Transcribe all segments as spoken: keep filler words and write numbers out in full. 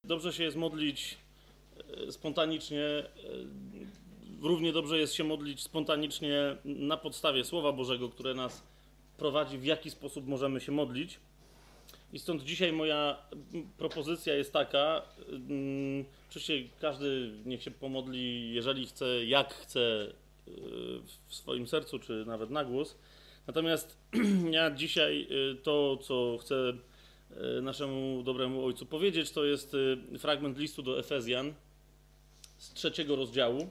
Dobrze się jest modlić spontanicznie, równie dobrze jest się modlić spontanicznie na podstawie Słowa Bożego, które nas prowadzi, w jaki sposób możemy się modlić. I stąd dzisiaj moja propozycja jest taka, oczywiście każdy niech się pomodli, jeżeli chce, jak chce, w swoim sercu, czy nawet na głos. Natomiast ja dzisiaj to, co chcę naszemu dobremu Ojcu powiedzieć, to jest fragment listu do Efezjan z trzeciego rozdziału.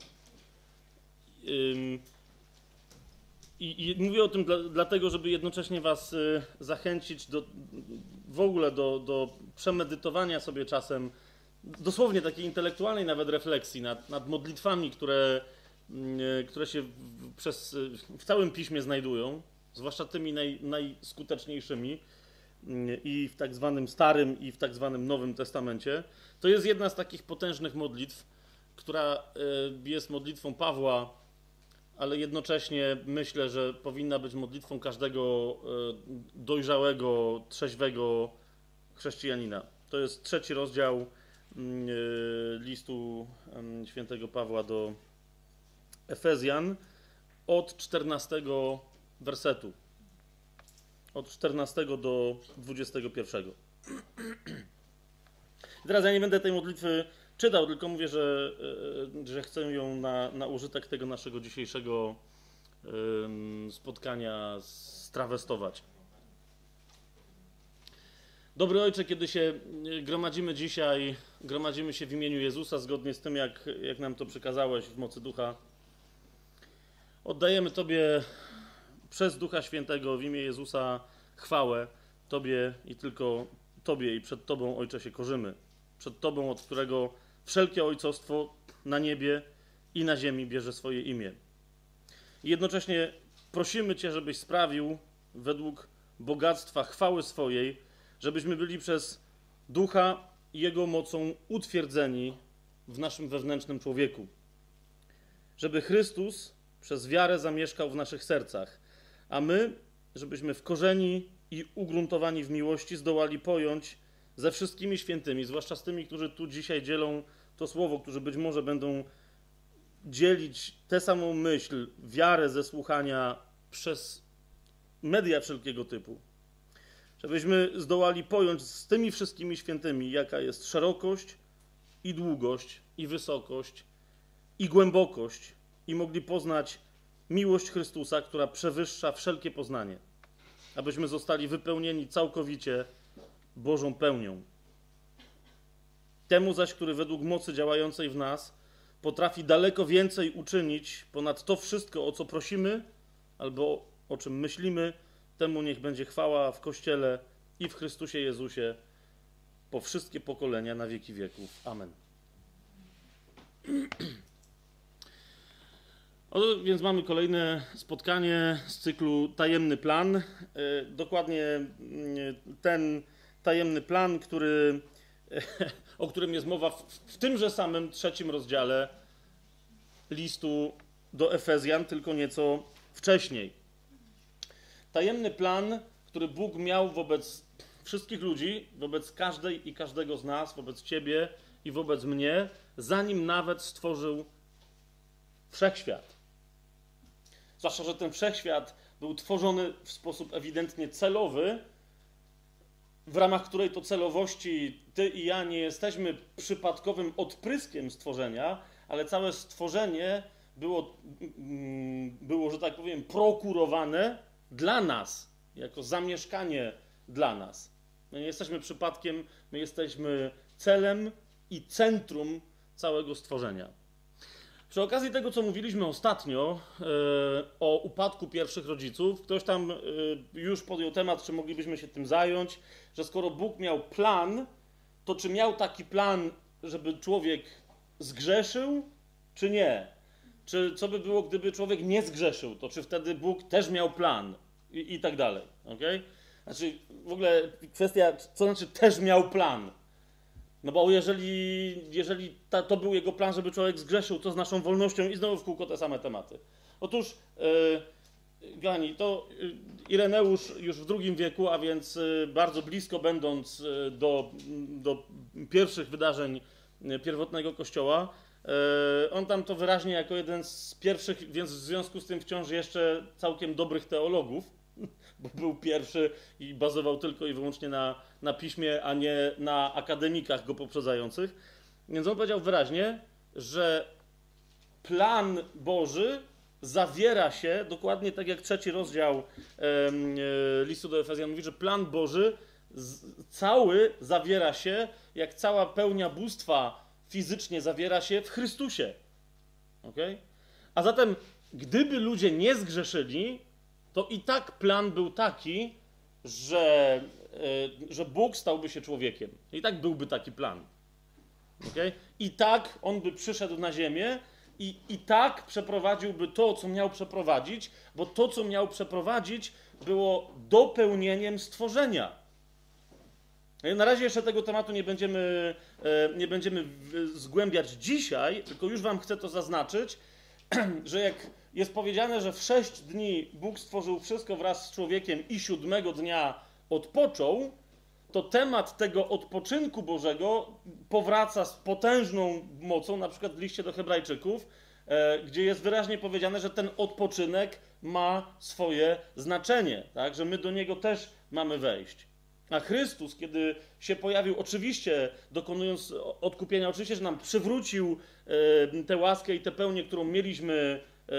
I, i mówię o tym dla, dlatego, żeby jednocześnie was zachęcić do, w ogóle do, do przemedytowania sobie czasem, dosłownie takiej intelektualnej nawet refleksji nad, nad modlitwami, które, które się w, przez, w całym Piśmie znajdują, zwłaszcza tymi naj, najskuteczniejszymi i w tak zwanym Starym, i w tak zwanym Nowym Testamencie. To jest jedna z takich potężnych modlitw, która jest modlitwą Pawła, ale jednocześnie myślę, że powinna być modlitwą każdego dojrzałego, trzeźwego chrześcijanina. To jest trzeci rozdział listu świętego Pawła do Efezjan od czternastego wersetu. Od czternastego do dwudziestego pierwszego. Teraz ja nie będę tej modlitwy czytał, tylko mówię, że, że chcę ją na, na użytek tego naszego dzisiejszego spotkania strawestować. Dobry Ojcze, kiedy się gromadzimy dzisiaj, gromadzimy się w imieniu Jezusa, zgodnie z tym, jak, jak nam to przekazałeś w mocy Ducha. Oddajemy Tobie przez Ducha Świętego w imię Jezusa chwałę Tobie i tylko Tobie i przed Tobą, Ojcze, się korzymy. Przed Tobą, od którego wszelkie ojcostwo na niebie i na ziemi bierze swoje imię. I jednocześnie prosimy Cię, żebyś sprawił według bogactwa chwały swojej, żebyśmy byli przez Ducha i Jego mocą utwierdzeni w naszym wewnętrznym człowieku. Żeby Chrystus przez wiarę zamieszkał w naszych sercach, a my, żebyśmy wkorzeni i ugruntowani w miłości zdołali pojąć ze wszystkimi świętymi, zwłaszcza z tymi, którzy tu dzisiaj dzielą to słowo, którzy być może będą dzielić tę samą myśl, wiarę ze słuchania przez media wszelkiego typu. Żebyśmy zdołali pojąć z tymi wszystkimi świętymi, jaka jest szerokość i długość i wysokość i głębokość i mogli poznać miłość Chrystusa, która przewyższa wszelkie poznanie, abyśmy zostali wypełnieni całkowicie Bożą pełnią. Temu zaś, który według mocy działającej w nas potrafi daleko więcej uczynić ponad to wszystko, o co prosimy albo o czym myślimy, temu niech będzie chwała w Kościele i w Chrystusie Jezusie po wszystkie pokolenia na wieki wieków. Amen. O, więc mamy kolejne spotkanie z cyklu Tajemny Plan. Dokładnie ten tajemny plan, który, o którym jest mowa w, w tymże samym trzecim rozdziale listu do Efezjan, tylko nieco wcześniej. Tajemny plan, który Bóg miał wobec wszystkich ludzi, wobec każdej i każdego z nas, wobec Ciebie i wobec mnie, zanim nawet stworzył wszechświat. Zwłaszcza, że ten wszechświat był tworzony w sposób ewidentnie celowy, w ramach której to celowości ty i ja nie jesteśmy przypadkowym odpryskiem stworzenia, ale całe stworzenie było, było, że tak powiem, prokurowane dla nas, jako zamieszkanie dla nas. My nie jesteśmy przypadkiem, my jesteśmy celem i centrum całego stworzenia. Przy okazji tego, co mówiliśmy ostatnio yy, o upadku pierwszych rodziców, ktoś tam yy, już podjął temat, czy moglibyśmy się tym zająć, że skoro Bóg miał plan, to czy miał taki plan, żeby człowiek zgrzeszył, czy nie? Czy co by było, gdyby człowiek nie zgrzeszył, to czy wtedy Bóg też miał plan? I, i tak dalej, okej? Znaczy, w ogóle kwestia, co znaczy też miał plan? No bo jeżeli, jeżeli ta, to był jego plan, żeby człowiek zgrzeszył, to z naszą wolnością i znowu w kółko te same tematy. Otóż kochani, to Ireneusz już w drugim wieku, a więc bardzo blisko będąc do, do pierwszych wydarzeń pierwotnego Kościoła, on tam to wyraźnie jako jeden z pierwszych, więc w związku z tym wciąż jeszcze całkiem dobrych teologów, bo był pierwszy i bazował tylko i wyłącznie na, na piśmie, a nie na akademikach go poprzedzających. Więc on powiedział wyraźnie, że plan Boży zawiera się, dokładnie tak jak trzeci rozdział e, listu do Efezjan mówi, że plan Boży z, cały zawiera się, jak cała pełnia bóstwa fizycznie zawiera się w Chrystusie. Okay? A zatem, gdyby ludzie nie zgrzeszyli, to i tak plan był taki, że, e, że Bóg stałby się człowiekiem. I tak byłby taki plan. Okay? I tak on by przyszedł na ziemię i, i tak przeprowadziłby to, co miał przeprowadzić, bo to, co miał przeprowadzić, było dopełnieniem stworzenia. Na razie jeszcze tego tematu nie będziemy, nie będziemy zgłębiać dzisiaj, tylko już wam chcę to zaznaczyć, że jak jest powiedziane, że w sześć dni Bóg stworzył wszystko wraz z człowiekiem i siódmego dnia odpoczął, to temat tego odpoczynku Bożego powraca z potężną mocą, na przykład w liście do Hebrajczyków, gdzie jest wyraźnie powiedziane, że ten odpoczynek ma swoje znaczenie, tak? Że my do niego też mamy wejść. A Chrystus, kiedy się pojawił, oczywiście dokonując odkupienia, oczywiście, że nam przywrócił tę łaskę i tę pełnię, którą mieliśmy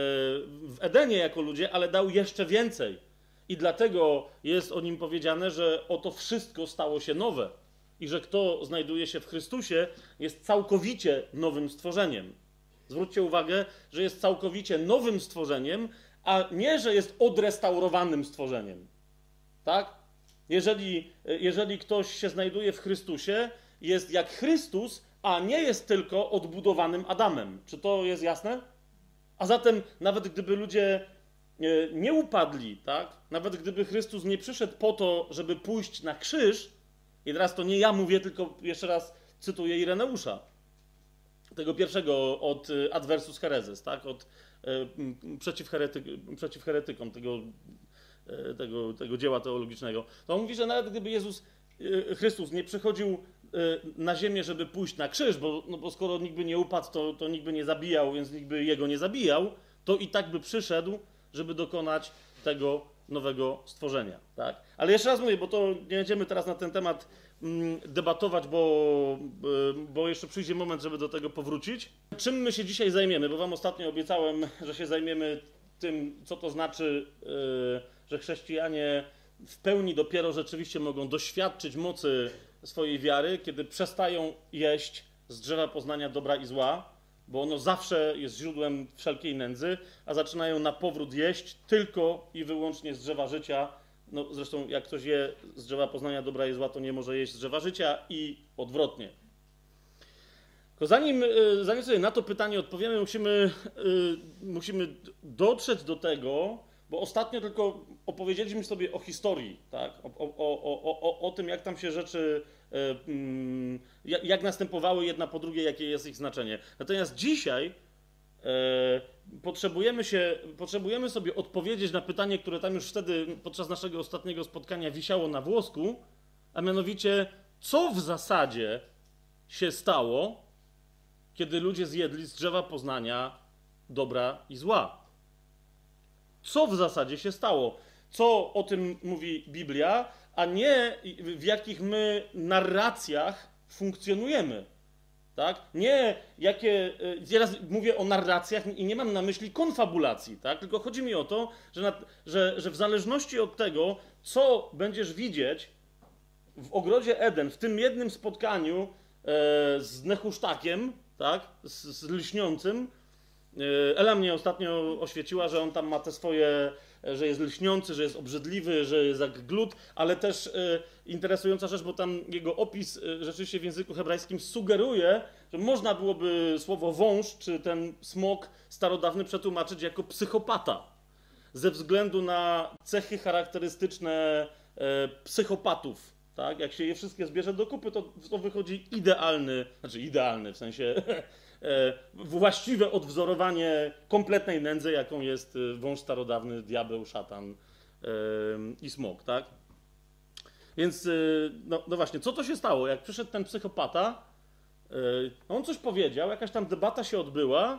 w Edenie jako ludzie, ale dał jeszcze więcej. I dlatego jest o nim powiedziane, że oto wszystko stało się nowe. I że kto znajduje się w Chrystusie, jest całkowicie nowym stworzeniem. Zwróćcie uwagę, że jest całkowicie nowym stworzeniem, a nie, że jest odrestaurowanym stworzeniem. Tak? Jeżeli, jeżeli ktoś się znajduje w Chrystusie, jest jak Chrystus, a nie jest tylko odbudowanym Adamem. Czy to jest jasne? A zatem nawet gdyby ludzie nie upadli, tak? Nawet gdyby Chrystus nie przyszedł po to, żeby pójść na krzyż, i teraz to nie ja mówię, tylko jeszcze raz cytuję Ireneusza, tego pierwszego od Adversus Hereses, tak? Od, przeciw, herety, przeciw heretykom tego, tego, tego dzieła teologicznego. To on mówi, że nawet gdyby Jezus Chrystus nie przychodził na ziemię, żeby pójść na krzyż, bo, no bo skoro nikt by nie upadł, to, to nikt by nie zabijał, więc nikt by jego nie zabijał, to i tak by przyszedł, żeby dokonać tego nowego stworzenia. Tak? Ale jeszcze raz mówię, bo to nie będziemy teraz na ten temat mm, debatować, bo, bo jeszcze przyjdzie moment, żeby do tego powrócić. Czym my się dzisiaj zajmiemy? Bo wam ostatnio obiecałem, że się zajmiemy tym, co to znaczy, yy, że chrześcijanie w pełni dopiero rzeczywiście mogą doświadczyć mocy swojej wiary, kiedy przestają jeść z drzewa poznania dobra i zła, bo ono zawsze jest źródłem wszelkiej nędzy, a zaczynają na powrót jeść tylko i wyłącznie z drzewa życia. No, zresztą jak ktoś je z drzewa poznania dobra i zła, to nie może jeść z drzewa życia i odwrotnie. Tylko zanim, zanim sobie na to pytanie odpowiemy, musimy, musimy dotrzeć do tego, bo ostatnio tylko opowiedzieliśmy sobie o historii, tak? o, o, o, o, o tym, jak tam się rzeczy, jak, jak następowały jedna po drugiej, jakie jest ich znaczenie. Natomiast dzisiaj e, potrzebujemy, się, potrzebujemy sobie odpowiedzieć na pytanie, które tam już wtedy podczas naszego ostatniego spotkania wisiało na włosku, a mianowicie, co w zasadzie się stało, kiedy ludzie zjedli z drzewa poznania dobra i zła. Co w zasadzie się stało? Co o tym mówi Biblia, a nie w jakich my narracjach funkcjonujemy. Tak? Nie jakie... Teraz mówię o narracjach i nie mam na myśli konfabulacji, tak? Tylko chodzi mi o to, że, na, że, że w zależności od tego, co będziesz widzieć w ogrodzie Eden, w tym jednym spotkaniu e, z Nehusztakiem, tak? z, z lśniącym, Ela mnie ostatnio oświeciła, że on tam ma te swoje, że jest lśniący, że jest obrzydliwy, że jest jak glut, ale też e, interesująca rzecz, bo tam jego opis e, rzeczywiście w języku hebrajskim sugeruje, że można byłoby słowo wąż, czy ten smok starodawny przetłumaczyć jako psychopata. Ze względu na cechy charakterystyczne e, psychopatów. Tak? Jak się je wszystkie zbierze do kupy, to, to wychodzi idealny, znaczy idealny w sensie właściwe odwzorowanie kompletnej nędzy, jaką jest wąż starodawny, diabeł, szatan i smok, tak? Więc, no, no właśnie, co to się stało? Jak przyszedł ten psychopata, on coś powiedział, jakaś tam debata się odbyła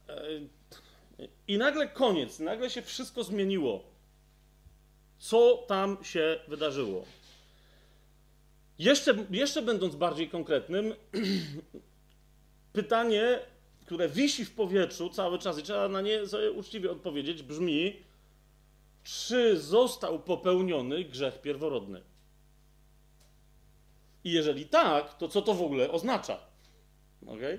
i nagle koniec, nagle się wszystko zmieniło. Co tam się wydarzyło? Jeszcze, jeszcze będąc bardziej konkretnym, pytanie, które wisi w powietrzu cały czas i trzeba na nie sobie uczciwie odpowiedzieć, brzmi: czy został popełniony grzech pierworodny? I jeżeli tak, to co to w ogóle oznacza? Okay?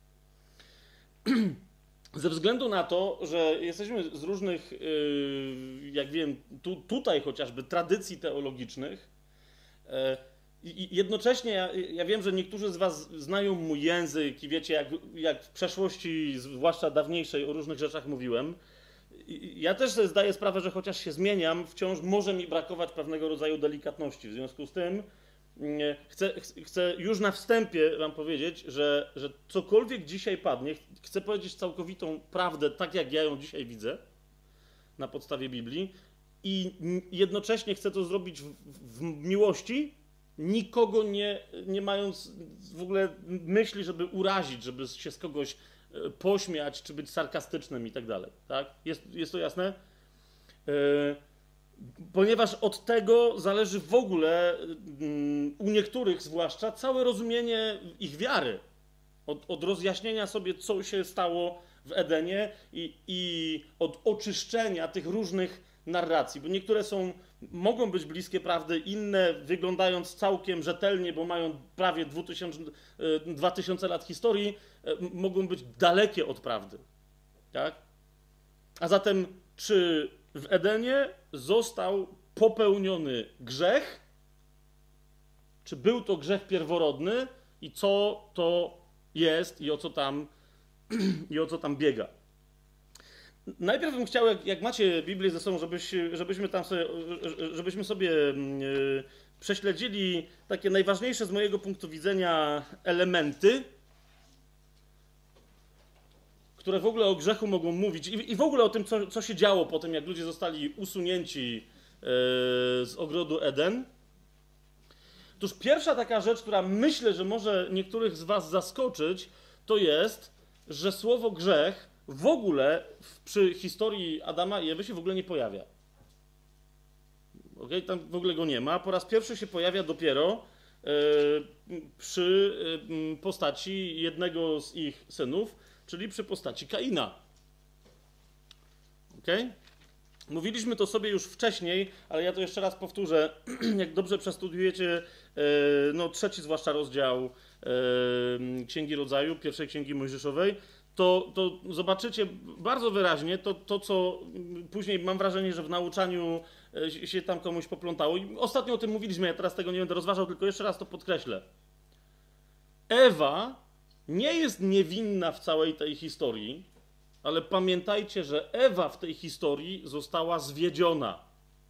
Ze względu na to, że jesteśmy z różnych, jak wiem, tu, tutaj chociażby tradycji teologicznych, i jednocześnie ja, ja wiem, że niektórzy z was znają mój język i wiecie, jak, jak w przeszłości, zwłaszcza dawniejszej, o różnych rzeczach mówiłem. Ja też sobie zdaję sprawę, że chociaż się zmieniam, wciąż może mi brakować pewnego rodzaju delikatności. W związku z tym chcę, chcę już na wstępie wam powiedzieć, że, że cokolwiek dzisiaj padnie, chcę powiedzieć całkowitą prawdę, tak jak ja ją dzisiaj widzę, na podstawie Biblii, i jednocześnie chcę to zrobić w, w miłości, nikogo nie, nie mając w ogóle myśli, żeby urazić, żeby się z kogoś pośmiać, czy być sarkastycznym i tak dalej. Tak? Jest, jest to jasne? Yy, ponieważ od tego zależy w ogóle, yy, u niektórych zwłaszcza, całe rozumienie ich wiary. Od, od rozjaśnienia sobie, co się stało w Edenie i, i od oczyszczenia tych różnych narracji, bo niektóre są, mogą być bliskie prawdy, inne wyglądając całkiem rzetelnie, bo mają prawie dwa tysiące lat historii, mogą być dalekie od prawdy. Tak? A zatem, czy w Edenie został popełniony grzech? Czy był to grzech pierworodny? I co to jest i o co tam, i o co tam biega? Najpierw bym chciał, jak, jak macie Biblię ze sobą, żebyś, żebyśmy tam sobie, żebyśmy sobie yy, prześledzili takie najważniejsze z mojego punktu widzenia elementy, które w ogóle o grzechu mogą mówić i, i w ogóle o tym, co, co się działo po tym, jak ludzie zostali usunięci yy, z ogrodu Eden. Otóż pierwsza taka rzecz, która myślę, że może niektórych z was zaskoczyć, to jest, że słowo grzech w ogóle w, przy historii Adama i Ewy się w ogóle nie pojawia. Okay? Tam w ogóle go nie ma. Po raz pierwszy się pojawia dopiero yy, przy yy, postaci jednego z ich synów, czyli przy postaci Kaina. Okay? Mówiliśmy to sobie już wcześniej, ale ja to jeszcze raz powtórzę. Jak dobrze przestudiujecie yy, no, trzeci zwłaszcza rozdział yy, Księgi Rodzaju, pierwszej Księgi Mojżeszowej, To, to zobaczycie bardzo wyraźnie to, to, co później mam wrażenie, że w nauczaniu się tam komuś poplątało. I ostatnio o tym mówiliśmy, ja teraz tego nie będę rozważał, tylko jeszcze raz to podkreślę. Ewa nie jest niewinna w całej tej historii, ale pamiętajcie, że Ewa w tej historii została zwiedziona.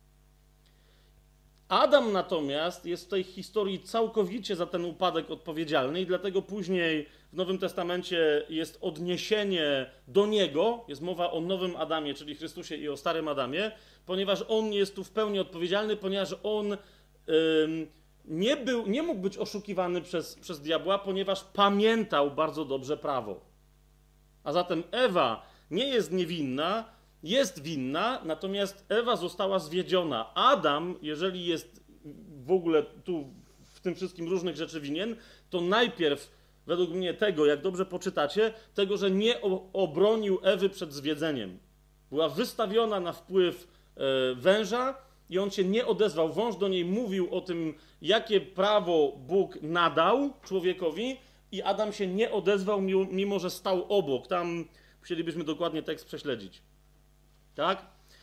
Adam natomiast jest w tej historii całkowicie za ten upadek odpowiedzialny i dlatego później w Nowym Testamencie jest odniesienie do niego, jest mowa o nowym Adamie, czyli Chrystusie, i o starym Adamie, ponieważ on jest tu w pełni odpowiedzialny, ponieważ on ym, nie, był, nie mógł być oszukiwany przez, przez diabła, ponieważ pamiętał bardzo dobrze prawo. A zatem Ewa nie jest niewinna, jest winna, natomiast Ewa została zwiedziona. Adam, jeżeli jest w ogóle tu w tym wszystkim różnych rzeczy winien, to najpierw, według mnie tego, jak dobrze poczytacie, tego, że nie obronił Ewy przed zwiedzeniem. Była wystawiona na wpływ e, węża i on się nie odezwał. Wąż do niej mówił o tym, jakie prawo Bóg nadał człowiekowi, i Adam się nie odezwał, mimo, mimo że stał obok. Tam musielibyśmy dokładnie tekst prześledzić. Tak?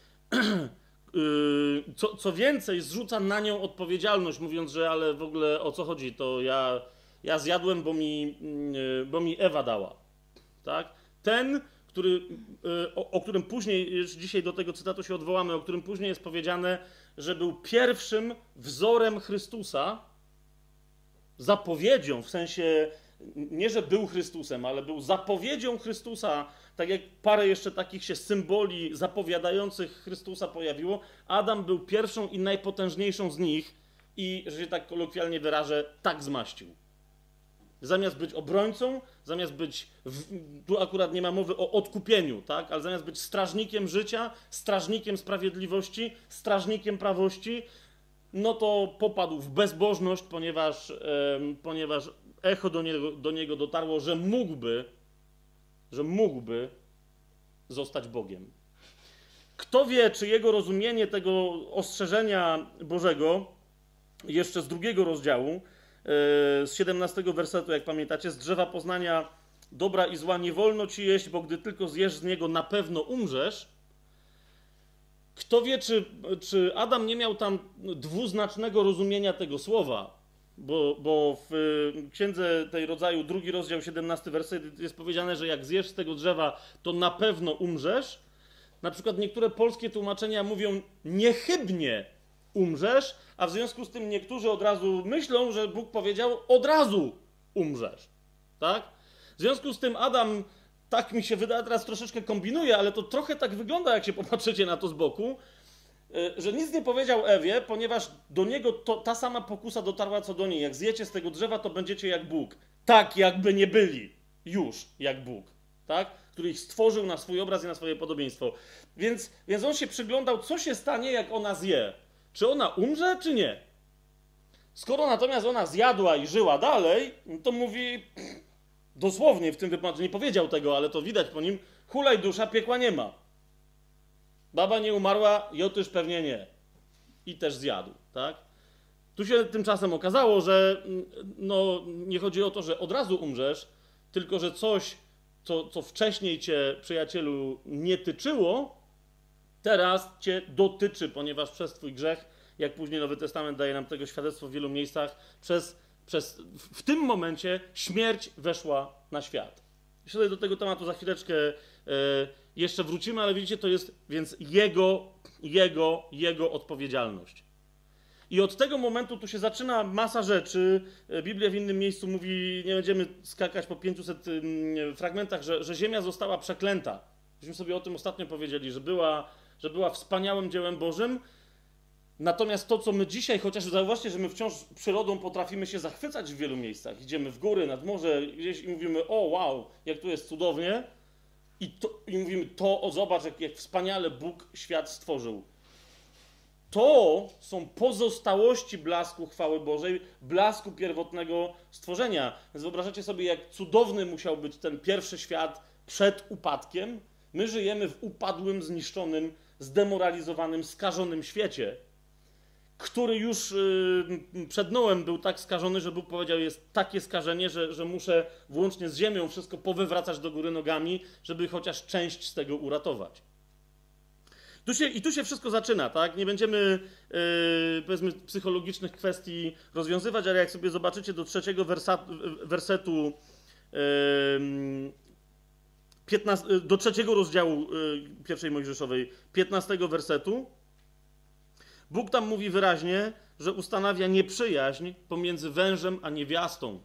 Co, co więcej, zrzuca na nią odpowiedzialność, mówiąc, że ale w ogóle o co chodzi, to ja, ja zjadłem, bo mi, bo mi Ewa dała. Tak? Ten, który, o, o którym później, już dzisiaj do tego cytatu się odwołamy, o którym później jest powiedziane, że był pierwszym wzorem Chrystusa, zapowiedzią, w sensie nie że był Chrystusem, ale był zapowiedzią Chrystusa, tak jak parę jeszcze takich się symboli zapowiadających Chrystusa pojawiło, Adam był pierwszą i najpotężniejszą z nich i, że się tak kolokwialnie wyrażę, tak zmaścił. Zamiast być obrońcą, zamiast być, w, tu akurat nie ma mowy o odkupieniu, tak? Ale zamiast być strażnikiem życia, strażnikiem sprawiedliwości, strażnikiem prawości, no to popadł w bezbożność, ponieważ, e, ponieważ echo do niego, do niego dotarło, że mógłby, że mógłby zostać Bogiem. Kto wie, czy jego rozumienie tego ostrzeżenia Bożego, jeszcze z drugiego rozdziału, z siedemnastego wersetu, jak pamiętacie, z drzewa poznania dobra i zła nie wolno ci jeść, bo gdy tylko zjesz z niego, na pewno umrzesz. Kto wie, czy, czy Adam nie miał tam dwuznacznego rozumienia tego słowa, bo, bo w księdze tej rodzaju, drugi rozdział, siedemnasty werset jest powiedziane, że jak zjesz z tego drzewa, to na pewno umrzesz. Na przykład niektóre polskie tłumaczenia mówią niechybnie umrzesz, a w związku z tym niektórzy od razu myślą, że Bóg powiedział od razu umrzesz. Tak? W związku z tym Adam, tak mi się wydaje, teraz troszeczkę kombinuje, ale to trochę tak wygląda, jak się popatrzycie na to z boku, że nic nie powiedział Ewie, ponieważ do niego to, ta sama pokusa dotarła co do niej. Jak zjecie z tego drzewa, to będziecie jak Bóg. Tak, jakby nie byli już jak Bóg. Tak? Który ich stworzył na swój obraz i na swoje podobieństwo. Więc, więc on się przyglądał, co się stanie, jak ona zje. Czy ona umrze, czy nie? Skoro natomiast ona zjadła i żyła dalej, to mówi, dosłownie w tym wypadku, nie powiedział tego, ale to widać po nim, hulaj dusza, piekła nie ma. Baba nie umarła, Jotysz pewnie nie. I też zjadł, tak? Tu się tymczasem okazało, że no, nie chodzi o to, że od razu umrzesz, tylko że coś, co, co wcześniej cię, przyjacielu, nie tyczyło, teraz cię dotyczy, ponieważ przez twój grzech, jak później Nowy Testament daje nam tego świadectwo w wielu miejscach, przez, przez, w tym momencie śmierć weszła na świat. Jeszcze do tego tematu za chwileczkę e, jeszcze wrócimy, ale widzicie, to jest więc jego, jego, jego odpowiedzialność. I od tego momentu tu się zaczyna masa rzeczy. Biblia w innym miejscu mówi, nie będziemy skakać po pięciuset fragmentach, że, że ziemia została przeklęta. Myśmy sobie o tym ostatnio powiedzieli, że była, że była wspaniałym dziełem Bożym. Natomiast to, co my dzisiaj, chociaż zauważcie, że my wciąż przyrodą potrafimy się zachwycać w wielu miejscach. Idziemy w góry, nad morze gdzieś i mówimy, o wow, jak tu jest cudownie. I, to, i mówimy, to o, zobacz, jak, jak wspaniale Bóg świat stworzył. To są pozostałości blasku chwały Bożej, blasku pierwotnego stworzenia. Więc wyobrażacie sobie, jak cudowny musiał być ten pierwszy świat przed upadkiem. My żyjemy w upadłym, zniszczonym, zdemoralizowanym, skażonym świecie, który już yy, przed Noem był tak skażony, że Bóg powiedział, jest takie skażenie, że, że muszę włącznie z ziemią wszystko powywracać do góry nogami, żeby chociaż część z tego uratować. Tu się, I tu się wszystko zaczyna, tak? Nie będziemy, yy, powiedzmy, psychologicznych kwestii rozwiązywać, ale jak sobie zobaczycie do trzeciego wersa, wersetu, yy, piętnastego, do trzeciego rozdziału yy, pierwszej Mojżeszowej, piętnastego wersetu, Bóg tam mówi wyraźnie, że ustanawia nieprzyjaźń pomiędzy wężem a niewiastą.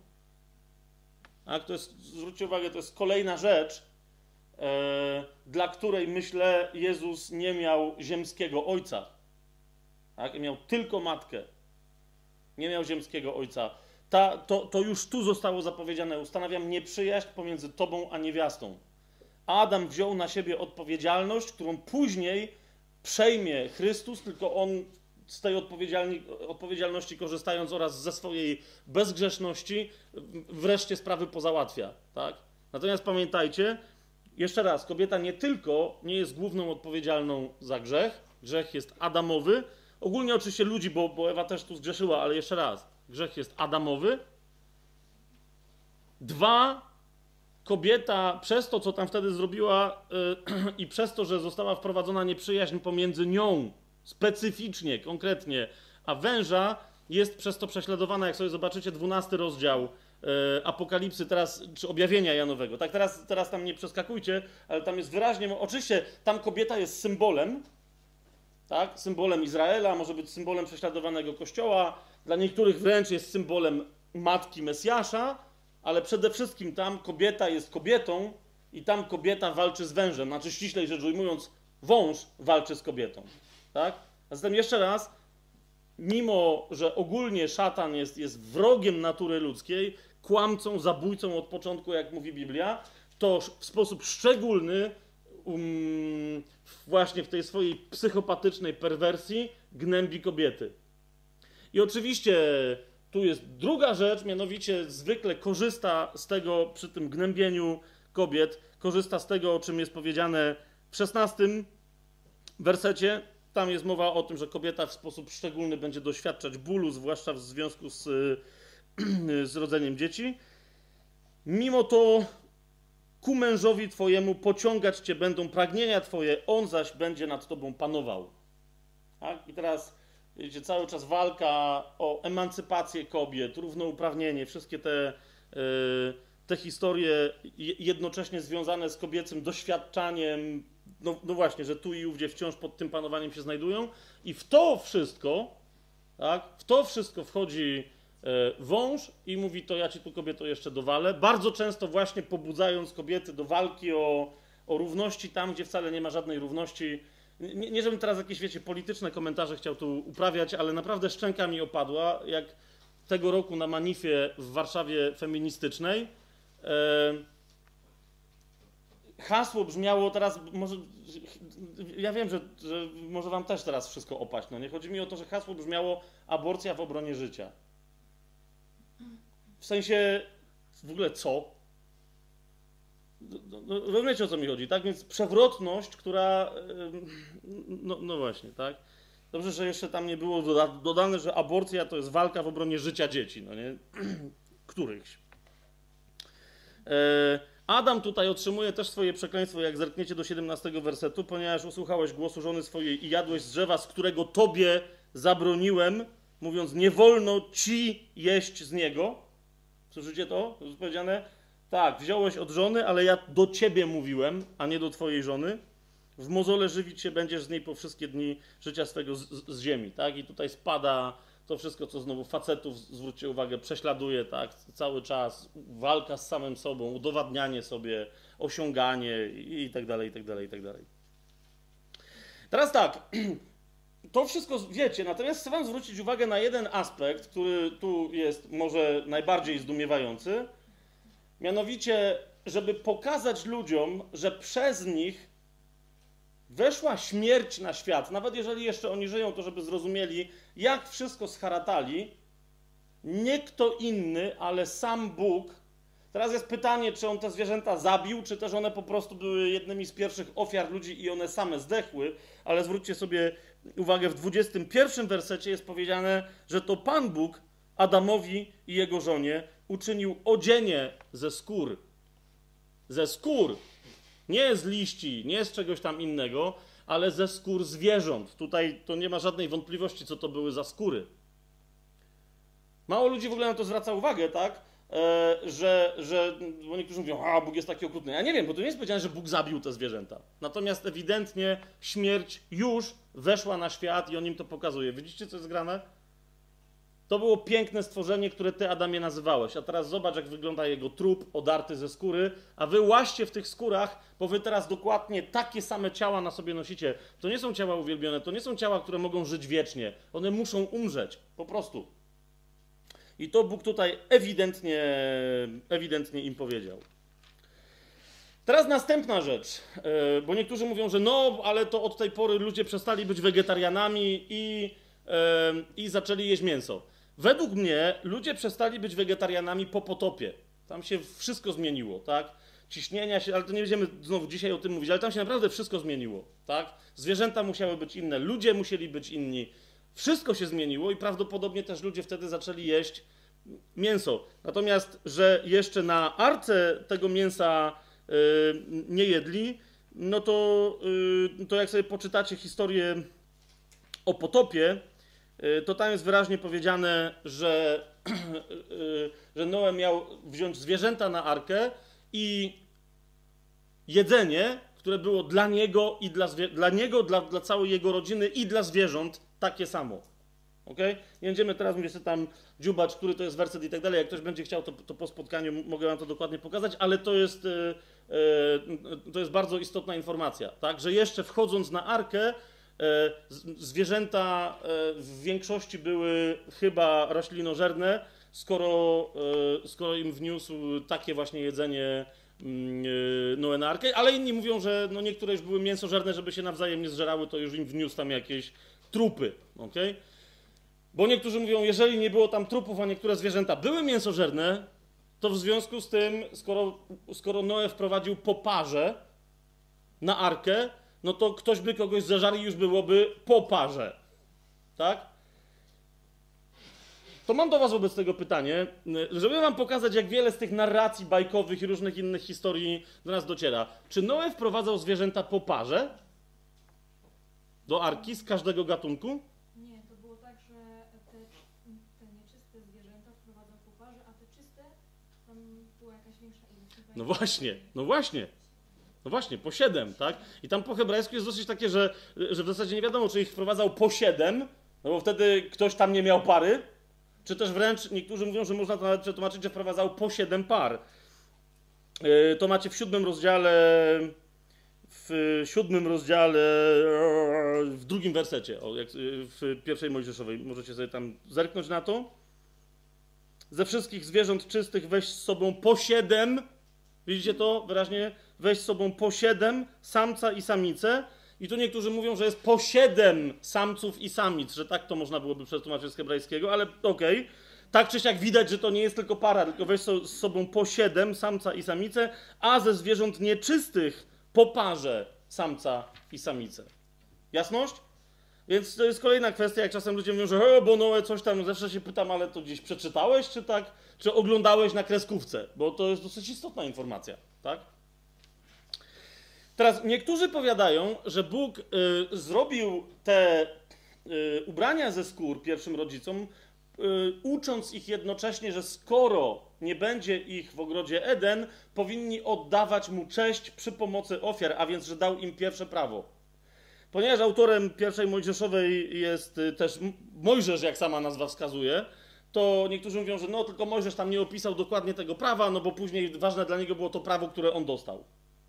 Tak? To jest, zwróćcie uwagę, to jest kolejna rzecz, e, dla której, myślę, Jezus nie miał ziemskiego ojca. Tak? Miał tylko matkę. Nie miał ziemskiego ojca. Ta, to, to już tu zostało zapowiedziane. Ustanawiam nieprzyjaźń pomiędzy tobą a niewiastą. Adam wziął na siebie odpowiedzialność, którą później przejmie Chrystus, tylko on z tej odpowiedzialności korzystając oraz ze swojej bezgrzeszności wreszcie sprawy pozałatwia. Tak? Natomiast pamiętajcie, jeszcze raz, kobieta nie tylko nie jest główną odpowiedzialną za grzech, grzech jest adamowy, ogólnie oczywiście ludzi, bo, bo Ewa też tu zgrzeszyła, ale jeszcze raz, grzech jest adamowy. Dwa, kobieta przez to, co tam wtedy zrobiła yy, i przez to, że została wprowadzona nieprzyjaźń pomiędzy nią, specyficznie, konkretnie, a węża, jest przez to prześladowana, jak sobie zobaczycie, dwunasty rozdział yy, Apokalipsy, teraz, czy Objawienia Janowego. Tak, teraz, teraz tam nie przeskakujcie, ale tam jest wyraźnie, oczywiście tam kobieta jest symbolem, tak, symbolem Izraela, może być symbolem prześladowanego Kościoła, dla niektórych wręcz jest symbolem Matki Mesjasza, ale przede wszystkim tam kobieta jest kobietą i tam kobieta walczy z wężem. Znaczy, ściślej rzecz ujmując, wąż walczy z kobietą. Tak? A zatem jeszcze raz, mimo że ogólnie szatan jest, jest wrogiem natury ludzkiej, kłamcą, zabójcą od początku, jak mówi Biblia, to w sposób szczególny um, właśnie w tej swojej psychopatycznej perwersji gnębi kobiety. I oczywiście tu jest druga rzecz, mianowicie zwykle korzysta z tego przy tym gnębieniu kobiet, korzysta z tego, o czym jest powiedziane w szesnastym wersecie. Tam jest mowa o tym, że kobieta w sposób szczególny będzie doświadczać bólu, zwłaszcza w związku z, z rodzeniem dzieci. Mimo to ku mężowi twojemu pociągać cię będą pragnienia twoje, on zaś będzie nad tobą panował. Tak? I teraz wiecie, cały czas walka o emancypację kobiet, równouprawnienie, wszystkie te, yy, te historie jednocześnie związane z kobiecym doświadczaniem, no, no właśnie, że tu i ówdzie wciąż pod tym panowaniem się znajdują. I w to wszystko, tak, w to wszystko wchodzi yy, wąż i mówi, to ja ci tu, kobieto, jeszcze dowalę. Bardzo często właśnie pobudzając kobiety do walki o, o równości tam, gdzie wcale nie ma żadnej równości. Nie, nie żebym teraz jakieś, wiecie, polityczne komentarze chciał tu uprawiać, ale naprawdę szczęka mi opadła, jak tego roku na manifie w Warszawie feministycznej e, hasło brzmiało teraz, może, ja wiem, że, że może wam też teraz wszystko opaść, no nie? Chodzi mi o to, że hasło brzmiało aborcja w obronie życia. W sensie, w ogóle co? No, rozumiecie, o co mi chodzi, tak? Więc przewrotność, która... No, no właśnie, tak? Dobrze, że jeszcze tam nie było doda dodane, że aborcja to jest walka w obronie życia dzieci, no nie? Którychś. E, Adam tutaj otrzymuje też swoje przekleństwo, jak zerkniecie do siedemnastego wersetu, ponieważ usłuchałeś głosu żony swojej i jadłeś z drzewa, z którego tobie zabroniłem, mówiąc, nie wolno ci jeść z niego. Słyszycie to? To jest powiedziane... Tak, wziąłeś od żony, ale ja do ciebie mówiłem, a nie do twojej żony. W mozole żywić się będziesz z niej po wszystkie dni życia swego z, z, z ziemi, tak? I tutaj spada to wszystko, co znowu facetów, zwróćcie uwagę, prześladuje, tak? Cały czas walka z samym sobą, udowadnianie sobie, osiąganie i, i tak dalej, i tak dalej, i tak dalej. Teraz tak, to wszystko wiecie, natomiast chcę wam zwrócić uwagę na jeden aspekt, który tu jest może najbardziej zdumiewający. Mianowicie, żeby pokazać ludziom, że przez nich weszła śmierć na świat, nawet jeżeli jeszcze oni żyją, to żeby zrozumieli, jak wszystko scharatali, nie kto inny, ale sam Bóg. Teraz jest pytanie, czy on te zwierzęta zabił, czy też one po prostu były jednymi z pierwszych ofiar ludzi i one same zdechły, ale zwróćcie sobie uwagę, w dwudziestym pierwszym wersecie jest powiedziane, że to Pan Bóg Adamowi i jego żonie uczynił odzienie ze skór. Ze skór. Nie z liści, nie z czegoś tam innego, ale ze skór zwierząt. Tutaj to nie ma żadnej wątpliwości, co to były za skóry. Mało ludzi w ogóle na to zwraca uwagę, tak? E, że, że, bo niektórzy mówią, a Bóg jest taki okrutny. Ja nie wiem, bo to nie jest powiedziane, że Bóg zabił te zwierzęta. Natomiast ewidentnie śmierć już weszła na świat i on im to pokazuje. Widzicie, co jest grane? To było piękne stworzenie, które ty, Adamie, nazywałeś. A teraz zobacz, jak wygląda jego trup odarty ze skóry, a wy łaźcie w tych skórach, bo wy teraz dokładnie takie same ciała na sobie nosicie. To nie są ciała uwielbione, to nie są ciała, które mogą żyć wiecznie. One muszą umrzeć, po prostu. I to Bóg tutaj ewidentnie, ewidentnie im powiedział. Teraz następna rzecz, bo niektórzy mówią, że no, ale to od tej pory ludzie przestali być wegetarianami i, i zaczęli jeść mięso. Według mnie ludzie przestali być wegetarianami po potopie. Tam się wszystko zmieniło, tak? Ciśnienia się, ale to nie będziemy znowu dzisiaj o tym mówić, ale tam się naprawdę wszystko zmieniło, tak? Zwierzęta musiały być inne, ludzie musieli być inni. Wszystko się zmieniło i prawdopodobnie też ludzie wtedy zaczęli jeść mięso. Natomiast, że jeszcze na arce tego mięsa yy, nie jedli, no to, yy, to jak sobie poczytacie historię o potopie, yy, to tam jest wyraźnie powiedziane, że, yy, że Noe miał wziąć zwierzęta na arkę i jedzenie, które było dla niego i dla, dla niego, dla, dla całej jego rodziny i dla zwierząt takie samo. Okay? Nie będziemy teraz mówić sobie tam dziubacz, który to jest werset i tak dalej. Jak ktoś będzie chciał, to, to po spotkaniu mogę wam to dokładnie pokazać, ale to jest, yy, yy, to jest bardzo istotna informacja, tak? Że jeszcze wchodząc na arkę, yy, zwierzęta yy, w większości były chyba roślinożerne, skoro, yy, skoro im wniósł takie właśnie jedzenie yy, Noe na arkę, ale inni mówią, że no niektóre już były mięsożerne, żeby się nawzajem nie zżerały, to już im wniósł tam jakieś trupy, okej? Bo niektórzy mówią, jeżeli nie było tam trupów, a niektóre zwierzęta były mięsożerne, to w związku z tym, skoro, skoro Noe wprowadził po parze na arkę, no to ktoś by kogoś zeżarł i już byłoby po parze. Tak? To mam do was wobec tego pytanie, żeby wam pokazać, jak wiele z tych narracji bajkowych i różnych innych historii do nas dociera. Czy Noe wprowadzał zwierzęta po parze do arki z każdego gatunku? Nie, to było tak, że te, te nieczyste zwierzęta wprowadzał po parze, a te czyste, tam była jakaś większa ilość. No właśnie, no właśnie. No właśnie, po siedem, tak? I tam po hebrajsku jest dosyć takie, że, że w zasadzie nie wiadomo, czy ich wprowadzał po siedem, no bo wtedy ktoś tam nie miał pary, czy też wręcz niektórzy mówią, że można to nawet przetłumaczyć, że wprowadzał po siedem par. Yy, to macie w siódmym rozdziale, w siódmym rozdziale, w drugim wersecie, o, jak w pierwszej Mojżeszowej, możecie sobie tam zerknąć na to. Ze wszystkich zwierząt czystych weź z sobą po siedem, widzicie to wyraźnie? Weź z sobą po siedem, samca i samicę. I tu niektórzy mówią, że jest po siedem samców i samic, że tak to można byłoby przetłumaczyć z hebrajskiego, ale okej. Okay. Tak czy siak widać, że to nie jest tylko para, tylko weź so, z sobą po siedem, samca i samicę, a ze zwierząt nieczystych po parze samca i samicę. Jasność? Więc to jest kolejna kwestia, jak czasem ludzie mówią, że he, bo Noe coś tam, zawsze się pytam, ale to gdzieś przeczytałeś, czy tak? Czy oglądałeś na kreskówce? Bo to jest dosyć istotna informacja, tak? Teraz niektórzy powiadają, że Bóg y, zrobił te y, ubrania ze skór pierwszym rodzicom, y, ucząc ich jednocześnie, że skoro nie będzie ich w ogrodzie Eden, powinni oddawać mu cześć przy pomocy ofiar, a więc, że dał im pierwsze prawo. Ponieważ autorem pierwszej Mojżeszowej jest też Mojżesz, jak sama nazwa wskazuje, to niektórzy mówią, że no tylko Mojżesz tam nie opisał dokładnie tego prawa, no bo później ważne dla niego było to prawo, które on dostał.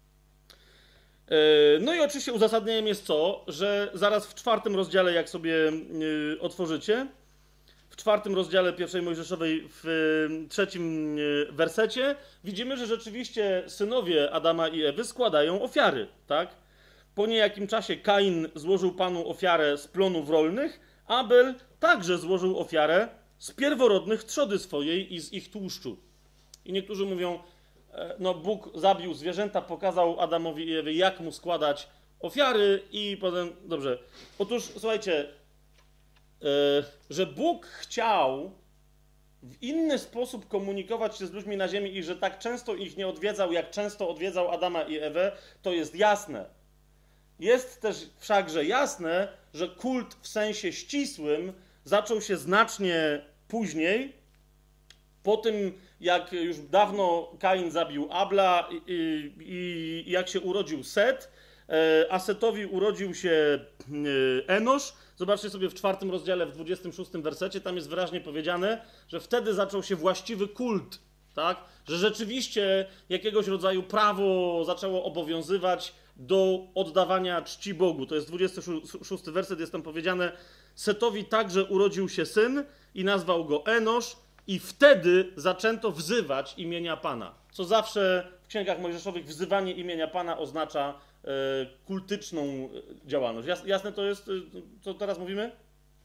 No i oczywiście uzasadnieniem jest co, że zaraz w czwartym rozdziale, jak sobie otworzycie, w czwartym rozdziale pierwszej Mojżeszowej w trzecim wersecie widzimy, że rzeczywiście synowie Adama i Ewy składają ofiary, tak? Po niejakim czasie Kain złożył Panu ofiarę z plonów rolnych, Abel także złożył ofiarę z pierworodnych trzody swojej i z ich tłuszczu. I niektórzy mówią, no Bóg zabił zwierzęta, pokazał Adamowi i Ewie, jak mu składać ofiary i potem, dobrze. Otóż, słuchajcie, yy, że Bóg chciał w inny sposób komunikować się z ludźmi na ziemi i że tak często ich nie odwiedzał, jak często odwiedzał Adama i Ewę, to jest jasne. Jest też wszakże jasne, że kult w sensie ścisłym zaczął się znacznie później, po tym, jak już dawno Kain zabił Abla i, i, i jak się urodził Set, a Setowi urodził się Enosz. Zobaczcie sobie w czwartym rozdziale, w dwudziestym szóstym wersecie, tam jest wyraźnie powiedziane, że wtedy zaczął się właściwy kult, tak? Że rzeczywiście jakiegoś rodzaju prawo zaczęło obowiązywać do oddawania czci Bogu. To jest dwudziesty szósty werset, jest tam powiedziane, Setowi także urodził się syn i nazwał go Enosz i wtedy zaczęto wzywać imienia Pana. Co zawsze w księgach mojżeszowych wzywanie imienia Pana oznacza e, kultyczną działalność. Jas, jasne to jest, co teraz mówimy?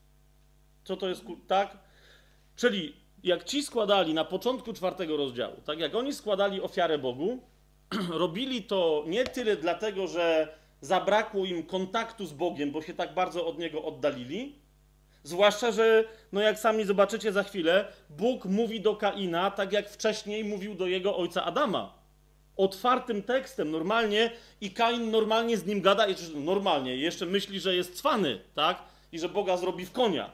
Co to jest, tak? Czyli jak ci składali na początku czwartego rozdziału, tak jak oni składali ofiarę Bogu, robili to nie tyle dlatego, że zabrakło im kontaktu z Bogiem, bo się tak bardzo od Niego oddalili, zwłaszcza, że, no jak sami zobaczycie za chwilę, Bóg mówi do Kaina tak, jak wcześniej mówił do jego ojca Adama. Otwartym tekstem, normalnie, i Kain normalnie z nim gada, i normalnie, jeszcze myśli, że jest cwany, tak? I że Boga zrobi w konia.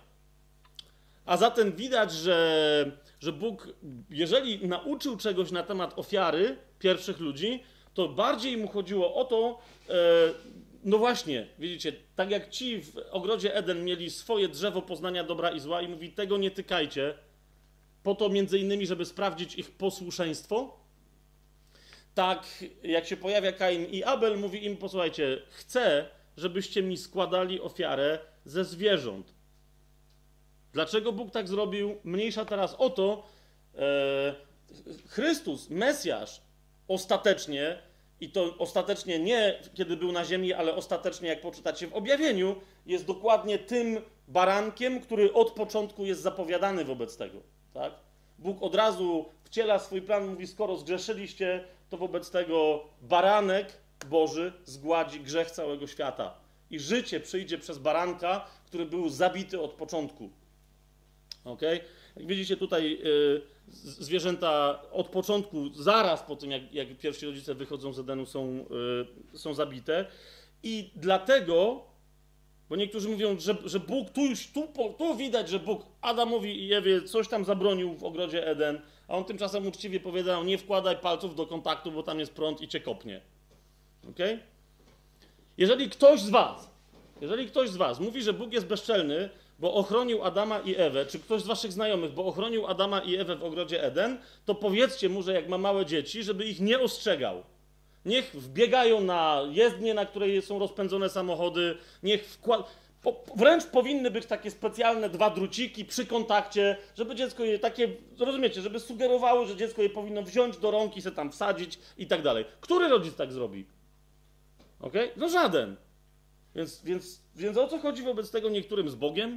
A zatem widać, że, że Bóg, jeżeli nauczył czegoś na temat ofiary pierwszych ludzi, to bardziej mu chodziło o to, e, no właśnie, widzicie, tak jak ci w ogrodzie Eden mieli swoje drzewo poznania dobra i zła i mówi, tego nie tykajcie, po to między innymi, żeby sprawdzić ich posłuszeństwo, tak jak się pojawia Kain i Abel, mówi im, posłuchajcie, chcę, żebyście mi składali ofiarę ze zwierząt. Dlaczego Bóg tak zrobił? Mniejsza teraz o to, e, Chrystus, Mesjasz, ostatecznie, i to ostatecznie nie kiedy był na ziemi, ale ostatecznie, jak poczytacie w objawieniu, jest dokładnie tym barankiem, który od początku jest zapowiadany wobec tego. Tak? Bóg od razu wciela swój plan, mówi, skoro zgrzeszyliście, to wobec tego baranek Boży zgładzi grzech całego świata. I życie przyjdzie przez baranka, który był zabity od początku. Okay? Jak widzicie tutaj, yy, zwierzęta od początku, zaraz po tym, jak, jak pierwsi rodzice wychodzą z Edenu, są, yy, są zabite. I dlatego, bo niektórzy mówią, że, że Bóg, tu już, tu, tu widać, że Bóg Adamowi i Ewie coś tam zabronił w ogrodzie Eden, a on tymczasem uczciwie powiedział, nie wkładaj palców do kontaktu, bo tam jest prąd i cię kopnie. Okay? Jeżeli ktoś z was, jeżeli ktoś z was mówi, że Bóg jest bezczelny, bo ochronił Adama i Ewę, czy ktoś z waszych znajomych, bo ochronił Adama i Ewę w ogrodzie Eden, to powiedzcie mu, że jak ma małe dzieci, żeby ich nie ostrzegał. Niech wbiegają na jezdnię, na której są rozpędzone samochody, niech wkład... Po, wręcz powinny być takie specjalne dwa druciki przy kontakcie, żeby dziecko je takie, rozumiecie, żeby sugerowało, że dziecko je powinno wziąć do rąk i se tam wsadzić i tak dalej. Który rodzic tak zrobi? Okej? Okay? No żaden. Więc, więc, więc o co chodzi wobec tego niektórym z Bogiem?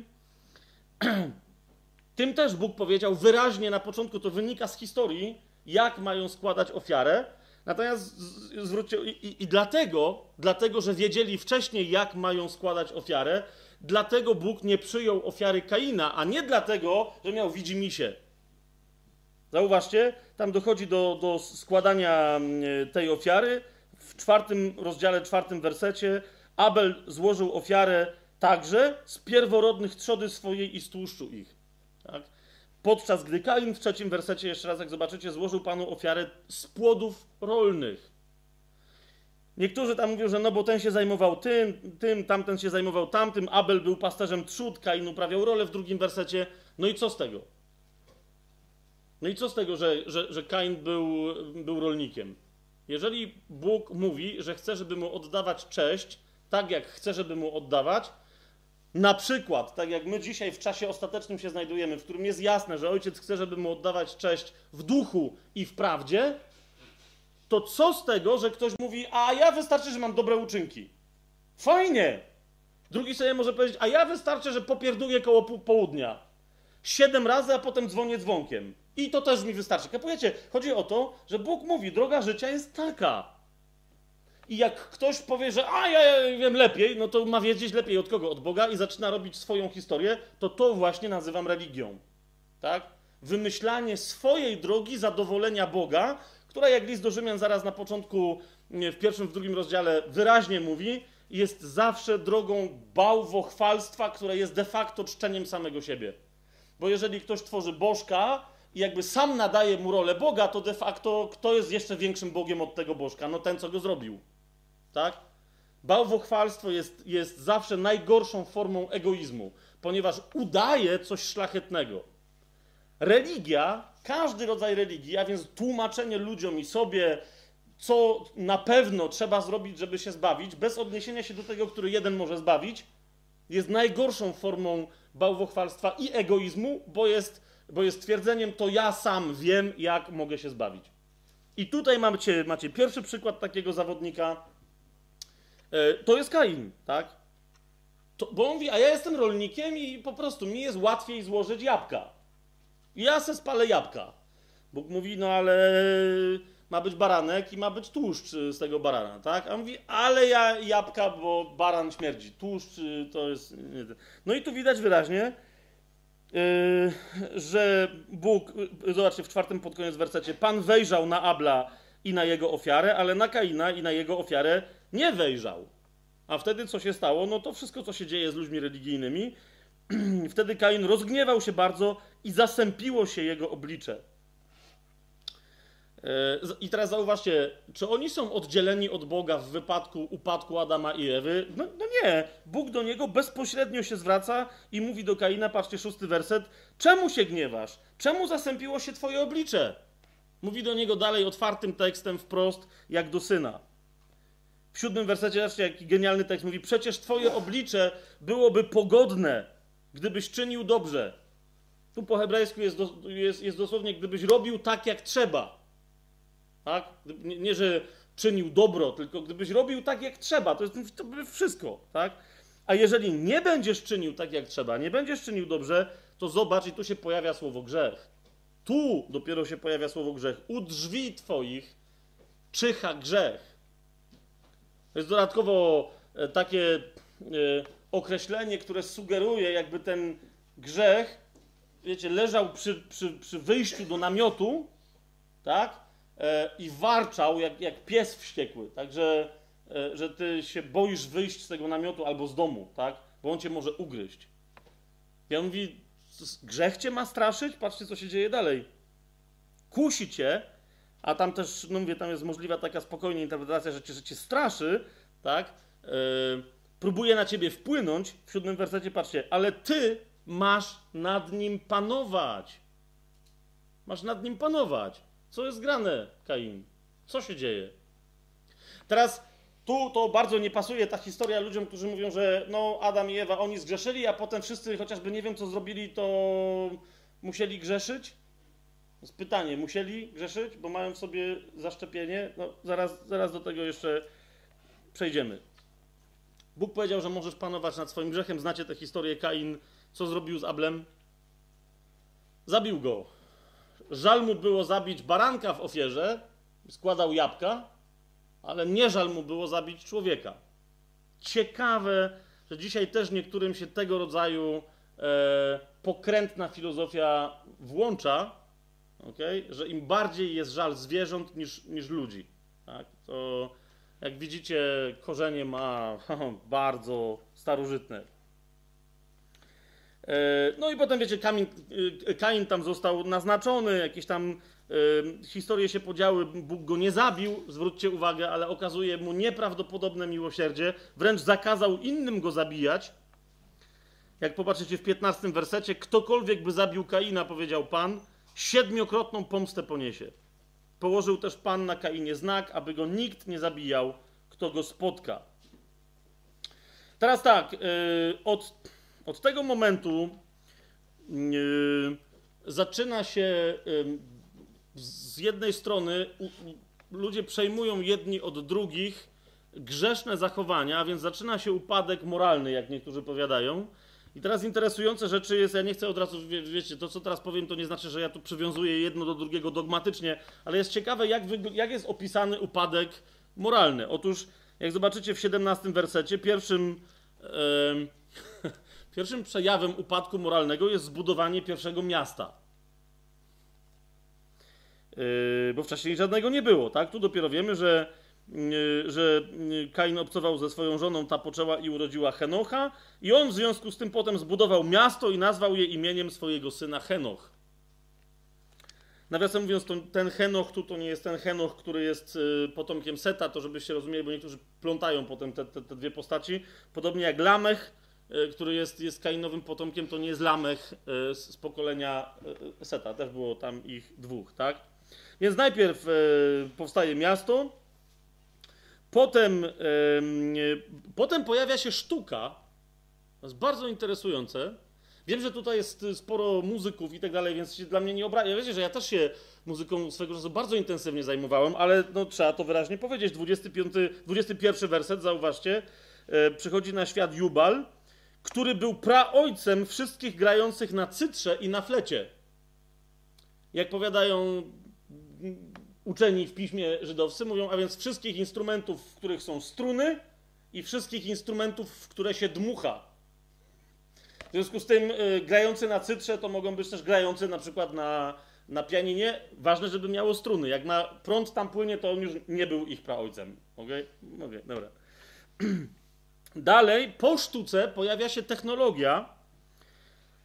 Tym też Bóg powiedział wyraźnie na początku, to wynika z historii, jak mają składać ofiarę. Natomiast zwróćcie, i, i, i dlatego, dlatego, że wiedzieli wcześniej, jak mają składać ofiarę, dlatego Bóg nie przyjął ofiary Kaina, a nie dlatego, że miał widzimisię. Zauważcie, tam dochodzi do, do składania tej ofiary. W czwartym rozdziale, czwartym wersecie Abel złożył ofiarę także z pierworodnych trzody swojej i z tłuszczu ich. Tak? Podczas gdy Kain w trzecim wersecie, jeszcze raz jak zobaczycie, złożył Panu ofiarę z płodów rolnych. Niektórzy tam mówią, że no bo ten się zajmował tym, tym, tamten się zajmował tamtym, Abel był pasterzem trzód, Kain uprawiał rolę w drugim wersecie. No i co z tego? No i co z tego, że, że, że Kain był, był rolnikiem? Jeżeli Bóg mówi, że chce, żeby mu oddawać cześć, tak jak chce, żeby mu oddawać, na przykład, tak jak my dzisiaj w czasie ostatecznym się znajdujemy, w którym jest jasne, że ojciec chce, żeby mu oddawać cześć w duchu i w prawdzie, to co z tego, że ktoś mówi, a ja wystarczy, że mam dobre uczynki. Fajnie! Drugi sobie może powiedzieć, a ja wystarczy, że popierduję koło południa. Siedem razy, a potem dzwonię dzwonkiem. I to też mi wystarczy. Kapujecie? Chodzi o to, że Bóg mówi, droga życia jest taka. I jak ktoś powie, że a ja, ja wiem lepiej, no to ma wiedzieć lepiej od kogo? Od Boga i zaczyna robić swoją historię, to to właśnie nazywam religią. Tak? Wymyślanie swojej drogi zadowolenia Boga, która jak list do Rzymian zaraz na początku, w pierwszym, w drugim rozdziale wyraźnie mówi, jest zawsze drogą bałwochwalstwa, które jest de facto czczeniem samego siebie. Bo jeżeli ktoś tworzy bożka i jakby sam nadaje mu rolę Boga, to de facto kto jest jeszcze większym Bogiem od tego bożka? No ten, co go zrobił. Tak? Bałwochwalstwo jest, jest zawsze najgorszą formą egoizmu, ponieważ udaje coś szlachetnego. Religia, każdy rodzaj religii, a więc tłumaczenie ludziom i sobie, co na pewno trzeba zrobić, żeby się zbawić, bez odniesienia się do tego, który jeden może zbawić, jest najgorszą formą bałwochwalstwa i egoizmu, bo jest, bo jest twierdzeniem, to ja sam wiem, jak mogę się zbawić. I tutaj macie, macie pierwszy przykład takiego zawodnika. To jest Kain, tak? To, bo on mówi, a ja jestem rolnikiem i po prostu mi jest łatwiej złożyć jabłka. I ja se spalę jabłka. Bóg mówi, no ale ma być baranek i ma być tłuszcz z tego barana, tak? A on mówi, ale ja jabłka, bo baran śmierdzi. Tłuszcz to jest... No i tu widać wyraźnie, yy, że Bóg, zobaczcie, w czwartym pod koniec wersecie, Pan wejrzał na Abla i na jego ofiarę, ale na Kaina i na jego ofiarę nie wejrzał. A wtedy co się stało? No to wszystko, co się dzieje z ludźmi religijnymi. Wtedy Kain rozgniewał się bardzo i zasępiło się jego oblicze. I teraz zauważcie, czy oni są oddzieleni od Boga w wypadku upadku Adama i Ewy? No, no nie. Bóg do niego bezpośrednio się zwraca i mówi do Kaina, patrzcie, szósty werset, czemu się gniewasz? Czemu zasępiło się twoje oblicze? Mówi do niego dalej otwartym tekstem wprost, jak do syna. W siódmym wersecie, zobaczcie, jaki genialny tekst mówi, przecież twoje oblicze byłoby pogodne, gdybyś czynił dobrze. Tu po hebrajsku jest, do, jest, jest dosłownie, gdybyś robił tak, jak trzeba. Tak? Nie, nie, że czynił dobro, tylko gdybyś robił tak, jak trzeba. To jest to wszystko. Tak? A jeżeli nie będziesz czynił tak, jak trzeba, nie będziesz czynił dobrze, to zobacz, i tu się pojawia słowo grzech. Tu dopiero się pojawia słowo grzech. U drzwi twoich czyha grzech. To jest dodatkowo takie e, określenie, które sugeruje, jakby ten grzech, wiecie, leżał przy, przy, przy wyjściu do namiotu, tak? E, I warczał jak, jak pies wściekły. Także, e, że ty się boisz wyjść z tego namiotu albo z domu, tak? Bo on cię może ugryźć. I on mówi, grzech cię ma straszyć? Patrzcie, co się dzieje dalej. Kusi cię, a tam też, no mówię, tam jest możliwa taka spokojna interpretacja, że cię, że cię straszy, tak? E, próbuje na ciebie wpłynąć. W siódmym wersecie, patrzcie, ale ty masz nad nim panować. Masz nad nim panować. Co jest grane, Kain? Co się dzieje? Teraz tu to bardzo nie pasuje ta historia ludziom, którzy mówią, że no Adam i Ewa, oni zgrzeszyli, a potem wszyscy, chociażby nie wiem, co zrobili, to musieli grzeszyć. To jest pytanie, musieli grzeszyć, bo mają w sobie zaszczepienie? No zaraz, zaraz do tego jeszcze przejdziemy. Bóg powiedział, że możesz panować nad swoim grzechem. Znacie tę historię, Kain, co zrobił z Ablem? Zabił go. Żal mu było zabić baranka w ofierze, składał jabłka, ale nie żal mu było zabić człowieka. Ciekawe, że dzisiaj też niektórym się tego rodzaju e, pokrętna filozofia włącza, okay? Że im bardziej jest żal zwierząt niż, niż ludzi. Tak? To, jak widzicie, korzenie ma bardzo starożytne. No i potem, wiecie, Kain, Kain tam został naznaczony, jakieś tam y, historie się podziały, Bóg go nie zabił, zwróćcie uwagę, ale okazuje mu nieprawdopodobne miłosierdzie, wręcz zakazał innym go zabijać. Jak popatrzycie w piętnastym wersecie, ktokolwiek by zabił Kaina, powiedział Pan, siedmiokrotną pomstę poniesie. Położył też Pan na Kainie znak, aby go nikt nie zabijał, kto go spotka. Teraz tak, y, od... Od tego momentu yy, zaczyna się yy, z jednej strony u, u, ludzie przejmują jedni od drugich grzeszne zachowania, a więc zaczyna się upadek moralny, jak niektórzy powiadają. I teraz interesujące rzeczy jest, ja nie chcę od razu, wie, wiecie, to co teraz powiem, to nie znaczy, że ja tu przywiązuję jedno do drugiego dogmatycznie, ale jest ciekawe, jak, jak jest opisany upadek moralny. Otóż, jak zobaczycie w siedemnastym wersecie, pierwszym... Yy, Pierwszym przejawem upadku moralnego jest zbudowanie pierwszego miasta. Yy, bo wcześniej żadnego nie było, tak? Tu dopiero wiemy, że, yy, że Kain obcował ze swoją żoną, ta poczęła i urodziła Henocha i on w związku z tym potem zbudował miasto i nazwał je imieniem swojego syna Henoch. Nawiasem mówiąc, to, ten Henoch tu to nie jest ten Henoch, który jest yy, potomkiem Seta, to żebyście rozumieli, bo niektórzy plątają potem te, te, te dwie postaci. Podobnie jak Lamech, który jest, jest Kainowym potomkiem, to nie jest Lamech z pokolenia Seta. Też było tam ich dwóch, tak? Więc najpierw powstaje miasto, potem, potem pojawia się sztuka. To jest bardzo interesujące. Wiem, że tutaj jest sporo muzyków i tak dalej, więc się dla mnie nie obrazi. Ja wiecie, że ja też się muzyką swego czasu bardzo intensywnie zajmowałem, ale no, trzeba to wyraźnie powiedzieć. dwudziesty piąty, dwudziesty pierwszy werset, zauważcie, przychodzi na świat Jubal, który był praojcem wszystkich grających na cytrze i na flecie. Jak powiadają uczeni w piśmie żydowscy, mówią, a więc wszystkich instrumentów, w których są struny i wszystkich instrumentów, w które się dmucha. W związku z tym y, grający na cytrze to mogą być też grający na przykład na, na pianinie. Ważne, żeby miało struny. Jak ma prąd tam płynie, to on już nie był ich praojcem. Okej? Okay? Okay, dobra. Dalej, po sztuce pojawia się technologia.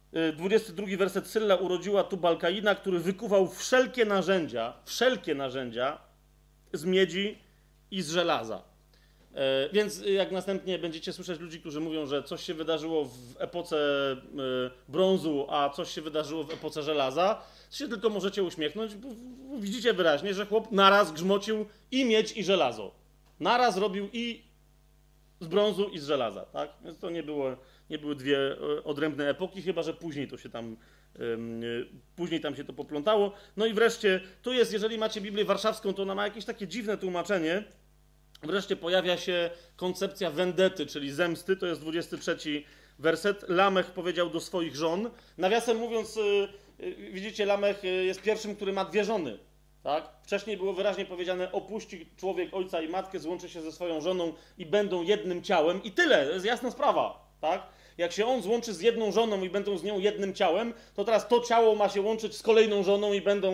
dwudziesty drugi werset. Sylla urodziła Tubalkaina, który wykuwał wszelkie narzędzia, wszelkie narzędzia z miedzi i z żelaza. E, więc jak następnie będziecie słyszeć ludzi, którzy mówią, że coś się wydarzyło w epoce e, brązu, a coś się wydarzyło w epoce żelaza, to się tylko możecie uśmiechnąć, bo widzicie wyraźnie, że chłop naraz grzmocił i miedź, i żelazo. Naraz robił i z brązu, i z żelaza, tak? Więc to nie było, nie były dwie odrębne epoki, chyba że później to się tam, yy, później tam się to poplątało. No i wreszcie, tu jest, jeżeli macie Biblię warszawską, to ona ma jakieś takie dziwne tłumaczenie. Wreszcie pojawia się koncepcja wendety, czyli zemsty, to jest dwudziesty trzeci werset. Lamech powiedział do swoich żon. Nawiasem mówiąc, yy, yy, widzicie, Lamech jest pierwszym, który ma dwie żony. Tak? Wcześniej było wyraźnie powiedziane, opuści człowiek ojca i matkę, złączy się ze swoją żoną i będą jednym ciałem. I tyle, to jest jasna sprawa. Tak? Jak się on złączy z jedną żoną i będą z nią jednym ciałem, to teraz to ciało ma się łączyć z kolejną żoną i będą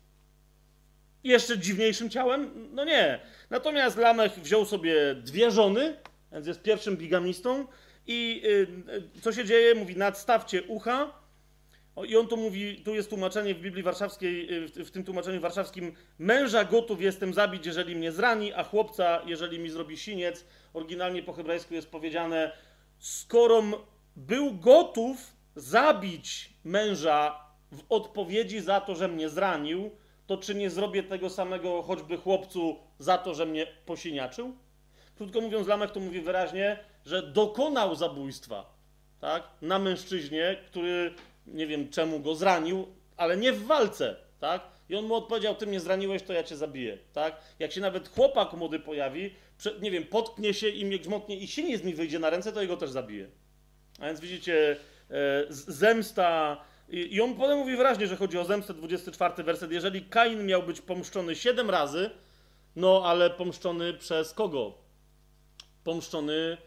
jeszcze dziwniejszym ciałem? No nie. Natomiast Lamech wziął sobie dwie żony, więc jest pierwszym bigamistą i yy, co się dzieje? Mówi, nadstawcie ucha. O, i on tu mówi, tu jest tłumaczenie w Biblii warszawskiej, w, w tym tłumaczeniu warszawskim, męża gotów jestem zabić, jeżeli mnie zrani, a chłopca, jeżeli mi zrobi siniec. Oryginalnie po hebrajsku jest powiedziane, skorom był gotów zabić męża w odpowiedzi za to, że mnie zranił, to czy nie zrobię tego samego choćby chłopcu za to, że mnie posiniaczył? Krótko mówiąc, Lamech tu mówi wyraźnie, że dokonał zabójstwa, tak? Na mężczyźnie, który nie wiem czemu go zranił, ale nie w walce, tak? I on mu odpowiedział, ty mnie zraniłeś, to ja cię zabiję, tak? Jak się nawet chłopak młody pojawi, nie wiem, potknie się i mnie grzmotnie i siniec mi wyjdzie na ręce, to jego też zabije. A więc widzicie, e, zemsta... I, I on potem mówi wyraźnie, że chodzi o zemstę, dwudziesty czwarty werset. Jeżeli Kain miał być pomszczony siedem razy, no ale pomszczony przez kogo? Pomszczony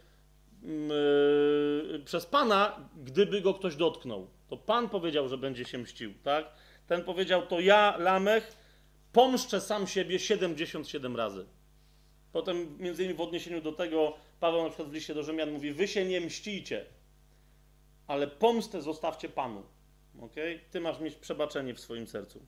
yy, przez Pana, gdyby go ktoś dotknął. To Pan powiedział, że będzie się mścił, tak? Ten powiedział, to ja, Lamech, pomszczę sam siebie siedemdziesiąt siedem razy. Potem, między innymi w odniesieniu do tego, Paweł na przykład w liście do Rzymian mówi, wy się nie mścijcie, ale pomstę zostawcie Panu. Okay? Ty masz mieć przebaczenie w swoim sercu.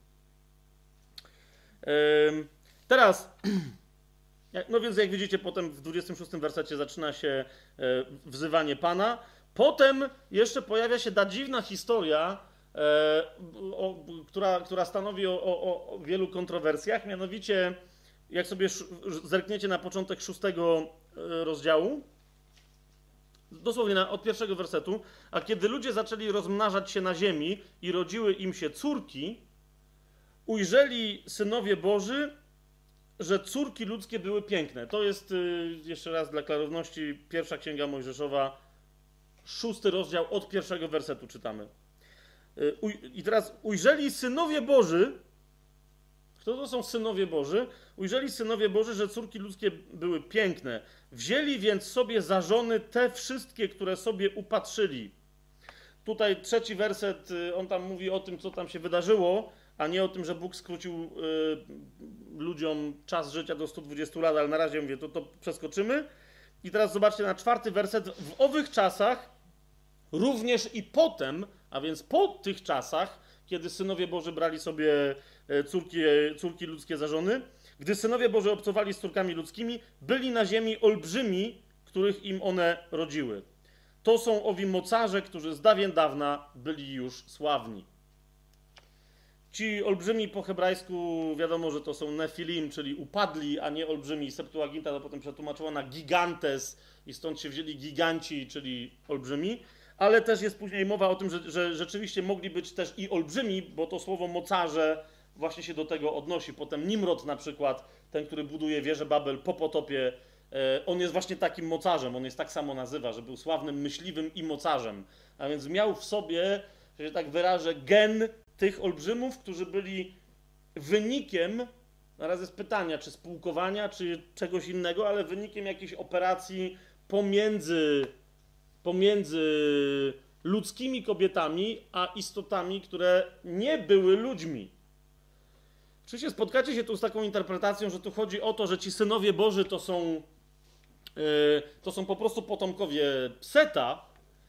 Ym, teraz, no więc jak widzicie, potem w dwudziestym szóstym wersecie zaczyna się y, wzywanie Pana. Potem jeszcze pojawia się ta dziwna historia, y, o, która, która stanowi o, o, o wielu kontrowersjach. Mianowicie, jak sobie zerkniecie na początek szóstego rozdziału, dosłownie na, od pierwszego wersetu, a kiedy ludzie zaczęli rozmnażać się na ziemi i rodziły im się córki, ujrzeli synowie Boży, że córki ludzkie były piękne. To jest, yy, jeszcze raz dla klarowności, pierwsza Księga Mojżeszowa, szósty rozdział, od pierwszego wersetu czytamy. Yy, uj, I teraz ujrzeli synowie Boży, kto to są synowie Boży? Ujrzeli synowie Boży, że córki ludzkie były piękne. Wzięli więc sobie za żony te wszystkie, które sobie upatrzyli. Tutaj trzeci werset, on tam mówi o tym, co tam się wydarzyło, a nie o tym, że Bóg skrócił y, ludziom czas życia do stu dwudziestu lat, ale na razie mówię, to, to przeskoczymy. I teraz zobaczcie na czwarty werset. W owych czasach, również i potem, a więc po tych czasach, kiedy synowie Boży brali sobie córki, córki ludzkie za żony, gdy synowie Boży obcowali z córkami ludzkimi, byli na ziemi olbrzymi, których im one rodziły. To są owi mocarze, którzy z dawien dawna byli już sławni. Ci olbrzymi po hebrajsku, wiadomo, że to są nefilim, czyli upadli, a nie olbrzymi. Septuaginta to potem przetłumaczyła na gigantes i stąd się wzięli giganci, czyli olbrzymi. Ale też jest później mowa o tym, że, że rzeczywiście mogli być też i olbrzymi, bo to słowo mocarze właśnie się do tego odnosi. Potem Nimrod na przykład, ten, który buduje wieżę Babel po potopie, on jest właśnie takim mocarzem, on jest tak samo nazywa, że był sławnym myśliwym i mocarzem. A więc miał w sobie, że tak wyrażę, gen tych olbrzymów, którzy byli wynikiem, zaraz jest pytania, czy spółkowania, czy czegoś innego, ale wynikiem jakiejś operacji pomiędzy, pomiędzy ludzkimi kobietami, a istotami, które nie były ludźmi. Oczywiście spotkacie się tu z taką interpretacją, że tu chodzi o to, że ci synowie Boży to są, yy, to są po prostu potomkowie Seta,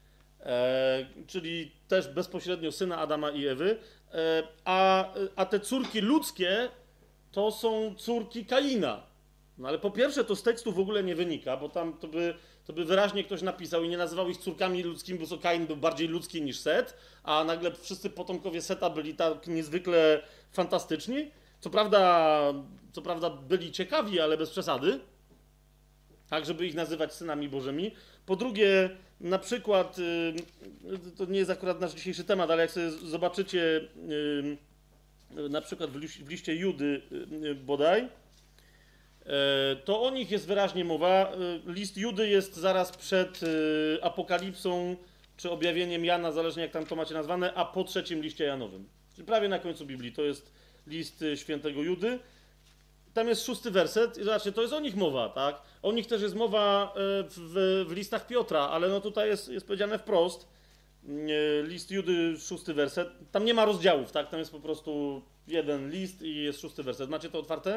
e, czyli też bezpośrednio syna Adama i Ewy, e, a, a te córki ludzkie to są córki Kaina. No ale po pierwsze to z tekstu w ogóle nie wynika, bo tam to by, to by wyraźnie ktoś napisał i nie nazywał ich córkami ludzkimi, bo Kain był bardziej ludzki niż Set, a nagle wszyscy potomkowie Seta byli tak niezwykle fantastyczni. Co prawda, co prawda byli ciekawi, ale bez przesady, tak, żeby ich nazywać synami bożymi. Po drugie, na przykład, to nie jest akurat nasz dzisiejszy temat, ale jak sobie zobaczycie na przykład w liście Judy bodaj, to o nich jest wyraźnie mowa. List Judy jest zaraz przed Apokalipsą, czy objawieniem Jana, zależnie jak tam to macie nazwane, a po trzecim liście Janowym. Czyli prawie na końcu Biblii. To jest list świętego Judy. Tam jest szósty werset. I zobaczcie, to jest o nich mowa, tak? O nich też jest mowa w, w listach Piotra, ale no tutaj jest, jest powiedziane wprost. List Judy, szósty werset. Tam nie ma rozdziałów, tak? Tam jest po prostu jeden list i jest szósty werset. Macie to otwarte?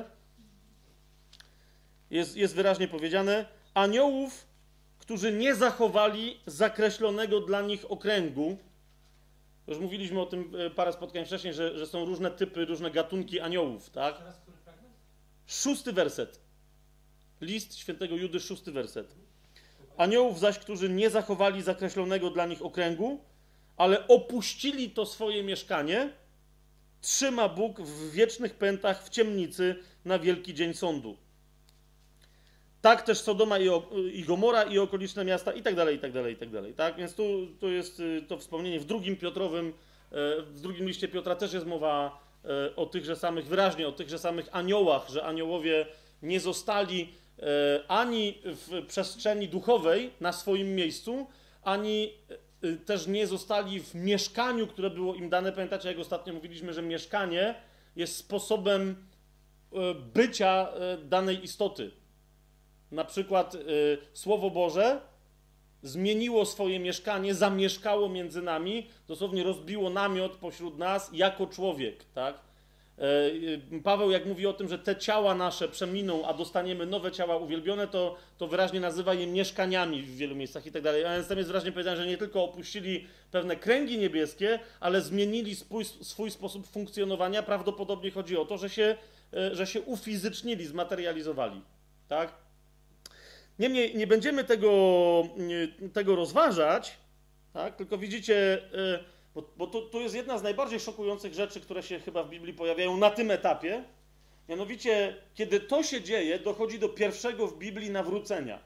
Jest, jest wyraźnie powiedziane, aniołów, którzy nie zachowali zakreślonego dla nich okręgu. Już mówiliśmy o tym parę spotkań wcześniej, że, że są różne typy, różne gatunki aniołów, tak? Szósty werset. List świętego Judy, szósty werset. Aniołów zaś, którzy nie zachowali zakreślonego dla nich okręgu, ale opuścili to swoje mieszkanie, trzyma Bóg w wiecznych pętach w ciemnicy na wielki dzień sądu. Tak też Sodoma i, o, i Gomora i okoliczne miasta i tak dalej, i tak dalej, i tak dalej. Tak? Więc tu, tu jest to wspomnienie w drugim Piotrowym, w drugim liście Piotra też jest mowa o tychże samych, wyraźnie o tychże samych aniołach, że aniołowie nie zostali ani w przestrzeni duchowej na swoim miejscu, ani też nie zostali w mieszkaniu, które było im dane. Pamiętacie, jak ostatnio mówiliśmy, że mieszkanie jest sposobem bycia danej istoty. Na przykład y, Słowo Boże zmieniło swoje mieszkanie, zamieszkało między nami, dosłownie rozbiło namiot pośród nas jako człowiek, tak? Y, y, Paweł jak mówi o tym, że te ciała nasze przeminą, a dostaniemy nowe ciała uwielbione, to, to wyraźnie nazywa je mieszkaniami w wielu miejscach i tak dalej. A więc tam jest wyraźnie powiedziane, że nie tylko opuścili pewne kręgi niebieskie, ale zmienili swój, swój sposób funkcjonowania. Prawdopodobnie chodzi o to, że się, y, że się ufizycznili, zmaterializowali, tak? Niemniej nie będziemy tego, tego rozważać, tak? Tylko widzicie, bo, bo to, to jest jedna z najbardziej szokujących rzeczy, które się chyba w Biblii pojawiają na tym etapie. Mianowicie, kiedy to się dzieje, dochodzi do pierwszego w Biblii nawrócenia.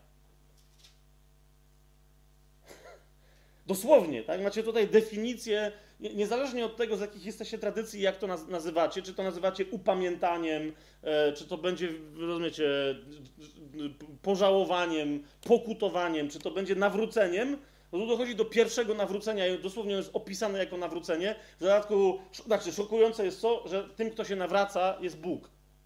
Dosłownie, tak? Macie tutaj definicję, niezależnie od tego, z jakich jesteście tradycji, jak to nazywacie, czy to nazywacie upamiętaniem, czy to będzie, rozumiecie, pożałowaniem, pokutowaniem, czy to będzie nawróceniem, no tu dochodzi do pierwszego nawrócenia, dosłownie jest opisane jako nawrócenie. W dodatku, znaczy szokujące jest to, że tym, kto się nawraca, jest Bóg.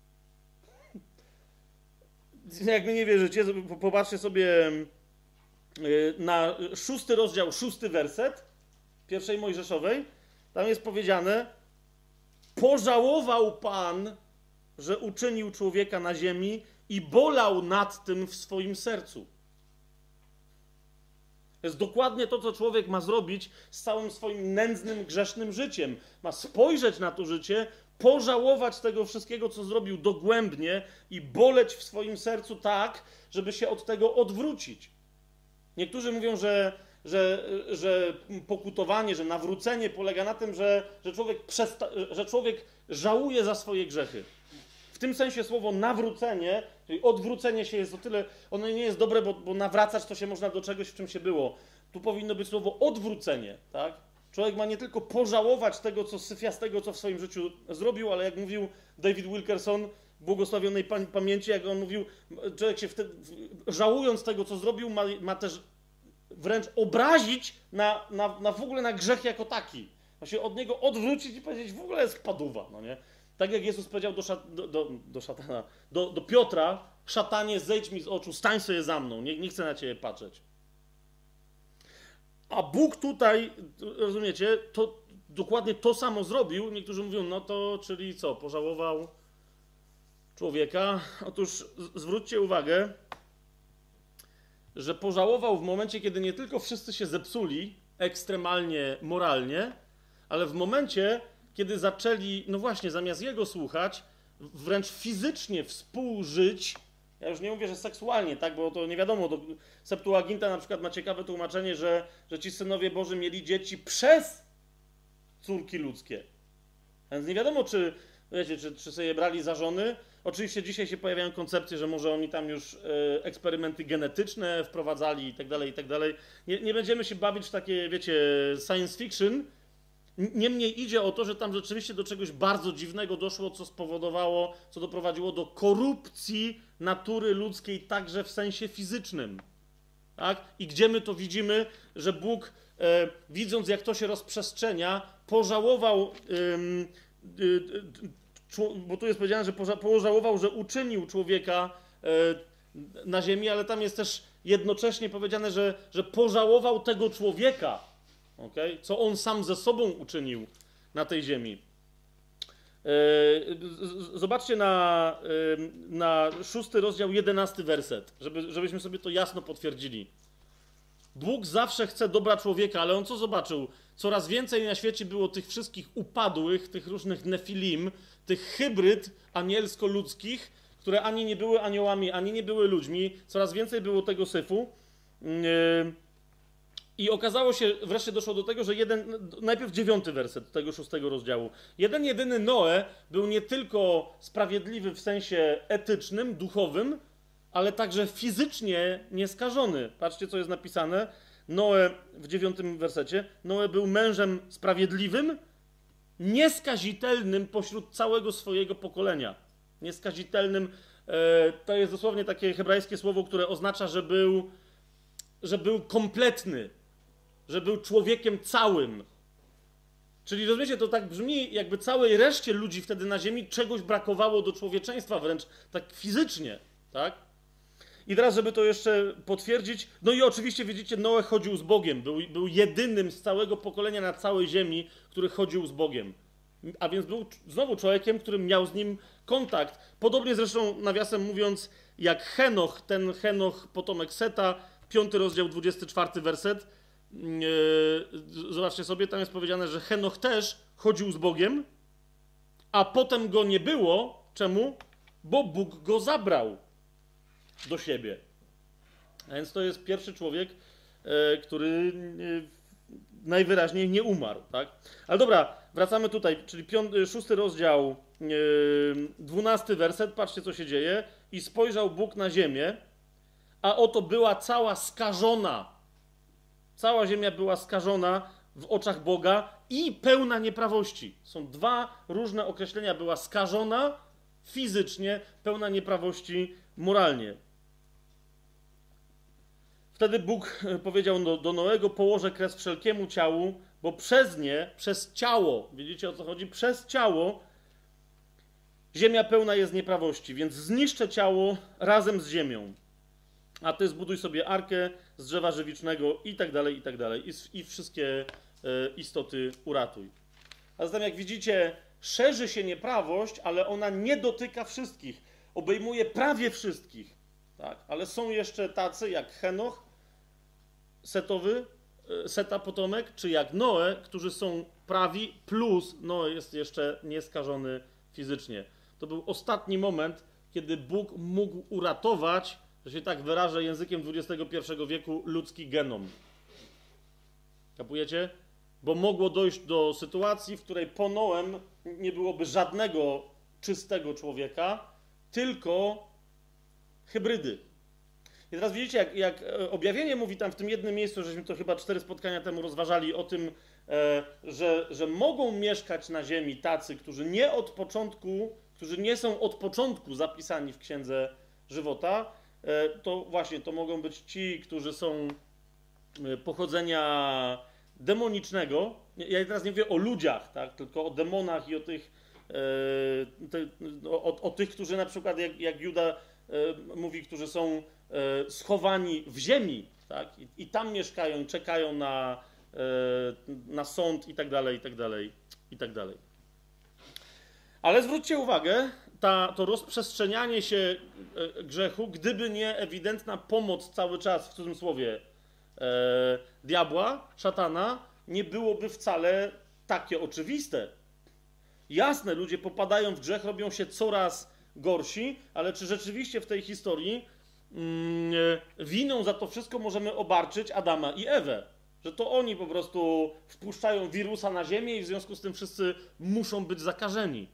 Jak mi nie wierzycie, popatrzcie sobie na szósty rozdział, szósty werset pierwszej Mojżeszowej. Tam jest powiedziane: pożałował Pan, że uczynił człowieka na ziemi i bolał nad tym w swoim sercu. To jest dokładnie to, co człowiek ma zrobić z całym swoim nędznym, grzesznym życiem. Ma spojrzeć na to życie, pożałować tego wszystkiego, co zrobił dogłębnie i boleć w swoim sercu tak, żeby się od tego odwrócić. Niektórzy mówią, że, że, że pokutowanie, że nawrócenie polega na tym, że, że, człowiek przesta- że człowiek żałuje za swoje grzechy. W tym sensie słowo nawrócenie, czyli odwrócenie się jest o tyle, ono nie jest dobre, bo, bo nawracać to się można do czegoś, w czym się było. Tu powinno być słowo odwrócenie, tak? Człowiek ma nie tylko pożałować tego, co syfiastego, co w swoim życiu zrobił, ale jak mówił David Wilkerson, błogosławionej pamięci, jak on mówił, człowiek się wtedy, żałując tego, co zrobił, ma, ma też wręcz obrazić na, na, na w ogóle na grzech jako taki. Ma się od niego odwrócić i powiedzieć, w ogóle jest paduwa, no nie? Tak jak Jezus powiedział do, szat, do, do, do szatana, do, do Piotra, szatanie, zejdź mi z oczu, stań sobie za mną, nie, nie chcę na ciebie patrzeć. A Bóg tutaj, rozumiecie, to dokładnie to samo zrobił. Niektórzy mówią, no to, czyli co, pożałował człowieka? Otóż zwróćcie uwagę, że pożałował w momencie, kiedy nie tylko wszyscy się zepsuli, ekstremalnie moralnie, ale w momencie, kiedy zaczęli, no właśnie, zamiast jego słuchać, wręcz fizycznie współżyć, ja już nie mówię, że seksualnie, tak, bo to nie wiadomo, do Septuaginta na przykład ma ciekawe tłumaczenie, że, że ci synowie Boży mieli dzieci przez córki ludzkie. A więc nie wiadomo, czy, wiecie, czy, czy sobie je brali za żony. Oczywiście dzisiaj się pojawiają koncepcje, że może oni tam już e, eksperymenty genetyczne wprowadzali i tak dalej, i tak dalej. Nie, nie będziemy się bawić w takie, wiecie, science fiction. Niemniej idzie o to, że tam rzeczywiście do czegoś bardzo dziwnego doszło, co spowodowało, co doprowadziło do korupcji natury ludzkiej także w sensie fizycznym. Tak? I gdzie my to widzimy, że Bóg, e, widząc jak to się rozprzestrzenia, pożałował, ym, y, y, bo tu jest powiedziane, że poża, pożałował, że uczynił człowieka e, na ziemi, ale tam jest też jednocześnie powiedziane, że, że pożałował tego człowieka, okay? Co on sam ze sobą uczynił na tej ziemi. Zobaczcie na, na szósty rozdział, jedenasty werset, żeby, żebyśmy sobie to jasno potwierdzili. Bóg zawsze chce dobra człowieka, ale on co zobaczył? Coraz więcej na świecie było tych wszystkich upadłych, tych różnych nefilim, tych hybryd anielsko-ludzkich, które ani nie były aniołami, ani nie były ludźmi. Coraz więcej było tego syfu. I okazało się, wreszcie doszło do tego, że jeden, najpierw dziewiąty werset tego szóstego rozdziału. Jeden jedyny Noe był nie tylko sprawiedliwy w sensie etycznym, duchowym, ale także fizycznie nieskażony. Patrzcie, co jest napisane. Noe w dziewiątym wersecie. Noe był mężem sprawiedliwym, nieskazitelnym pośród całego swojego pokolenia. Nieskazitelnym, e, to jest dosłownie takie hebrajskie słowo, które oznacza, że był, że był kompletny, że był człowiekiem całym. Czyli rozumiecie, to tak brzmi, jakby całej reszcie ludzi wtedy na ziemi czegoś brakowało do człowieczeństwa, wręcz tak fizycznie, tak? I teraz, żeby to jeszcze potwierdzić, no i oczywiście, widzicie, Noe chodził z Bogiem, był, był jedynym z całego pokolenia na całej ziemi, który chodził z Bogiem. A więc był znowu człowiekiem, którym miał z nim kontakt. Podobnie zresztą, nawiasem mówiąc, jak Henoch, ten Henoch, potomek Seta, piąty rozdział, dwudziesty czwarty werset. Zobaczcie sobie, tam jest powiedziane, że Henoch też chodził z Bogiem, a potem go nie było. Czemu? Bo Bóg go zabrał do siebie. A więc to jest pierwszy człowiek, który najwyraźniej nie umarł, tak? Ale dobra, wracamy tutaj, czyli piąty, szósty rozdział, dwunasty werset, patrzcie, co się dzieje. I spojrzał Bóg na ziemię, a oto była cała skażona. Cała ziemia była skażona w oczach Boga i pełna nieprawości. Są dwa różne określenia. Była skażona fizycznie, pełna nieprawości moralnie. Wtedy Bóg powiedział do, do Noego: położę kres wszelkiemu ciału, bo przez nie, przez ciało, widzicie o co chodzi? Przez ciało ziemia pełna jest nieprawości, więc zniszczę ciało razem z ziemią. A ty zbuduj sobie arkę z drzewa żywicznego i tak dalej, i tak dalej. I, i wszystkie e, istoty uratuj. A zatem, jak widzicie, szerzy się nieprawość, ale ona nie dotyka wszystkich. Obejmuje prawie wszystkich. Tak? Ale są jeszcze tacy jak Henoch, Setowy, e, Seta potomek, czy jak Noe, którzy są prawi, plus Noe jest jeszcze nieskażony fizycznie. To był ostatni moment, kiedy Bóg mógł uratować, że się tak wyrażę językiem dwudziestego pierwszego wieku, ludzki genom. Kapujecie? Bo mogło dojść do sytuacji, w której po Noem nie byłoby żadnego czystego człowieka, tylko hybrydy. I teraz widzicie, jak, jak objawienie mówi tam w tym jednym miejscu, żeśmy to chyba cztery spotkania temu rozważali, o tym, e, że, że mogą mieszkać na ziemi tacy, którzy nie od początku, którzy nie są od początku zapisani w Księdze Żywota. To właśnie, to mogą być ci, którzy są pochodzenia demonicznego. Ja teraz nie mówię o ludziach, tak, tylko o demonach i o tych, e, te, o, o tych, którzy na przykład, jak, jak Juda e, mówi, którzy są e, schowani w ziemi, tak, i, i tam mieszkają, i czekają na, e, na sąd i tak dalej, i tak dalej, i tak dalej. Ale zwróćcie uwagę, Ta, to rozprzestrzenianie się grzechu, gdyby nie ewidentna pomoc cały czas, w cudzysłowie, e, diabła, szatana, nie byłoby wcale takie oczywiste. Jasne, ludzie popadają w grzech, robią się coraz gorsi, ale czy rzeczywiście w tej historii mm, winą za to wszystko możemy obarczyć Adama i Ewę? Że to oni po prostu wpuszczają wirusa na ziemię i w związku z tym wszyscy muszą być zakażeni.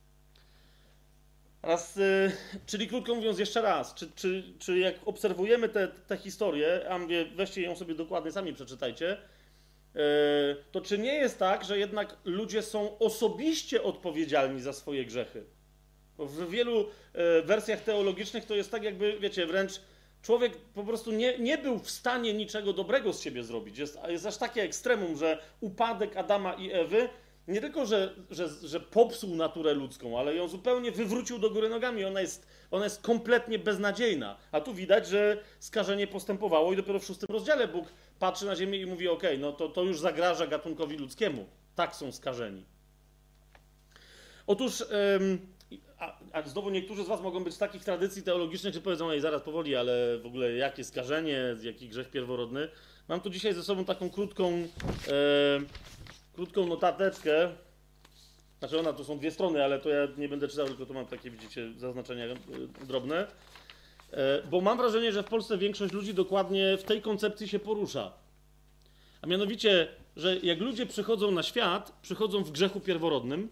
Raz, y, czyli krótko mówiąc jeszcze raz, czy, czy, czy jak obserwujemy tę historię, a mówię, weźcie ją sobie dokładnie, sami przeczytajcie, y, to czy nie jest tak, że jednak ludzie są osobiście odpowiedzialni za swoje grzechy? W wielu y, wersjach teologicznych to jest tak jakby, wiecie, wręcz człowiek po prostu nie, nie był w stanie niczego dobrego z siebie zrobić. Jest, jest aż takie ekstremum, że upadek Adama i Ewy nie tylko, że, że, że popsuł naturę ludzką, ale ją zupełnie wywrócił do góry nogami. Ona jest, ona jest kompletnie beznadziejna. A tu widać, że skażenie postępowało i dopiero w szóstym rozdziale Bóg patrzy na ziemię i mówi, okej, okay, no to, to już zagraża gatunkowi ludzkiemu. Tak są skażeni. Otóż, ym, a, a znowu niektórzy z was mogą być z takich tradycji teologicznych, że powiedzą, ej, zaraz powoli, ale w ogóle jakie skażenie, jaki grzech pierworodny. Mam tu dzisiaj ze sobą taką krótką... Yy, Krótką notateczkę, znaczy ona to są dwie strony, ale to ja nie będę czytał, tylko tu mam takie, widzicie, zaznaczenia drobne, bo mam wrażenie, że w Polsce większość ludzi dokładnie w tej koncepcji się porusza. A mianowicie, że jak ludzie przychodzą na świat, przychodzą w grzechu pierworodnym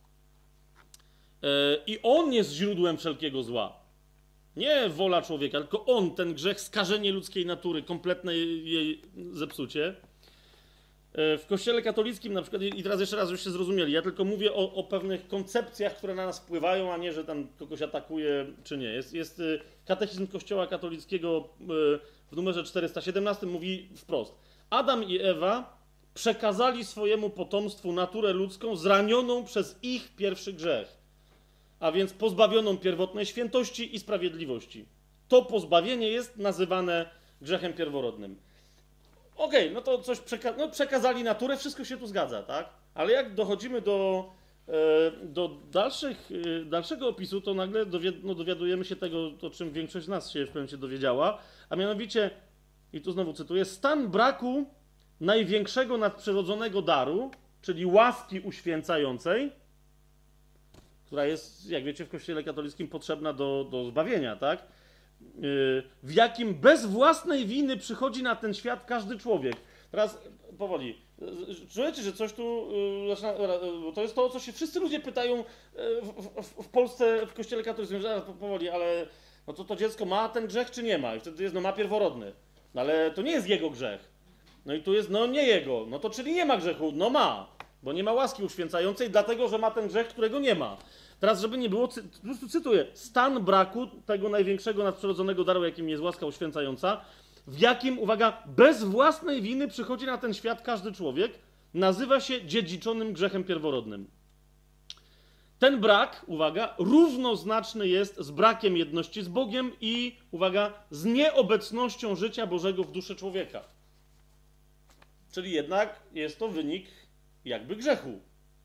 i on jest źródłem wszelkiego zła. Nie wola człowieka, tylko on, ten grzech, skażenie ludzkiej natury, kompletne jej zepsucie. W Kościele katolickim na przykład, i teraz jeszcze raz, żebyście zrozumieli, ja tylko mówię o, o pewnych koncepcjach, które na nas wpływają, a nie, że tam kogoś atakuje, czy nie. Jest, jest katechizm Kościoła katolickiego w numerze czterysta siedemnaście, mówi wprost. Adam i Ewa przekazali swojemu potomstwu naturę ludzką zranioną przez ich pierwszy grzech, a więc pozbawioną pierwotnej świętości i sprawiedliwości. To pozbawienie jest nazywane grzechem pierworodnym. Okej, okay, no to coś przeka no przekazali naturę, wszystko się tu zgadza, tak? Ale jak dochodzimy do, e, do dalszych, e, dalszego opisu, to nagle dowi no dowiadujemy się tego, o czym większość z nas się w pewnym momencie dowiedziała, a mianowicie, i tu znowu cytuję, stan braku największego nadprzyrodzonego daru, czyli łaski uświęcającej, która jest, jak wiecie, w Kościele katolickim potrzebna do, do zbawienia, tak? W jakim bez własnej winy przychodzi na ten świat każdy człowiek. Teraz powoli. Czujecie, że coś tu... To jest to, o co się wszyscy ludzie pytają w, w, w Polsce, w Kościele katolickim. Zaraz powoli, ale no to to dziecko ma ten grzech, czy nie ma? I wtedy jest, no ma pierworodny. No ale to nie jest jego grzech. No i tu jest, no nie jego. No to czyli nie ma grzechu. No ma. Bo nie ma łaski uświęcającej, dlatego, że ma ten grzech, którego nie ma. Teraz, żeby nie było, cy po prostu cytuję, stan braku tego największego nadprzyrodzonego daru, jakim jest łaska uświęcająca, w jakim, uwaga, bez własnej winy przychodzi na ten świat każdy człowiek, nazywa się dziedziczonym grzechem pierworodnym. Ten brak, uwaga, równoznaczny jest z brakiem jedności z Bogiem i, uwaga, z nieobecnością życia Bożego w duszy człowieka. Czyli jednak jest to wynik jakby grzechu.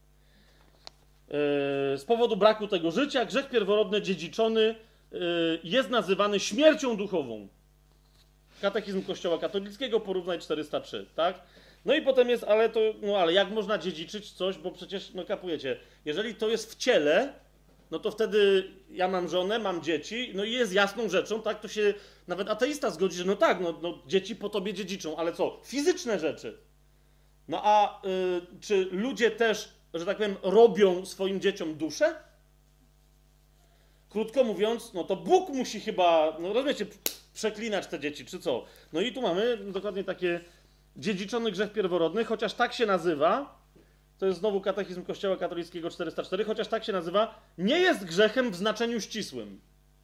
Z powodu braku tego życia grzech pierworodny dziedziczony jest nazywany śmiercią duchową. Katechizm Kościoła katolickiego, porównaj czterysta trzy, tak? No i potem jest, ale to, no ale jak można dziedziczyć coś, bo przecież, no kapujecie, jeżeli to jest w ciele, no to wtedy ja mam żonę, mam dzieci, no i jest jasną rzeczą, tak? To się nawet ateista zgodzi, że no tak, no, no dzieci po tobie dziedziczą, ale co? Fizyczne rzeczy. No a y, czy ludzie też, że tak powiem, robią swoim dzieciom duszę? Krótko mówiąc, no to Bóg musi chyba, no rozumiecie, przeklinać te dzieci, czy co? No i tu mamy dokładnie takie dziedziczony grzech pierworodny, chociaż tak się nazywa, to jest znowu katechizm Kościoła katolickiego czterysta cztery, chociaż tak się nazywa, nie jest grzechem w znaczeniu ścisłym.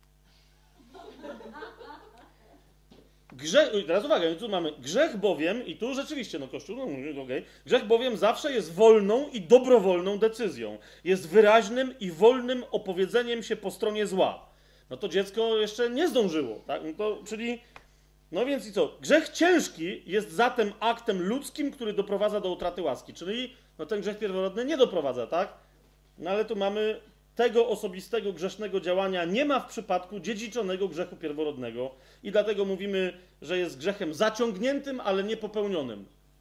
Grzech, teraz uwaga, tu mamy grzech bowiem, i tu rzeczywiście, no Kościół, no okej, grzech bowiem zawsze jest wolną i dobrowolną decyzją. Jest wyraźnym i wolnym opowiedzeniem się po stronie zła. No to dziecko jeszcze nie zdążyło, tak? No to, czyli, no więc i co? Grzech ciężki jest zatem aktem ludzkim, który doprowadza do utraty łaski, czyli no ten grzech pierworodny nie doprowadza, tak? No ale tu mamy tego osobistego, grzesznego działania nie ma w przypadku dziedziczonego grzechu pierworodnego i dlatego mówimy, że jest grzechem zaciągniętym, ale nie popełnionym.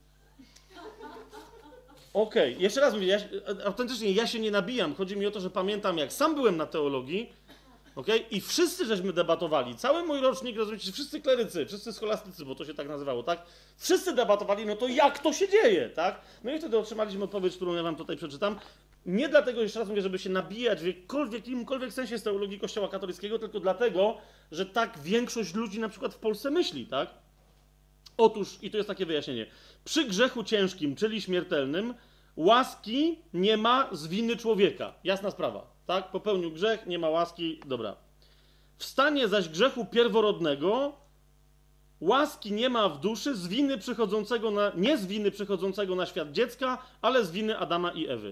Okej, okay. Jeszcze raz mówię, ja, autentycznie ja się nie nabijam. Chodzi mi o to, że pamiętam, jak sam byłem na teologii, okay? I wszyscy żeśmy debatowali. Cały mój rocznik, rozumiecie, wszyscy klerycy, wszyscy scholastycy, bo to się tak nazywało, tak? Wszyscy debatowali, no to jak to się dzieje, tak? No i wtedy otrzymaliśmy odpowiedź, którą ja wam tutaj przeczytam. Nie dlatego, jeszcze raz mówię, żeby się nabijać w jakimkolwiek sensie z teologii Kościoła katolickiego, tylko dlatego, że tak większość ludzi na przykład w Polsce myśli, tak? Otóż, i to jest takie wyjaśnienie, przy grzechu ciężkim, czyli śmiertelnym, łaski nie ma z winy człowieka. Jasna sprawa, tak? Popełnił grzech, nie ma łaski, dobra. W stanie zaś grzechu pierworodnego łaski nie ma w duszy z winy przychodzącego na, nie z winy przychodzącego na świat dziecka, ale z winy Adama i Ewy.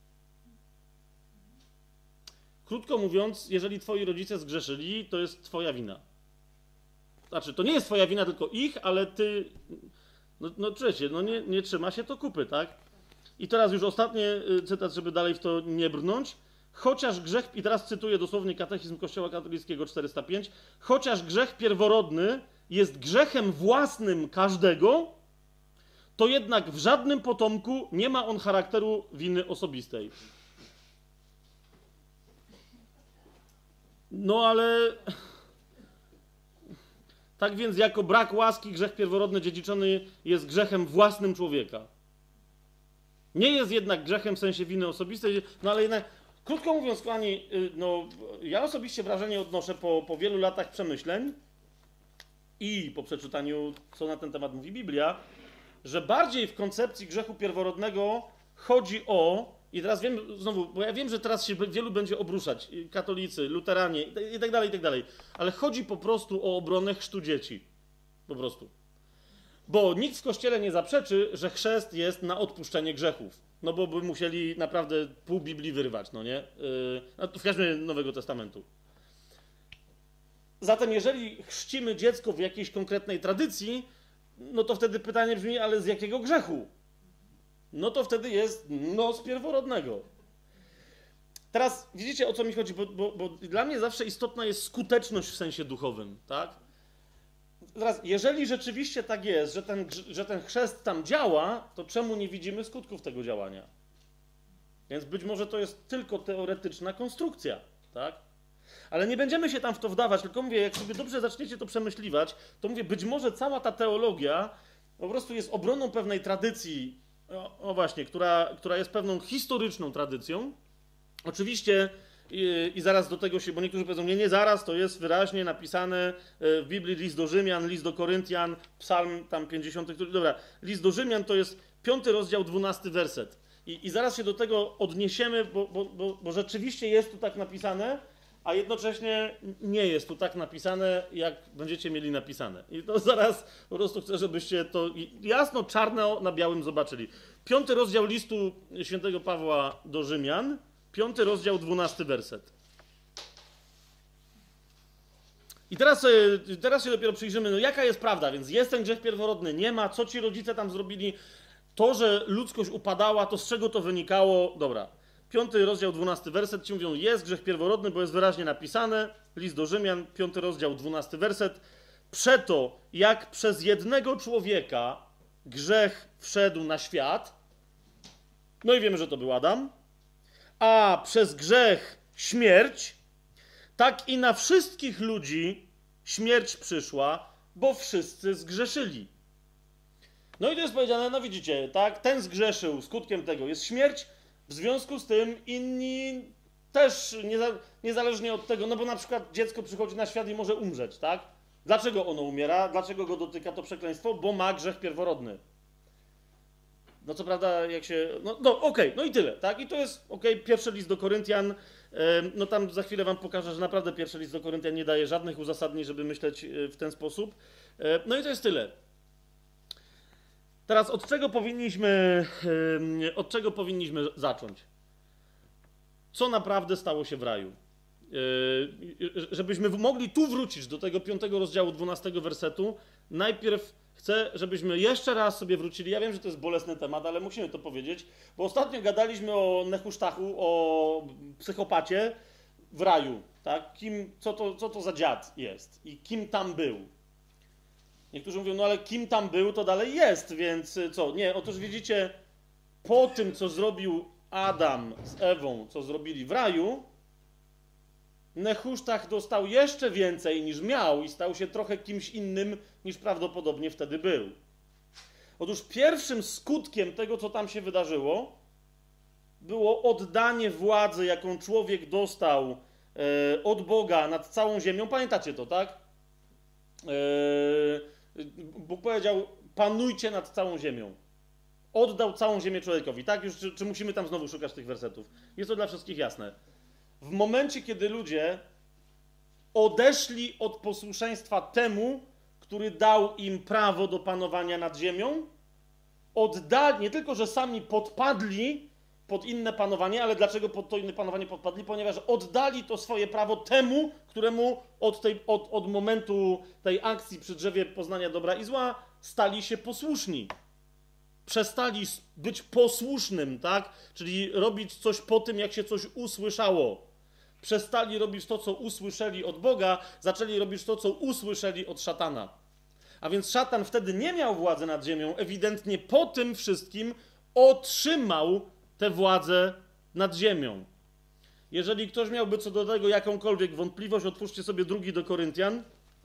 Krótko mówiąc, jeżeli twoi rodzice zgrzeszyli, to jest twoja wina. Znaczy, to nie jest twoja wina, tylko ich, ale ty, no, no czujecie, no nie, nie trzyma się to kupy, tak? I teraz już ostatni cytat, żeby dalej w to nie brnąć. Chociaż grzech, i teraz cytuję dosłownie Katechizm Kościoła katolickiego czterysta pięć, chociaż grzech pierworodny jest grzechem własnym każdego, to jednak w żadnym potomku nie ma on charakteru winy osobistej. No ale... Tak więc jako brak łaski grzech pierworodny dziedziczony jest grzechem własnym człowieka. Nie jest jednak grzechem w sensie winy osobistej, no ale jednak, krótko mówiąc, kochani, no, ja osobiście wrażenie odnoszę po, po wielu latach przemyśleń i po przeczytaniu, co na ten temat mówi Biblia, że bardziej w koncepcji grzechu pierworodnego chodzi o, i teraz wiem, znowu, bo ja wiem, że teraz się wielu będzie obruszać, katolicy, luteranie i tak dalej, i tak dalej, ale chodzi po prostu o obronę chrztu dzieci. Po prostu. Bo nikt w Kościele nie zaprzeczy, że chrzest jest na odpuszczenie grzechów. No bo by musieli naprawdę pół Biblii wyrwać, no nie? Yy, w każdym razie Nowego Testamentu. Zatem jeżeli chrzcimy dziecko w jakiejś konkretnej tradycji, no to wtedy pytanie brzmi, ale z jakiego grzechu? No to wtedy jest, no z pierworodnego. Teraz widzicie, o co mi chodzi, bo, bo, bo dla mnie zawsze istotna jest skuteczność w sensie duchowym, tak? Teraz, jeżeli rzeczywiście tak jest, że ten, że ten chrzest tam działa, to czemu nie widzimy skutków tego działania? Więc być może to jest tylko teoretyczna konstrukcja, tak? Ale nie będziemy się tam w to wdawać, tylko mówię, jak sobie dobrze zaczniecie to przemyśliwać, to mówię, być może cała ta teologia po prostu jest obroną pewnej tradycji, o, o właśnie, która, która jest pewną historyczną tradycją. Oczywiście i, i zaraz do tego się, bo niektórzy powiedzą, nie, nie, zaraz, to jest wyraźnie napisane w Biblii list do Rzymian, list do Koryntian, psalm tam pięćdziesiąty, który, dobra, list do Rzymian to jest piąty rozdział, dwunasty werset. I, i zaraz się do tego odniesiemy, bo, bo, bo, bo rzeczywiście jest tu tak napisane, a jednocześnie nie jest tu tak napisane, jak będziecie mieli napisane. I to zaraz po prostu chcę, żebyście to jasno, czarno na białym zobaczyli. Piąty rozdział listu świętego Pawła do Rzymian, piąty rozdział, dwunasty werset. I teraz, teraz się dopiero przyjrzymy, no jaka jest prawda, więc jest ten grzech pierworodny, nie ma, co ci rodzice tam zrobili, to, że ludzkość upadała, to z czego to wynikało, dobra. Piąty rozdział, dwunasty werset, ci mówią, jest grzech pierworodny, bo jest wyraźnie napisane, list do Rzymian, piąty rozdział, dwunasty werset, przeto jak przez jednego człowieka grzech wszedł na świat, no i wiemy, że to był Adam, a przez grzech śmierć, tak i na wszystkich ludzi śmierć przyszła, bo wszyscy zgrzeszyli. No i to jest powiedziane, no widzicie, tak, ten zgrzeszył, skutkiem tego jest śmierć, w związku z tym inni też, niezależnie od tego, no bo na przykład dziecko przychodzi na świat i może umrzeć, tak? Dlaczego ono umiera? Dlaczego go dotyka to przekleństwo? Bo ma grzech pierworodny. No co prawda, jak się... No, no okej, okay, no i tyle, tak? I to jest, okej, okay, pierwszy list do Koryntian, yy, no tam za chwilę wam pokażę, że naprawdę pierwszy list do Koryntian nie daje żadnych uzasadnień, żeby myśleć w ten sposób. Yy, no i to jest tyle. Teraz od czego powinniśmy, yy, od czego powinniśmy zacząć? Co naprawdę stało się w raju? Yy, żebyśmy mogli tu wrócić do tego piątego rozdziału, dwunastego wersetu, najpierw chcę, żebyśmy jeszcze raz sobie wrócili. Ja wiem, że to jest bolesny temat, ale musimy to powiedzieć, bo ostatnio gadaliśmy o Nehusztachu, o psychopacie w raju, tak? Kim, co to, co to za dziad jest i kim tam był. Niektórzy mówią, no ale kim tam był, to dalej jest, więc co? Nie, otóż widzicie, po tym, co zrobił Adam z Ewą, co zrobili w raju, Nehusztach dostał jeszcze więcej niż miał i stał się trochę kimś innym, niż prawdopodobnie wtedy był. Otóż pierwszym skutkiem tego, co tam się wydarzyło, było oddanie władzy, jaką człowiek dostał e, od Boga nad całą ziemią. Pamiętacie to, tak? E, Bóg powiedział, panujcie nad całą ziemią. Oddał całą ziemię człowiekowi, tak? Już, czy, czy musimy tam znowu szukać tych wersetów? Jest to dla wszystkich jasne. W momencie, kiedy ludzie odeszli od posłuszeństwa temu, który dał im prawo do panowania nad ziemią, oddali, nie tylko, że sami podpadli pod inne panowanie, ale dlaczego pod to inne panowanie podpadli? Ponieważ oddali to swoje prawo temu, któremu od, tej, od, od momentu tej akcji przy drzewie poznania dobra i zła stali się posłuszni. Przestali być posłusznym, tak? Czyli robić coś po tym, jak się coś usłyszało. Przestali robić to, co usłyszeli od Boga, zaczęli robić to, co usłyszeli od szatana. A więc szatan wtedy nie miał władzy nad ziemią, ewidentnie po tym wszystkim otrzymał tę władzę nad ziemią. Jeżeli ktoś miałby co do tego jakąkolwiek wątpliwość, otwórzcie sobie drugi do Koryntian.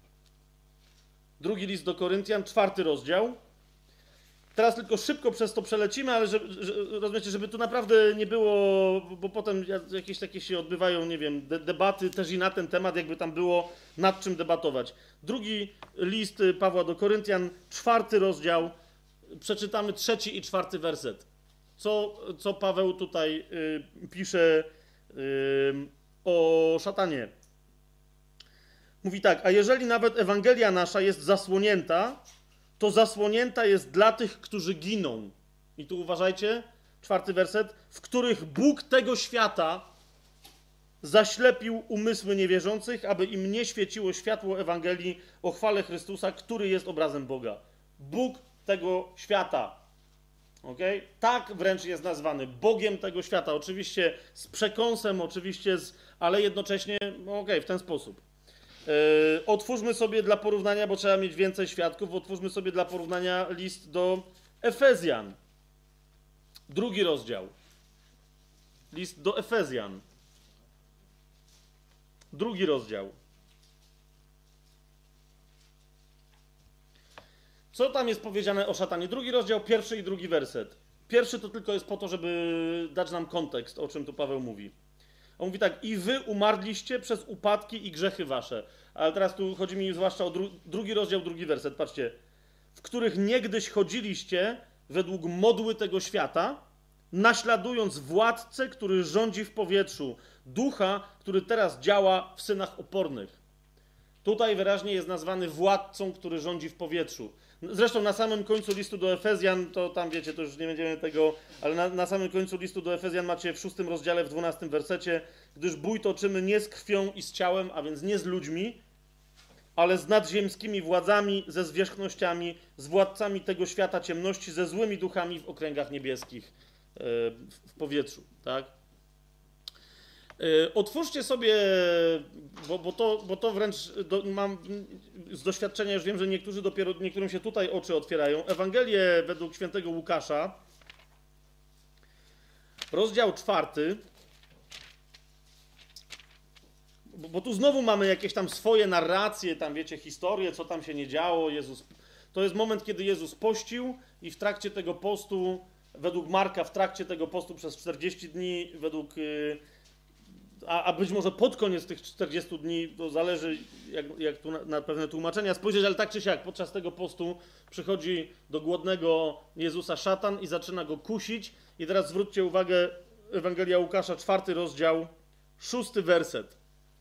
Drugi list do Koryntian, czwarty rozdział. Teraz tylko szybko przez to przelecimy, ale żeby, że, rozumiecie, żeby tu naprawdę nie było, bo potem jakieś takie się odbywają, nie wiem, de debaty też i na ten temat, jakby tam było nad czym debatować. Drugi list Pawła do Koryntian, czwarty rozdział, przeczytamy trzeci i czwarty werset. Co, co Paweł tutaj y, pisze y, o szatanie. Mówi tak, a jeżeli nawet Ewangelia nasza jest zasłonięta, to zasłonięta jest dla tych, którzy giną. I tu uważajcie, czwarty werset, w których Bóg tego świata zaślepił umysły niewierzących, aby im nie świeciło światło Ewangelii o chwale Chrystusa, który jest obrazem Boga. Bóg tego świata. Okay? Tak wręcz jest nazwany, Bogiem tego świata. Oczywiście z przekąsem, oczywiście, z, ale jednocześnie, no okej, okay, w ten sposób. Yy, otwórzmy sobie dla porównania, bo trzeba mieć więcej świadków, otwórzmy sobie dla porównania list do Efezjan. Drugi rozdział. List do Efezjan. Drugi rozdział. Co tam jest powiedziane o szatanie? Drugi rozdział, pierwszy i drugi werset. Pierwszy to tylko jest po to, żeby dać nam kontekst, o czym tu Paweł mówi. On mówi tak, i wy umarliście przez upadki i grzechy wasze. Ale teraz tu chodzi mi zwłaszcza o dru drugi rozdział, drugi werset. Patrzcie. W których niegdyś chodziliście według modły tego świata, naśladując władcę, który rządzi w powietrzu, ducha, który teraz działa w synach opornych. Tutaj wyraźnie jest nazwany władcą, który rządzi w powietrzu. Zresztą na samym końcu listu do Efezjan, to tam wiecie, to już nie będziemy tego, ale na, na samym końcu listu do Efezjan macie w szóstym rozdziale, w dwunastym wersecie, gdyż bój toczymy nie z krwią i z ciałem, a więc nie z ludźmi, ale z nadziemskimi władzami, ze zwierzchnościami, z władcami tego świata ciemności, ze złymi duchami w okręgach niebieskich yy, w powietrzu, tak? Yy, otwórzcie sobie, bo, bo, to, bo to wręcz do, mam z doświadczenia, już wiem, że niektórzy dopiero, niektórym się tutaj oczy otwierają. Ewangelię według świętego Łukasza, rozdział czwarty, bo, bo tu znowu mamy jakieś tam swoje narracje, tam wiecie, historie, co tam się nie działo. Jezus, to jest moment, kiedy Jezus pościł i w trakcie tego postu, według Marka, w trakcie tego postu przez czterdzieści dni, według... Yy, A, a być może pod koniec tych czterdziestu dni, to zależy jak, jak tu na, na pewne tłumaczenia spojrzeć, ale tak czy siak, podczas tego postu przychodzi do głodnego Jezusa szatan i zaczyna go kusić. I teraz zwróćcie uwagę, Ewangelia Łukasza, czwarty rozdział, szósty werset.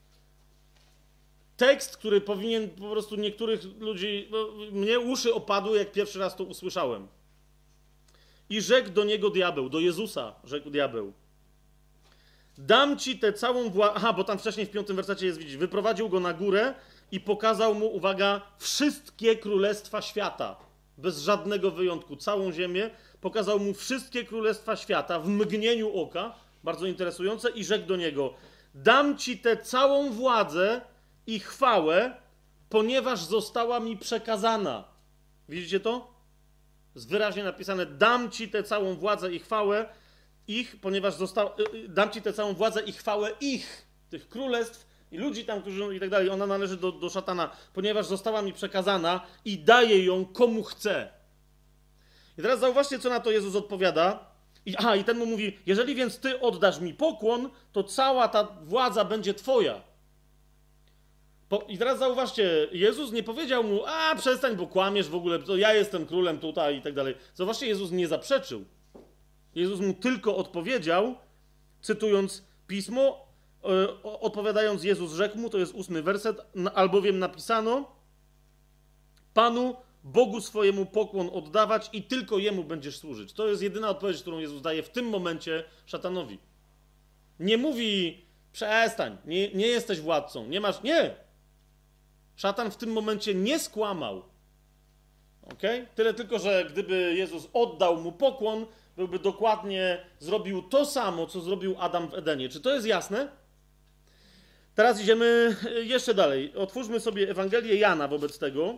Tekst, który powinien po prostu niektórych ludzi, no, mnie uszy opadły, jak pierwszy raz to usłyszałem. I rzekł do niego diabeł, do Jezusa rzekł diabeł. Dam ci tę całą władzę. Aha, bo tam wcześniej w piątym wersecie jest, widzisz, wyprowadził go na górę i pokazał mu, uwaga, wszystkie królestwa świata bez żadnego wyjątku, całą ziemię, pokazał mu wszystkie królestwa świata w mgnieniu oka, bardzo interesujące, i rzekł do niego: dam ci tę całą władzę i chwałę, ponieważ została mi przekazana. Widzicie to? Jest wyraźnie napisane: dam ci tę całą władzę i chwałę ich, ponieważ została, dam ci tę całą władzę i chwałę ich, tych królestw i ludzi tam, którzy i tak dalej. Ona należy do, do szatana, ponieważ została mi przekazana i daję ją komu chcę. I teraz zauważcie, co na to Jezus odpowiada. I, aha, i ten mu mówi: jeżeli więc ty oddasz mi pokłon, to cała ta władza będzie twoja. Po, I teraz zauważcie, Jezus nie powiedział mu: a przestań, bo kłamiesz w ogóle, to ja jestem królem tutaj i tak dalej. Zauważcie, Jezus nie zaprzeczył. Jezus mu tylko odpowiedział, cytując Pismo, yy, odpowiadając, Jezus rzekł mu, to jest ósmy werset, albowiem napisano: Panu Bogu swojemu pokłon oddawać i tylko Jemu będziesz służyć. To jest jedyna odpowiedź, którą Jezus daje w tym momencie szatanowi. Nie mówi: przestań, nie, nie jesteś władcą, nie masz... Nie! Szatan w tym momencie nie skłamał. Okay? Tyle tylko, że gdyby Jezus oddał mu pokłon, byłby dokładnie zrobił to samo, co zrobił Adam w Edenie. Czy to jest jasne? Teraz idziemy jeszcze dalej. Otwórzmy sobie Ewangelię Jana wobec tego.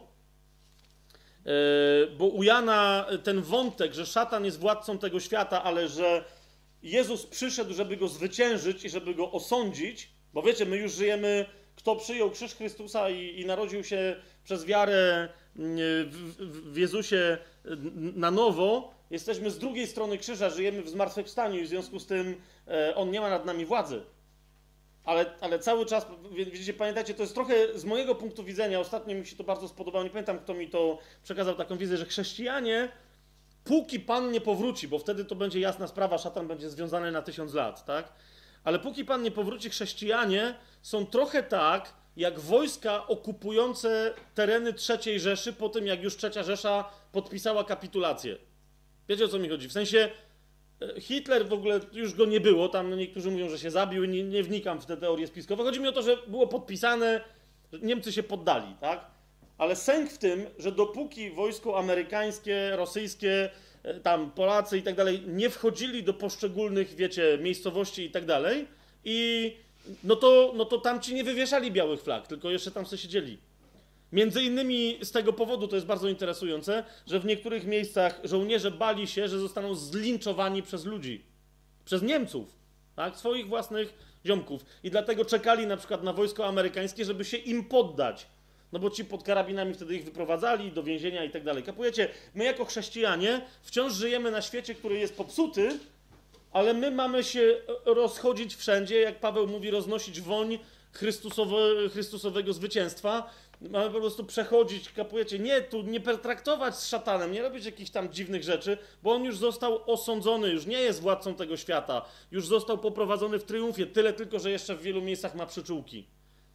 Bo u Jana ten wątek, że szatan jest władcą tego świata, ale że Jezus przyszedł, żeby go zwyciężyć i żeby go osądzić, bo wiecie, my już żyjemy, kto przyjął krzyż Chrystusa i, i narodził się przez wiarę w, w, w Jezusie na nowo, jesteśmy z drugiej strony krzyża, żyjemy w zmartwychwstaniu i w związku z tym e, On nie ma nad nami władzy. Ale, ale cały czas, widzicie, pamiętajcie, to jest trochę z mojego punktu widzenia, ostatnio mi się to bardzo spodobało, nie pamiętam, kto mi to przekazał, taką wizję, że chrześcijanie, póki Pan nie powróci, bo wtedy to będzie jasna sprawa, szatan będzie związany na tysiąc lat, tak? Ale póki Pan nie powróci, chrześcijanie są trochę tak, jak wojska okupujące tereny trzeciej Rzeszy po tym, jak już trzecia Rzesza podpisała kapitulację. Wiecie, o co mi chodzi? W sensie Hitler w ogóle już go nie było, tam niektórzy mówią, że się zabił, nie, nie wnikam w te teorie spiskowe. Chodzi mi o to, że było podpisane, że Niemcy się poddali, tak? Ale sęk w tym, że dopóki wojsko amerykańskie, rosyjskie, tam Polacy i tak dalej nie wchodzili do poszczególnych, wiecie, miejscowości i tak dalej, i no to, no to tamci nie wywieszali białych flag, tylko jeszcze tam sobie siedzieli. Między innymi z tego powodu, to jest bardzo interesujące, że w niektórych miejscach żołnierze bali się, że zostaną zlinczowani przez ludzi, przez Niemców, tak? Swoich własnych ziomków. I dlatego czekali na przykład na wojsko amerykańskie, żeby się im poddać. No bo ci pod karabinami wtedy ich wyprowadzali do więzienia i tak dalej. Kapujecie? My jako chrześcijanie wciąż żyjemy na świecie, który jest popsuty, ale my mamy się rozchodzić wszędzie, jak Paweł mówi, roznosić woń Chrystusowe, Chrystusowego zwycięstwa. Mamy po prostu przechodzić, kapujecie, nie tu, nie pertraktować z szatanem, nie robić jakichś tam dziwnych rzeczy, bo on już został osądzony, już nie jest władcą tego świata, już został poprowadzony w triumfie, tyle tylko, że jeszcze w wielu miejscach ma przyczółki.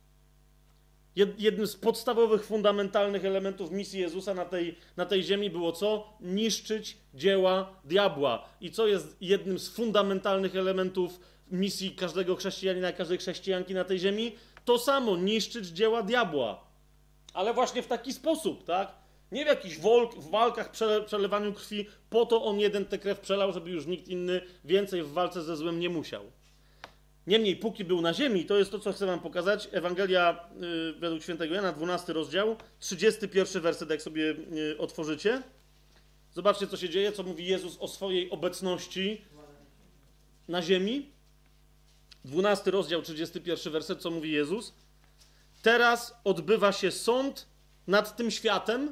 Jednym z podstawowych, fundamentalnych elementów misji Jezusa na tej, na tej ziemi było co? Niszczyć dzieła diabła. I co jest jednym z fundamentalnych elementów misji każdego chrześcijanina, każdej chrześcijanki na tej ziemi? To samo, niszczyć dzieła diabła. Ale właśnie w taki sposób, tak? Nie w jakichś w walkach, przele, przelewaniu krwi, po to on jeden tę krew przelał, żeby już nikt inny więcej w walce ze złem nie musiał. Niemniej, póki był na ziemi, to jest to, co chcę wam pokazać. Ewangelia yy, według świętego Jana, dwunasty rozdział, trzydziesty pierwszy werset, jak sobie yy, otworzycie. Zobaczcie, co się dzieje, co mówi Jezus o swojej obecności na ziemi. dwunasty rozdział, trzydziesty pierwszy werset, co mówi Jezus. Teraz odbywa się sąd nad tym światem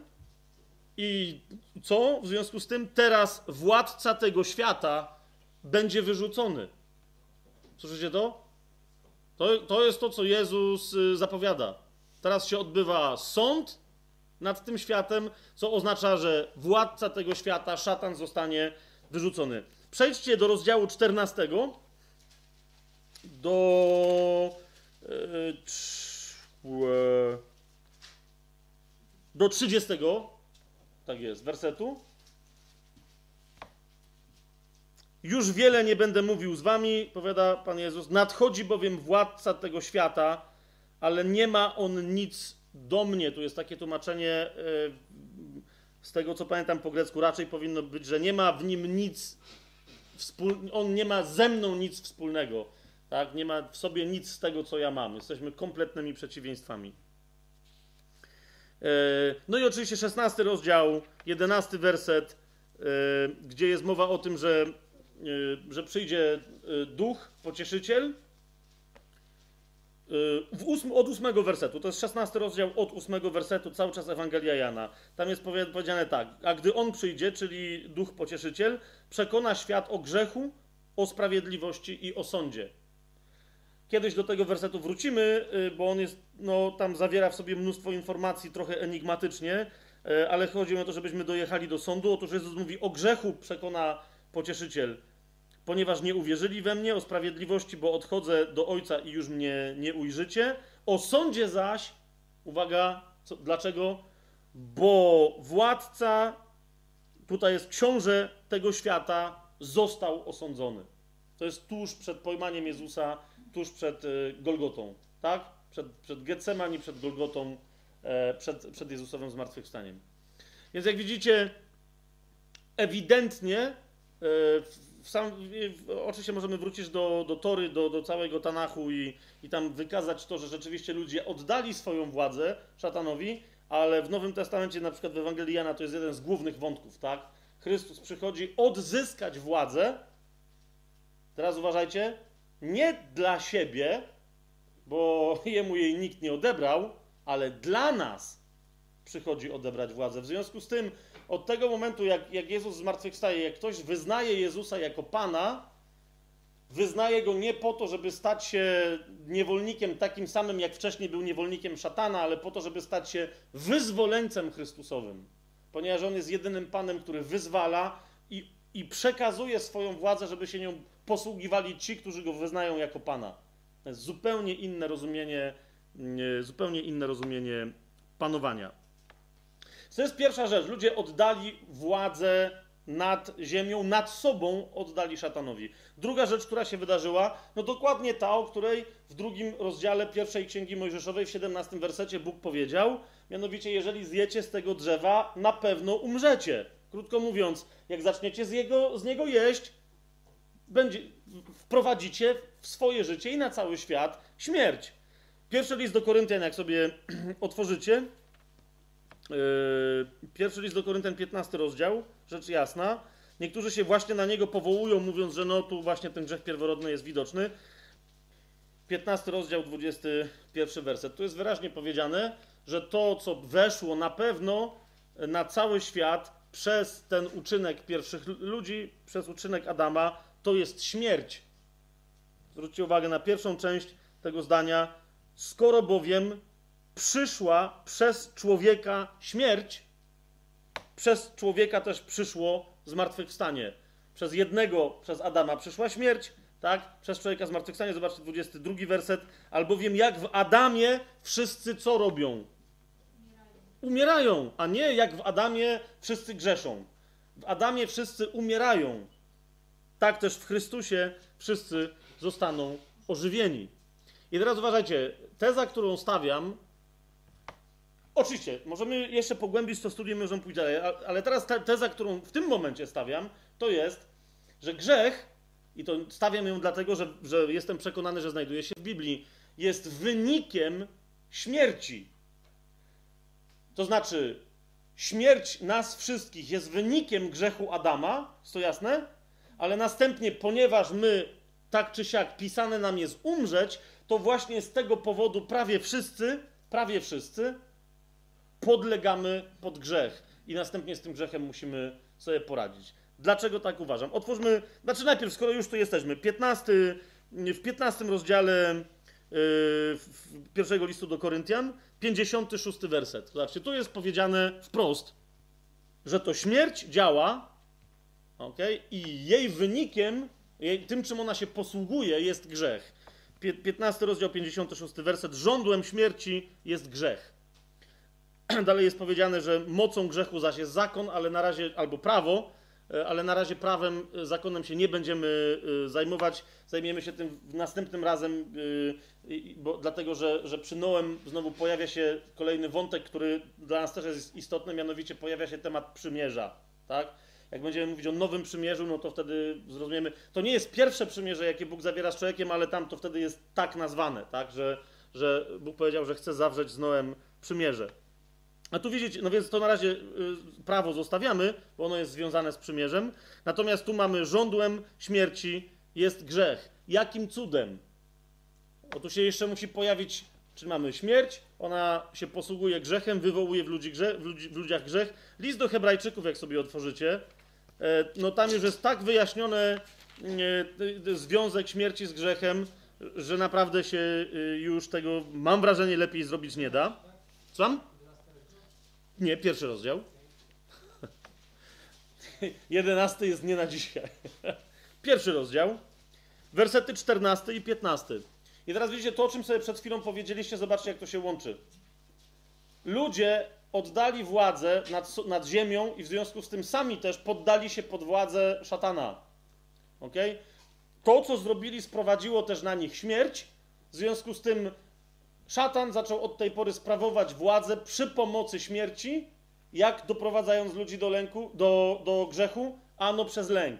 i co? W związku z tym teraz władca tego świata będzie wyrzucony. Słyszycie to? to? To jest to, co Jezus zapowiada. Teraz się odbywa sąd nad tym światem, co oznacza, że władca tego świata, szatan, zostanie wyrzucony. Przejdźcie do rozdziału czternastego, do... Yy, do trzydziestego, tak jest, wersetu. Już wiele nie będę mówił z wami, powiada Pan Jezus, nadchodzi bowiem władca tego świata, ale nie ma on nic do mnie. Tu jest takie tłumaczenie z tego co pamiętam po grecku raczej powinno być, że nie ma w nim nic wspólnego, on nie ma ze mną nic wspólnego, tak? Nie ma w sobie nic z tego, co ja mam. Jesteśmy kompletnymi przeciwieństwami. No i oczywiście szesnasty rozdział, jedenasty werset, gdzie jest mowa o tym, że, że przyjdzie Duch, Pocieszyciel. W ósm, od ósmego wersetu, to jest szesnasty rozdział, od ósmego wersetu, cały czas Ewangelia Jana. Tam jest powiedziane tak: a gdy On przyjdzie, czyli Duch Pocieszyciel, przekona świat o grzechu, o sprawiedliwości i o sądzie. Kiedyś do tego wersetu wrócimy, bo on jest, no, tam zawiera w sobie mnóstwo informacji, trochę enigmatycznie, ale chodzi o to, żebyśmy dojechali do sądu. Otóż Jezus mówi: o grzechu przekona Pocieszyciel, ponieważ nie uwierzyli we mnie, o sprawiedliwości, bo odchodzę do Ojca i już mnie nie ujrzycie. O sądzie zaś, uwaga, co, dlaczego? Bo władca, tutaj jest książę tego świata, został osądzony. To jest tuż przed pojmaniem Jezusa, tuż przed y, Golgotą, tak? Przed, przed Getsemani, przed Golgotą, e, przed, przed Jezusowym zmartwychwstaniem. Więc jak widzicie, ewidentnie, e, w sam, w, oczywiście możemy wrócić do, do Tory, do, do całego Tanachu i, i tam wykazać to, że rzeczywiście ludzie oddali swoją władzę szatanowi, ale w Nowym Testamencie, na przykład w Ewangelii Jana, to jest jeden z głównych wątków, tak? Chrystus przychodzi odzyskać władzę. Teraz uważajcie, nie dla siebie, bo jemu jej nikt nie odebrał, ale dla nas przychodzi odebrać władzę. W związku z tym, od tego momentu, jak, jak Jezus zmartwychwstaje, jak ktoś wyznaje Jezusa jako Pana, wyznaje Go nie po to, żeby stać się niewolnikiem takim samym, jak wcześniej był niewolnikiem szatana, ale po to, żeby stać się wyzwoleńcem Chrystusowym. Ponieważ On jest jedynym Panem, który wyzwala i, i przekazuje swoją władzę, żeby się nią posługiwali ci, którzy Go wyznają jako Pana. To jest zupełnie inne rozumienie, zupełnie inne rozumienie panowania. To jest pierwsza rzecz. Ludzie oddali władzę nad ziemią, nad sobą oddali szatanowi. Druga rzecz, która się wydarzyła, no dokładnie ta, o której w drugim rozdziale pierwszej Księgi Mojżeszowej w siedemnastym wersecie Bóg powiedział, mianowicie: jeżeli zjecie z tego drzewa, na pewno umrzecie. Krótko mówiąc, jak zaczniecie z, jego, z niego jeść, będzie, wprowadzicie w swoje życie i na cały świat śmierć. Pierwszy list do Koryntian, jak sobie otworzycie, yy, pierwszy list do Koryntian, piętnasty rozdział, rzecz jasna. Niektórzy się właśnie na niego powołują, mówiąc, że no tu właśnie ten grzech pierworodny jest widoczny. piętnasty rozdział, dwudziesty pierwszy werset. Tu jest wyraźnie powiedziane, że to, co weszło na pewno na cały świat przez ten uczynek pierwszych ludzi, przez uczynek Adama, to jest śmierć. Zwróćcie uwagę na pierwszą część tego zdania. Skoro bowiem przyszła przez człowieka śmierć, przez człowieka też przyszło zmartwychwstanie. Przez jednego, przez Adama przyszła śmierć, tak? Przez człowieka zmartwychwstanie. Zobaczcie dwudziesty drugi werset. Albowiem jak w Adamie wszyscy co robią? Umierają, a nie jak w Adamie wszyscy grzeszą. W Adamie wszyscy umierają. Tak też w Chrystusie wszyscy zostaną ożywieni. I teraz uważajcie, teza, którą stawiam, oczywiście, możemy jeszcze pogłębić to studium, możemy pójść dalej, ale teraz ta teza, którą w tym momencie stawiam, to jest, że grzech, i to stawiam ją dlatego, że, że jestem przekonany, że znajduje się w Biblii, jest wynikiem śmierci. To znaczy, śmierć nas wszystkich jest wynikiem grzechu Adama, jest to jasne? Ale następnie, ponieważ my, tak czy siak, pisane nam jest umrzeć, to właśnie z tego powodu prawie wszyscy, prawie wszyscy podlegamy pod grzech. I następnie z tym grzechem musimy sobie poradzić. Dlaczego tak uważam? Otwórzmy, znaczy najpierw, skoro już tu jesteśmy, piętnasty, w piętnastym rozdziale yy, pierwszego listu do Koryntian, pięćdziesiąty szósty werset. Zobaczcie, tu jest powiedziane wprost, że to śmierć działa, okay, i jej wynikiem, jej, tym czym ona się posługuje, jest grzech. piętnasty rozdział, pięćdziesiąty szósty werset. Żądłem śmierci jest grzech. Dalej jest powiedziane, że mocą grzechu zaś jest zakon, ale na razie, albo prawo, ale na razie prawem, zakonem się nie będziemy zajmować. Zajmiemy się tym następnym razem, bo, dlatego że, że przy Noem znowu pojawia się kolejny wątek, który dla nas też jest istotny, mianowicie pojawia się temat przymierza. Tak? Jak będziemy mówić o nowym przymierzu, no to wtedy zrozumiemy. To nie jest pierwsze przymierze, jakie Bóg zawiera z człowiekiem, ale tam to wtedy jest tak nazwane, tak? Że, że Bóg powiedział, że chce zawrzeć z Noem przymierze. A tu widzicie, no więc to na razie y, prawo zostawiamy, bo ono jest związane z przymierzem. Natomiast tu mamy żądłem śmierci jest grzech. Jakim cudem? Otóż się jeszcze musi pojawić, czyli mamy śmierć, ona się posługuje grzechem, wywołuje w, ludzi grzech, w, ludzi, w ludziach grzech. List do Hebrajczyków, jak sobie otworzycie, e, no tam już jest tak wyjaśniony e, związek śmierci z grzechem, że naprawdę się e, już tego, mam wrażenie, lepiej zrobić nie da. Słucham? Nie, pierwszy rozdział. Jedenasty jest nie na dzisiaj. Pierwszy rozdział, wersety czternasty i piętnasty. I teraz widzicie to, o czym sobie przed chwilą powiedzieliście, zobaczcie, jak to się łączy. Ludzie oddali władzę nad, nad ziemią i w związku z tym sami też poddali się pod władzę szatana. Okay? To, co zrobili, sprowadziło też na nich śmierć. W związku z tym szatan zaczął od tej pory sprawować władzę przy pomocy śmierci, jak doprowadzając ludzi do lęku, do, do grzechu, ano przez lęk.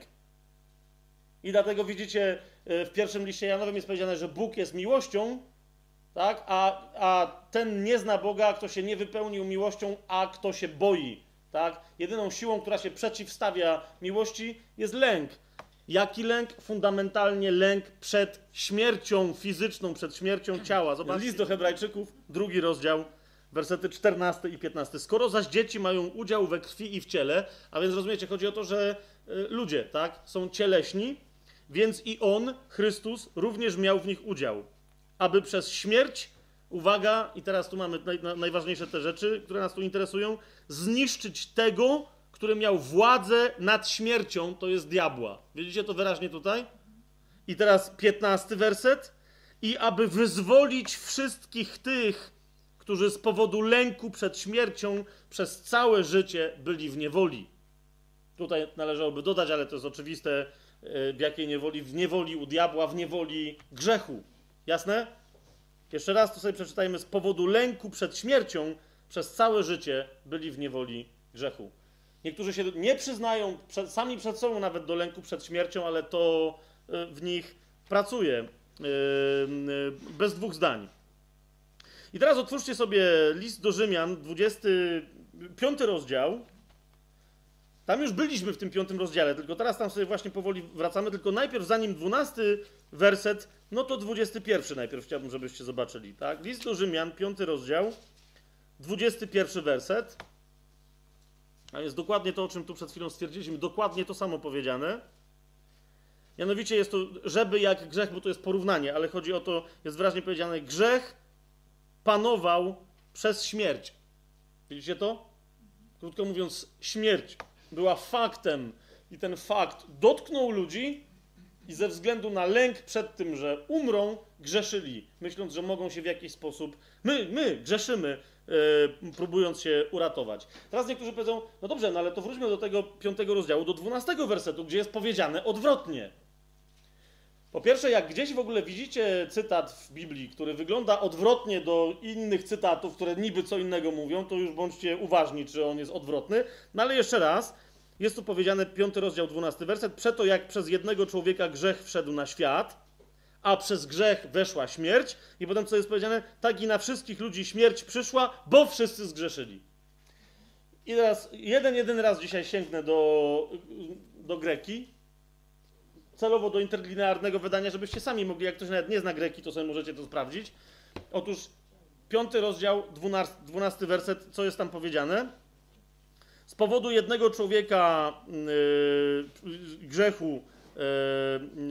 I dlatego widzicie, w pierwszym liście Janowym jest powiedziane, że Bóg jest miłością, tak? a, a ten nie zna Boga, kto się nie wypełnił miłością, a kto się boi. Tak? Jedyną siłą, która się przeciwstawia miłości, jest lęk. Jaki lęk? Fundamentalnie lęk przed śmiercią fizyczną, przed śmiercią ciała. Zobaczcie. List do Hebrajczyków, drugi rozdział, wersety czternasty i piętnasty. Skoro zaś dzieci mają udział we krwi i w ciele, a więc rozumiecie, chodzi o to, że y, ludzie, tak, są cieleśni, więc i On, Chrystus, również miał w nich udział, aby przez śmierć, uwaga, i teraz tu mamy naj, na, najważniejsze te rzeczy, które nas tu interesują, zniszczyć tego, który miał władzę nad śmiercią, to jest diabła. Widzicie to wyraźnie tutaj? I teraz piętnasty werset. I aby wyzwolić wszystkich tych, którzy z powodu lęku przed śmiercią przez całe życie byli w niewoli. Tutaj należałoby dodać, ale to jest oczywiste, w jakiej niewoli? W niewoli u diabła, w niewoli grzechu. Jasne? Jeszcze raz to sobie przeczytajmy. Z powodu lęku przed śmiercią przez całe życie byli w niewoli grzechu. Niektórzy się nie przyznają przed, sami przed sobą nawet do lęku przed śmiercią, ale to w nich pracuje. Bez dwóch zdań. I teraz otwórzcie sobie list do Rzymian, dwudziesty piąty rozdział. Tam już byliśmy w tym piątym rozdziale, tylko teraz tam sobie właśnie powoli wracamy, tylko najpierw zanim dwunasty werset, no to dwudziesty pierwszy najpierw chciałbym, żebyście zobaczyli. Tak? List do Rzymian, piąty rozdział, dwudziesty pierwszy werset. A jest dokładnie to, o czym tu przed chwilą stwierdziliśmy, dokładnie to samo powiedziane. Mianowicie jest to, żeby jak grzech, bo to jest porównanie, ale chodzi o to, jest wyraźnie powiedziane, grzech panował przez śmierć. Widzicie to? Krótko mówiąc, śmierć była faktem i ten fakt dotknął ludzi i ze względu na lęk przed tym, że umrą, grzeszyli, myśląc, że mogą się w jakiś sposób, my, my grzeszymy, yy, próbując się uratować. Teraz niektórzy powiedzą, no dobrze, no ale to wróćmy do tego piątego rozdziału, do dwunastego wersetu, gdzie jest powiedziane odwrotnie. Po pierwsze, jak gdzieś w ogóle widzicie cytat w Biblii, który wygląda odwrotnie do innych cytatów, które niby co innego mówią, to już bądźcie uważni, czy on jest odwrotny. No ale jeszcze raz, jest tu powiedziane, piąty rozdział, dwunasty werset, przeto jak przez jednego człowieka grzech wszedł na świat, a przez grzech weszła śmierć, i potem co jest powiedziane, tak i na wszystkich ludzi śmierć przyszła, bo wszyscy zgrzeszyli. I teraz jeden, jeden raz dzisiaj sięgnę do, do Greki, celowo do interlinearnego wydania, żebyście sami mogli, jak ktoś nawet nie zna Greki, to sobie możecie to sprawdzić. Otóż piąty rozdział, dwunasty, dwunasty werset, co jest tam powiedziane? Z powodu jednego człowieka yy, grzechu, yy,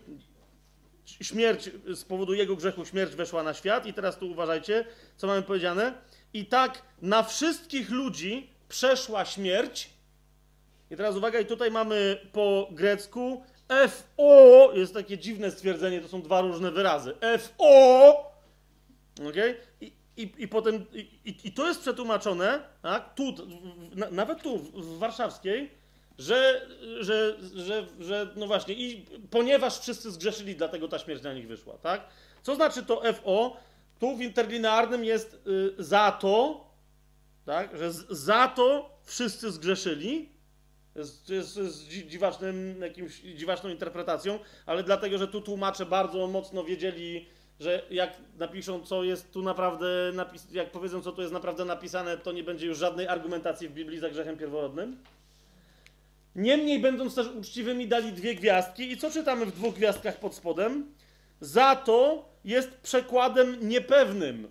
yy, śmierć, z powodu jego grzechu śmierć weszła na świat. I teraz tu uważajcie, co mamy powiedziane. I tak na wszystkich ludzi przeszła śmierć. I teraz uwaga, i tutaj mamy po grecku F O, jest takie dziwne stwierdzenie, to są dwa różne wyrazy. F O, okay? I, i, i potem, i, i to jest przetłumaczone, tak? Tu, na, nawet tu, w warszawskiej, że, że, że, że, no właśnie, i ponieważ wszyscy zgrzeszyli, dlatego ta śmierć na nich wyszła, tak? Co znaczy to F O? Tu w interlinearnym jest y, za to, tak? Że z, za to wszyscy zgrzeszyli. Jest, jest, jest dziwacznym, jakimś, dziwaczną interpretacją, ale dlatego, że tu tłumacze bardzo mocno wiedzieli, że jak napiszą, co jest tu naprawdę, napis- jak powiedzą, co tu jest naprawdę napisane, to nie będzie już żadnej argumentacji w Biblii za grzechem pierworodnym. Niemniej, będąc też uczciwymi, dali dwie gwiazdki. I co czytamy w dwóch gwiazdkach pod spodem? Za to jest przekładem niepewnym.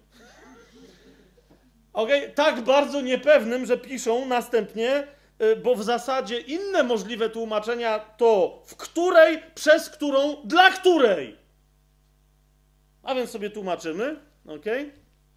Okay? Tak bardzo niepewnym, że piszą następnie, bo w zasadzie inne możliwe tłumaczenia to w której, przez którą, dla której. A więc sobie tłumaczymy. Okay?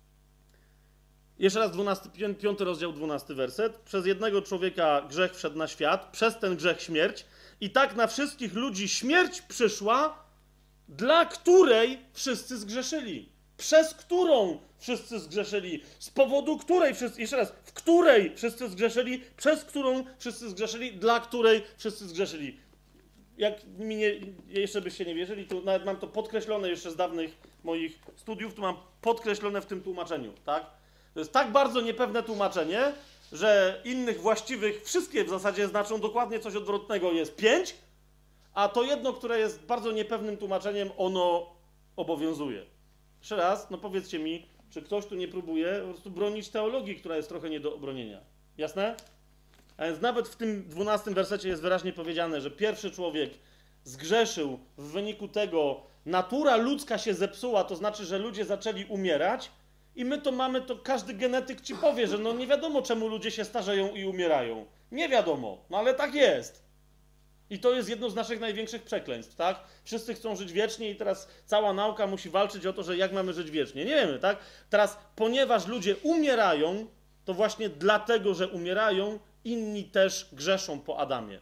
Jeszcze raz dwunasty, piąty rozdział, dwunasty werset. Przez jednego człowieka grzech wszedł na świat, przez ten grzech śmierć. I tak na wszystkich ludzi śmierć przyszła, dla której wszyscy zgrzeszyli. Przez którą wszyscy zgrzeszyli. Z powodu której wszyscy, jeszcze raz, w której wszyscy zgrzeszyli, przez którą wszyscy zgrzeszyli, dla której wszyscy zgrzeszyli. Jak mi nie, jeszcze byście nie wierzyli, to nawet mam to podkreślone jeszcze z dawnych moich studiów, tu mam podkreślone w tym tłumaczeniu, tak? To jest tak bardzo niepewne tłumaczenie, że innych właściwych, wszystkie w zasadzie znaczą dokładnie coś odwrotnego, jest pięć, a to jedno, które jest bardzo niepewnym tłumaczeniem, ono obowiązuje. Jeszcze raz, no powiedzcie mi, czy ktoś tu nie próbuje po prostu bronić teologii, która jest trochę nie do obronienia. Jasne? A więc nawet w tym dwunastym wersecie jest wyraźnie powiedziane, że pierwszy człowiek zgrzeszył, w wyniku tego natura ludzka się zepsuła, to znaczy, że ludzie zaczęli umierać i my to mamy, to każdy genetyk ci powie, że no nie wiadomo, czemu ludzie się starzeją i umierają. Nie wiadomo, no ale tak jest. I to jest jedno z naszych największych przekleństw, tak? Wszyscy chcą żyć wiecznie i teraz cała nauka musi walczyć o to, że jak mamy żyć wiecznie. Nie wiemy, tak? Teraz, ponieważ ludzie umierają, to właśnie dlatego, że umierają, inni też grzeszą po Adamie.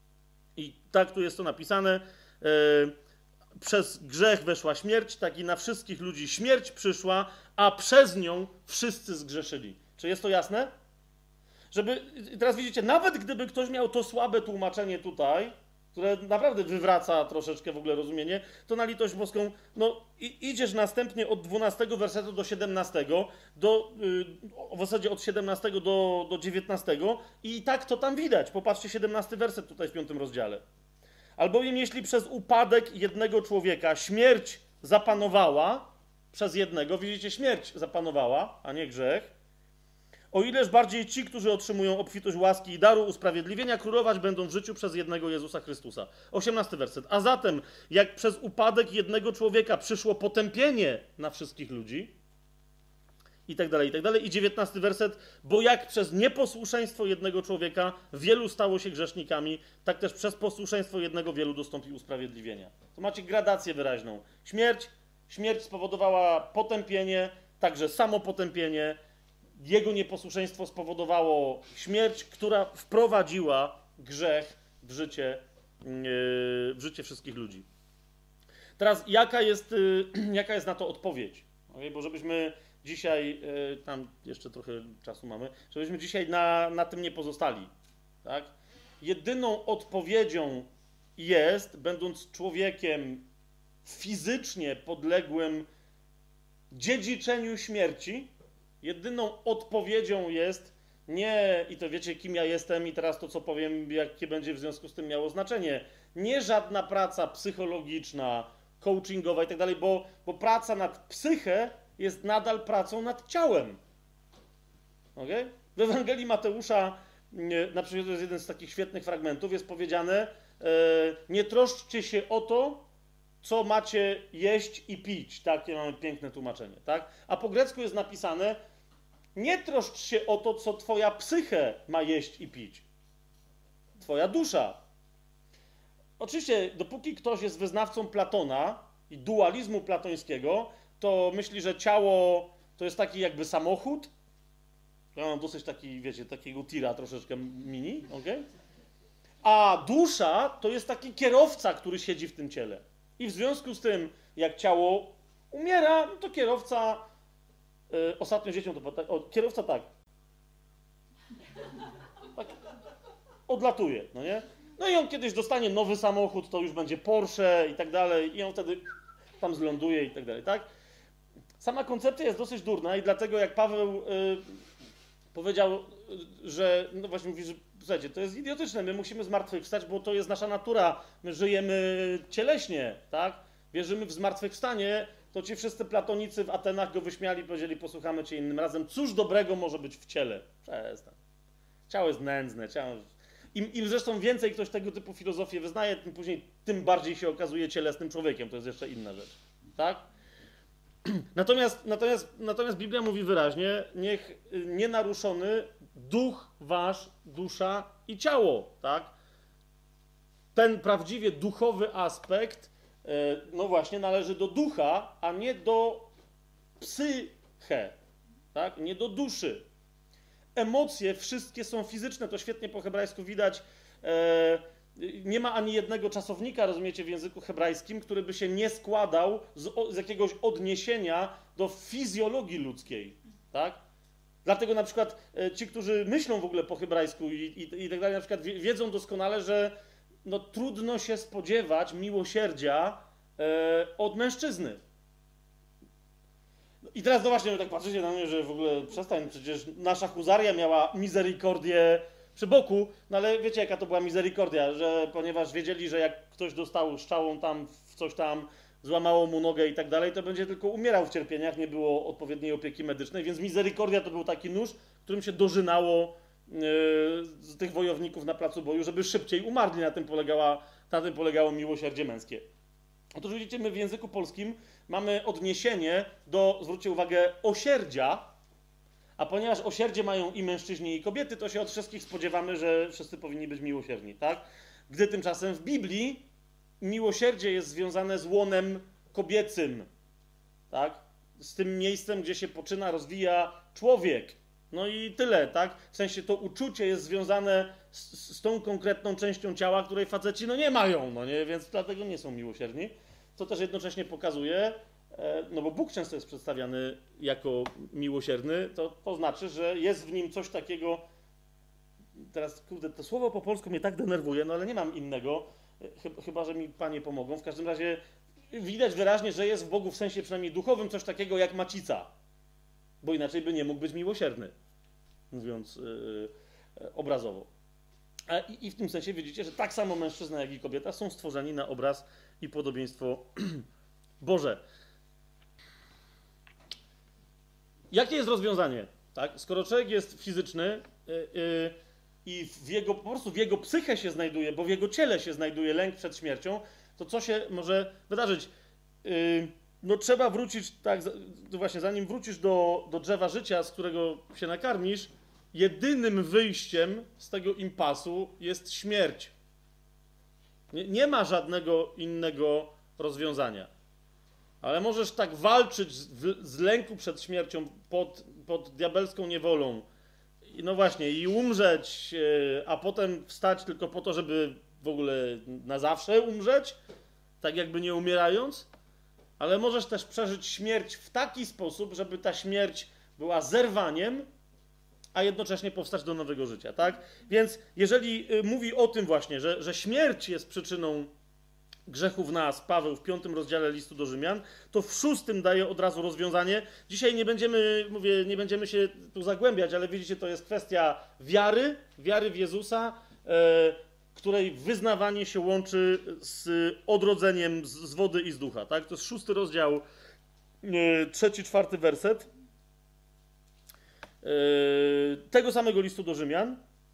I tak tu jest to napisane. Yy, przez grzech weszła śmierć, tak i na wszystkich ludzi śmierć przyszła, a przez nią wszyscy zgrzeszyli. Czy jest to jasne? Żeby, teraz widzicie, nawet gdyby ktoś miał to słabe tłumaczenie tutaj, które naprawdę wywraca troszeczkę w ogóle rozumienie, to na litość boską, no i, idziesz następnie od dwunastego wersetu do siedemnastego, do, yy, w zasadzie od siedemnastego do, do dziewiętnastego i tak to tam widać. Popatrzcie, siedemnasty werset tutaj w piątym rozdziale. Albowiem jeśli przez upadek jednego człowieka śmierć zapanowała, przez jednego, widzicie, śmierć zapanowała, a nie grzech, o ileż bardziej ci, którzy otrzymują obfitość łaski i daru usprawiedliwienia, królować będą w życiu przez jednego Jezusa Chrystusa. osiemnasty werset. A zatem, jak przez upadek jednego człowieka przyszło potępienie na wszystkich ludzi, i tak dalej, i tak dalej. I dziewiętnasty werset. Bo jak przez nieposłuszeństwo jednego człowieka wielu stało się grzesznikami, tak też przez posłuszeństwo jednego wielu dostąpi usprawiedliwienia. To macie gradację wyraźną. Śmierć, śmierć spowodowała potępienie, także samo potępienie. Jego nieposłuszeństwo spowodowało śmierć, która wprowadziła grzech w życie, yy, w życie wszystkich ludzi. Teraz jaka jest, yy, jaka jest na to odpowiedź? Okay? Bo żebyśmy dzisiaj, yy, tam jeszcze trochę czasu mamy, żebyśmy dzisiaj na, na tym nie pozostali. Tak? Jedyną odpowiedzią jest, będąc człowiekiem fizycznie podległym dziedziczeniu śmierci, jedyną odpowiedzią jest nie, i to wiecie, kim ja jestem i teraz to, co powiem, jakie będzie w związku z tym miało znaczenie, nie żadna praca psychologiczna, coachingowa i tak dalej, bo, bo praca nad psychę jest nadal pracą nad ciałem. Okay? W Ewangelii Mateusza, na przykład to jest jeden z takich świetnych fragmentów, jest powiedziane, e, nie troszczcie się o to, co macie jeść i pić. Takie mamy piękne tłumaczenie, tak? A po grecku jest napisane, nie troszcz się o to, co twoja psyche ma jeść i pić. Twoja dusza. Oczywiście, dopóki ktoś jest wyznawcą Platona i dualizmu platońskiego, to myśli, że ciało to jest taki jakby samochód. Ja mam dosyć taki, wiecie, takiego tira troszeczkę mini, okej? A dusza to jest taki kierowca, który siedzi w tym ciele. I w związku z tym, jak ciało umiera, no to kierowca, yy, ostatnio dzieciom to o, kierowca tak. tak. odlatuje, no nie? No i on kiedyś dostanie nowy samochód, to już będzie Porsche i tak dalej, i on wtedy tam zląduje i tak dalej, tak? Sama koncepcja jest dosyć durna i dlatego jak Paweł y, powiedział, że, no właśnie mówi, że słuchajcie, to jest idiotyczne, my musimy zmartwychwstać, bo to jest nasza natura, my żyjemy cieleśnie, tak? Wierzymy w zmartwychwstanie, to ci wszyscy platonicy w Atenach go wyśmiali, powiedzieli, posłuchamy cię innym razem, cóż dobrego może być w ciele? Przestań. Ciało jest nędzne, ciało... Im, Im zresztą więcej ktoś tego typu filozofię wyznaje, tym później, tym bardziej się okazuje cielesnym człowiekiem, to jest jeszcze inna rzecz, tak? Natomiast, natomiast, natomiast Biblia mówi wyraźnie, niech nienaruszony duch wasz, dusza i ciało, tak? Ten prawdziwie duchowy aspekt, no właśnie, należy do ducha, a nie do psyche, tak? Nie do duszy. Emocje wszystkie są fizyczne, to świetnie po hebrajsku widać. Nie ma ani jednego czasownika, rozumiecie, w języku hebrajskim, który by się nie składał z, z jakiegoś odniesienia do fizjologii ludzkiej, tak? Dlatego na przykład ci, którzy myślą w ogóle po hebrajsku i, i, i tak dalej, na przykład wiedzą doskonale, że no, trudno się spodziewać miłosierdzia e, od mężczyzny. I teraz no właśnie, tak patrzycie na mnie, że w ogóle przestań, przecież nasza huzaria miała misericordię przy boku, no ale wiecie jaka to była misericordia, że ponieważ wiedzieli, że jak ktoś dostał strzałą tam w coś tam, złamało mu nogę i tak dalej, to będzie tylko umierał w cierpieniach, nie było odpowiedniej opieki medycznej, więc misericordia to był taki nóż, którym się dożynało yy, z tych wojowników na placu boju, żeby szybciej umarli, na tym, polegała, na tym polegało miłosierdzie męskie. Otóż widzicie, my w języku polskim mamy odniesienie do, zwróćcie uwagę, osierdzia, a ponieważ osierdzie mają i mężczyźni, i kobiety, to się od wszystkich spodziewamy, że wszyscy powinni być miłosierni, tak? Gdy tymczasem w Biblii miłosierdzie jest związane z łonem kobiecym, tak? Z tym miejscem, gdzie się poczyna, rozwija człowiek. No i tyle, tak? W sensie to uczucie jest związane z, z tą konkretną częścią ciała, której faceci no nie mają, no nie? Więc dlatego nie są miłosierni. Co też jednocześnie pokazuje, no bo Bóg często jest przedstawiany jako miłosierny, to, to znaczy, że jest w nim coś takiego, teraz kurde, to słowo po polsku mnie tak denerwuje, no ale nie mam innego, chyba że mi panie pomogą. W każdym razie widać wyraźnie, że jest w Bogu w sensie przynajmniej duchowym coś takiego jak macica, bo inaczej by nie mógł być miłosierny, mówiąc yy, yy, obrazowo. A i, I w tym sensie widzicie, że tak samo mężczyzna jak i kobieta są stworzeni na obraz i podobieństwo Boże. Jakie jest rozwiązanie? Tak? Skoro człowiek jest fizyczny yy, yy, i w jego, po prostu w jego psyche się znajduje, bo w jego ciele się znajduje lęk przed śmiercią, to co się może wydarzyć? Yy, no trzeba wrócić, tak, właśnie zanim wrócisz do, do drzewa życia, z którego się nakarmisz, jedynym wyjściem z tego impasu jest śmierć. Nie, nie ma żadnego innego rozwiązania. Ale możesz tak walczyć z, w, z lęku przed śmiercią pod, pod diabelską niewolą. I no właśnie, i umrzeć, yy, a potem wstać tylko po to, żeby w ogóle na zawsze umrzeć, tak jakby nie umierając. Ale możesz też przeżyć śmierć w taki sposób, żeby ta śmierć była zerwaniem, a jednocześnie powstać do nowego życia, tak? Więc jeżeli mówi o tym właśnie, że, że śmierć jest przyczyną grzechu w nas, Paweł w piątym rozdziale listu do Rzymian, to w szóstym daje od razu rozwiązanie. Dzisiaj nie będziemy, mówię, nie będziemy się tu zagłębiać, ale widzicie, to jest kwestia wiary, wiary w Jezusa, e, której wyznawanie się łączy z odrodzeniem z, z wody i z ducha, tak? To jest szósty rozdział, e, trzeci, czwarty werset e, tego samego listu do Rzymian,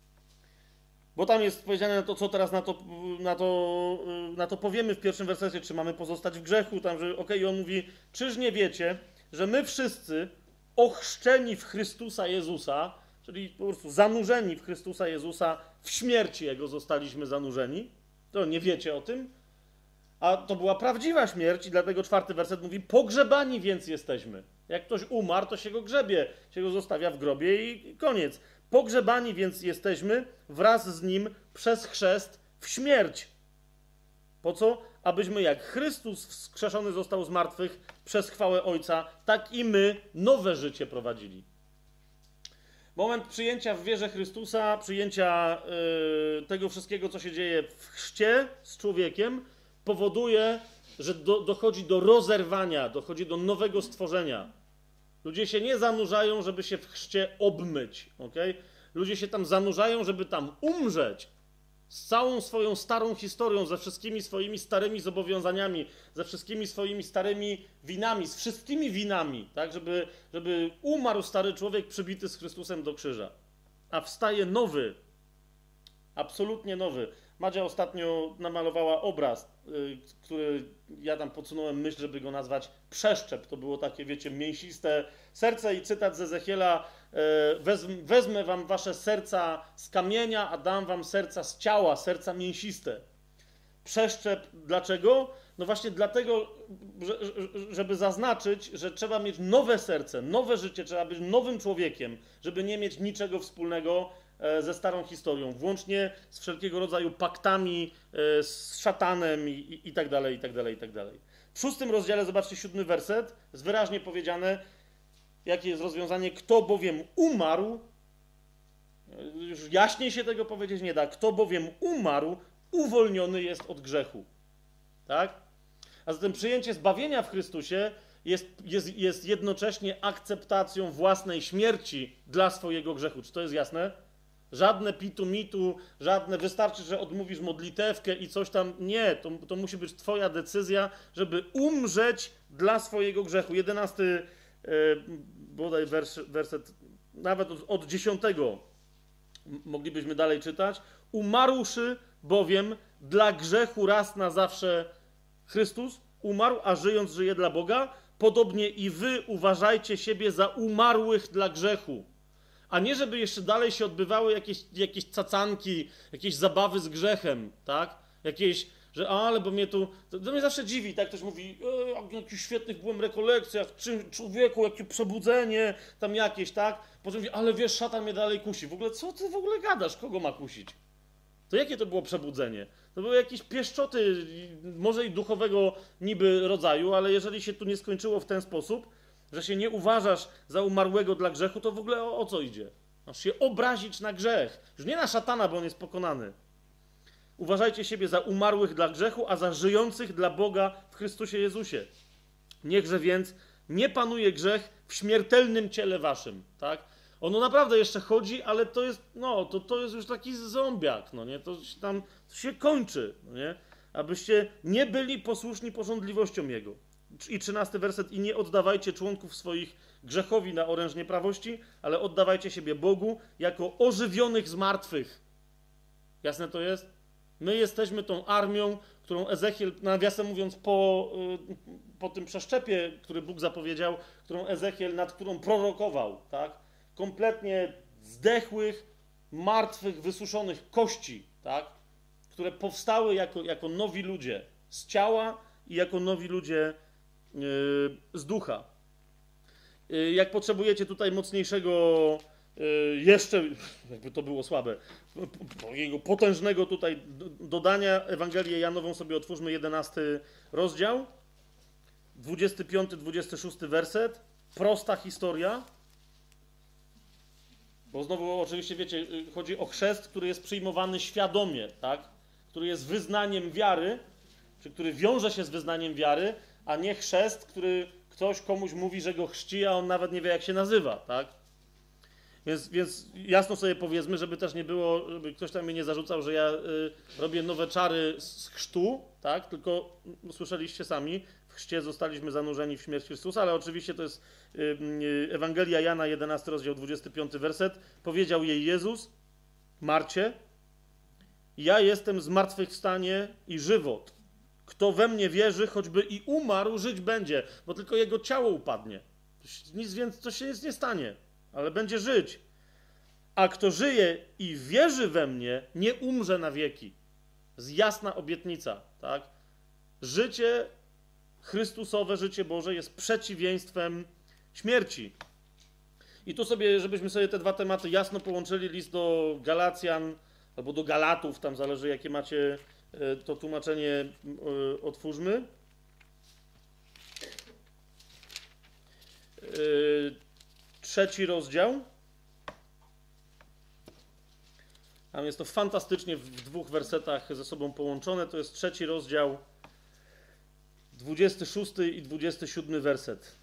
bo tam jest powiedziane to, co teraz na to, na to, na to powiemy w pierwszym wersecie, czy mamy pozostać w grzechu, tam, że okej, okay, on mówi, czyż nie wiecie, że my wszyscy ochrzczeni w Chrystusa Jezusa, czyli po prostu zanurzeni w Chrystusa Jezusa, w śmierci Jego zostaliśmy zanurzeni. To nie wiecie o tym. A to była prawdziwa śmierć i dlatego czwarty werset mówi, pogrzebani więc jesteśmy. Jak ktoś umarł, to się go grzebie, się go zostawia w grobie i koniec. Pogrzebani więc jesteśmy wraz z Nim przez chrzest w śmierć. Po co? Abyśmy jak Chrystus wskrzeszony został z martwych przez chwałę Ojca, tak i my nowe życie prowadzili. Moment przyjęcia w wierze Chrystusa, przyjęcia yy, tego wszystkiego, co się dzieje w chrzcie z człowiekiem, powoduje, że do, dochodzi do rozerwania, dochodzi do nowego stworzenia. Ludzie się nie zanurzają, żeby się w chrzcie obmyć, okay? Ludzie się tam zanurzają, żeby tam umrzeć z całą swoją starą historią, ze wszystkimi swoimi starymi zobowiązaniami, ze wszystkimi swoimi starymi winami, z wszystkimi winami, tak? Żeby, żeby umarł stary człowiek przybity z Chrystusem do krzyża. A wstaje nowy, absolutnie nowy. Madzia ostatnio namalowała obraz, yy, który ja tam podsunąłem myśl, żeby go nazwać przeszczep. To było takie, wiecie, mięsiste serce i cytat z Ezechiela: yy, wezm, wezmę wam wasze serca z kamienia, a dam wam serca z ciała, serca mięsiste. Przeszczep dlaczego? No właśnie dlatego, że, żeby zaznaczyć, że trzeba mieć nowe serce, nowe życie, trzeba być nowym człowiekiem, żeby nie mieć niczego wspólnego ze starą historią, włącznie z wszelkiego rodzaju paktami z szatanem i, i, i tak dalej, i tak dalej, i tak dalej. W szóstym rozdziale, zobaczcie, siódmy werset, jest wyraźnie powiedziane, jakie jest rozwiązanie: kto bowiem umarł, już jaśniej się tego powiedzieć nie da, kto bowiem umarł, uwolniony jest od grzechu. Tak? A zatem przyjęcie zbawienia w Chrystusie jest, jest, jest jednocześnie akceptacją własnej śmierci dla swojego grzechu. Czy to jest jasne? Żadne pitu mitu, żadne, wystarczy, że odmówisz modlitewkę i coś tam. Nie, to, to musi być twoja decyzja, żeby umrzeć dla swojego grzechu. Jedenasty yy, bodaj wers, werset, nawet od, od dziesiątego moglibyśmy dalej czytać. Umarłszy bowiem dla grzechu raz na zawsze Chrystus umarł, a żyjąc żyje dla Boga, podobnie i wy uważajcie siebie za umarłych dla grzechu. A nie, żeby jeszcze dalej się odbywały jakieś, jakieś cacanki, jakieś zabawy z grzechem, tak? Jakieś, że ale bo mnie tu... To, to mnie zawsze dziwi, tak? Ktoś mówi, e, na jakichś świetnych byłem rekolekcjach, czy, człowieku, jakie przebudzenie, tam jakieś, tak? Potem mówi, ale wiesz, szatan mnie dalej kusi. W ogóle, co ty w ogóle gadasz? Kogo ma kusić? To jakie to było przebudzenie? To były jakieś pieszczoty, może i duchowego niby rodzaju, ale jeżeli się tu nie skończyło w ten sposób, że się nie uważasz za umarłego dla grzechu, to w ogóle o, o co idzie? Masz się obrazić na grzech. Już nie na szatana, bo on jest pokonany. Uważajcie siebie za umarłych dla grzechu, a za żyjących dla Boga w Chrystusie Jezusie. Niechże więc nie panuje grzech w śmiertelnym ciele waszym, tak? Ono naprawdę jeszcze chodzi, ale to jest, no, to, to jest już taki zombiak, no nie? To się tam to się kończy, no nie? Abyście nie byli posłuszni pożądliwościom Jego. I trzynasty werset. I nie oddawajcie członków swoich grzechowi na oręż nieprawości, ale oddawajcie siebie Bogu jako ożywionych z martwych. Jasne to jest? My jesteśmy tą armią, którą Ezechiel, nawiasem mówiąc, po, po tym przeszczepie, który Bóg zapowiedział, którą Ezechiel, nad którą prorokował, tak? Kompletnie zdechłych, martwych, wysuszonych kości, tak? Które powstały jako, jako nowi ludzie z ciała i jako nowi ludzie yy, z ducha. Yy, jak potrzebujecie tutaj mocniejszego, yy, jeszcze, jakby to było słabe, jego potężnego tutaj dodania, Ewangelię Janową sobie otwórzmy, jedenasty rozdział, dwudziesty piąty, dwudziesty szósty werset, prosta historia. Bo znowu oczywiście, wiecie, chodzi o chrzest, który jest przyjmowany świadomie, tak? Który jest wyznaniem wiary, czy który wiąże się z wyznaniem wiary, a nie chrzest, który ktoś komuś mówi, że go chrzci, a on nawet nie wie, jak się nazywa, tak? Więc, więc jasno sobie powiedzmy, żeby też nie było, żeby ktoś tam mnie nie zarzucał, że ja y, robię nowe czary z chrztu, tak? Tylko no, słyszeliście sami, w chrzcie zostaliśmy zanurzeni w śmierć Chrystusa, ale oczywiście to jest y, y, Ewangelia Jana, jedenasty rozdział, dwudziesty piąty werset. Powiedział jej Jezus, Marcie, ja jestem zmartwychwstanie i żywot. Kto we mnie wierzy, choćby i umarł, żyć będzie, bo tylko jego ciało upadnie. Nic więc, to się nic nie stanie, ale będzie żyć. A kto żyje i wierzy we mnie, nie umrze na wieki. Jest jasna obietnica, tak? Życie Chrystusowe, życie Boże jest przeciwieństwem śmierci. I tu sobie, żebyśmy sobie te dwa tematy jasno połączyli, list do Galacjan albo do Galatów, tam zależy jakie macie to tłumaczenie, otwórzmy. Trzeci rozdział. Tam jest to fantastycznie w dwóch wersetach ze sobą połączone. To jest trzeci rozdział, dwudziesty szósty i dwudziesty siódmy werset.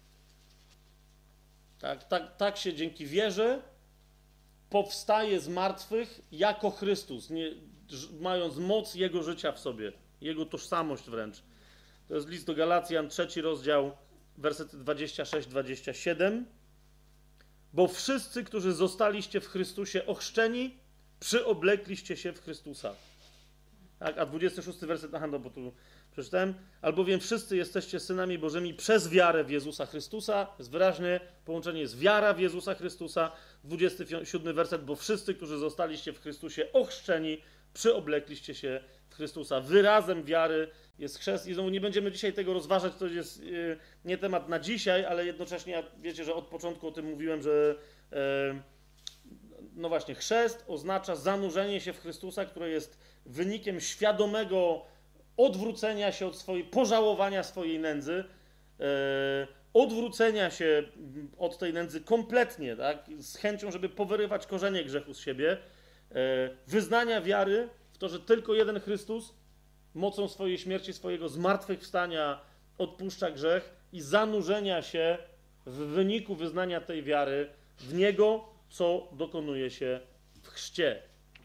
Tak, tak, tak się dzięki wierze powstaje z martwych jako Chrystus, nie, mając moc Jego życia w sobie, Jego tożsamość wręcz. To jest list do Galacjan, trzeci rozdział, wersety dwadzieścia sześć dwadzieścia siedem. Bo wszyscy, którzy zostaliście w Chrystusie ochrzczeni, przyoblekliście się w Chrystusa. Tak, a dwudziesty szósty werset, aha, no bo tu przeczytałem. Albowiem wszyscy jesteście synami Bożymi przez wiarę w Jezusa Chrystusa. Jest wyraźne połączenie, jest wiara w Jezusa Chrystusa. dwudziesty siódmy werset, bo wszyscy, którzy zostaliście w Chrystusie ochrzczeni, przyoblekliście się w Chrystusa. Wyrazem wiary jest chrzest. I znowu nie będziemy dzisiaj tego rozważać, to jest yy, nie temat na dzisiaj, ale jednocześnie wiecie, że od początku o tym mówiłem, że yy, no właśnie, chrzest oznacza zanurzenie się w Chrystusa, które jest wynikiem świadomego odwrócenia się od swojej, pożałowania swojej nędzy, yy, odwrócenia się od tej nędzy kompletnie, tak? Z chęcią, żeby powyrywać korzenie grzechu z siebie, yy, wyznania wiary w to, że tylko jeden Chrystus mocą swojej śmierci, swojego zmartwychwstania odpuszcza grzech i zanurzenia się w wyniku wyznania tej wiary w Niego, co dokonuje się w chrzcie.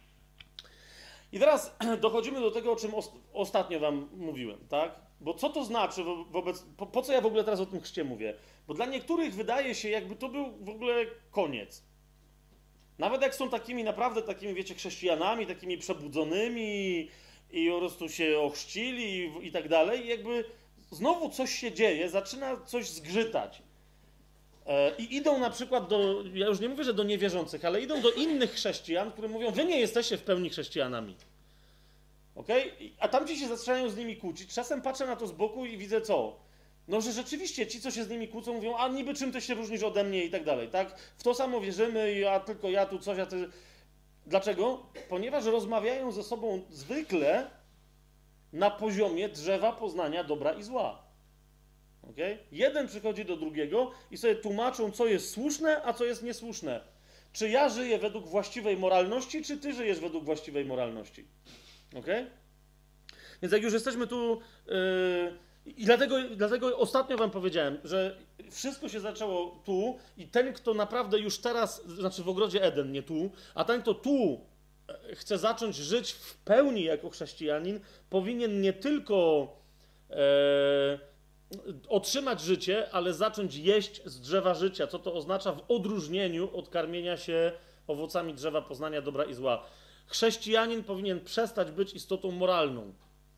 I teraz dochodzimy do tego, o czym os- ostatnio wam mówiłem, tak? Bo co to znaczy wo- wobec... Po, po co ja w ogóle teraz o tym chrzcie mówię? Bo dla niektórych wydaje się, jakby to był w ogóle koniec. Nawet jak są takimi naprawdę takimi, wiecie, chrześcijanami, takimi przebudzonymi i po prostu się ochrzcili i, i tak dalej, i jakby znowu coś się dzieje, zaczyna coś zgrzytać. I idą na przykład do, ja już nie mówię, że do niewierzących, ale idą do innych chrześcijan, którzy mówią, wy nie jesteście w pełni chrześcijanami. Okej? Okay? A tamci się zaczynają z nimi kłócić. Czasem patrzę na to z boku i widzę co? No, że rzeczywiście ci, co się z nimi kłócą, mówią, a niby czym ty się różnisz ode mnie i tak dalej, tak? W to samo wierzymy, a tylko ja tu coś, a ty... Dlaczego? Ponieważ rozmawiają ze sobą zwykle na poziomie drzewa poznania dobra i zła. Okay? Jeden przychodzi do drugiego i sobie tłumaczą, co jest słuszne, a co jest niesłuszne. Czy ja żyję według właściwej moralności, czy ty żyjesz według właściwej moralności. Okay? Więc jak już jesteśmy tu... Yy, I dlatego, dlatego ostatnio wam powiedziałem, że wszystko się zaczęło tu i ten, kto naprawdę już teraz, znaczy w ogrodzie Eden, nie tu, a ten, kto tu chce zacząć żyć w pełni jako chrześcijanin, powinien nie tylko... Yy, otrzymać życie, ale zacząć jeść z drzewa życia. Co to oznacza? W odróżnieniu od karmienia się owocami drzewa poznania dobra i zła. Chrześcijanin powinien przestać być istotą moralną.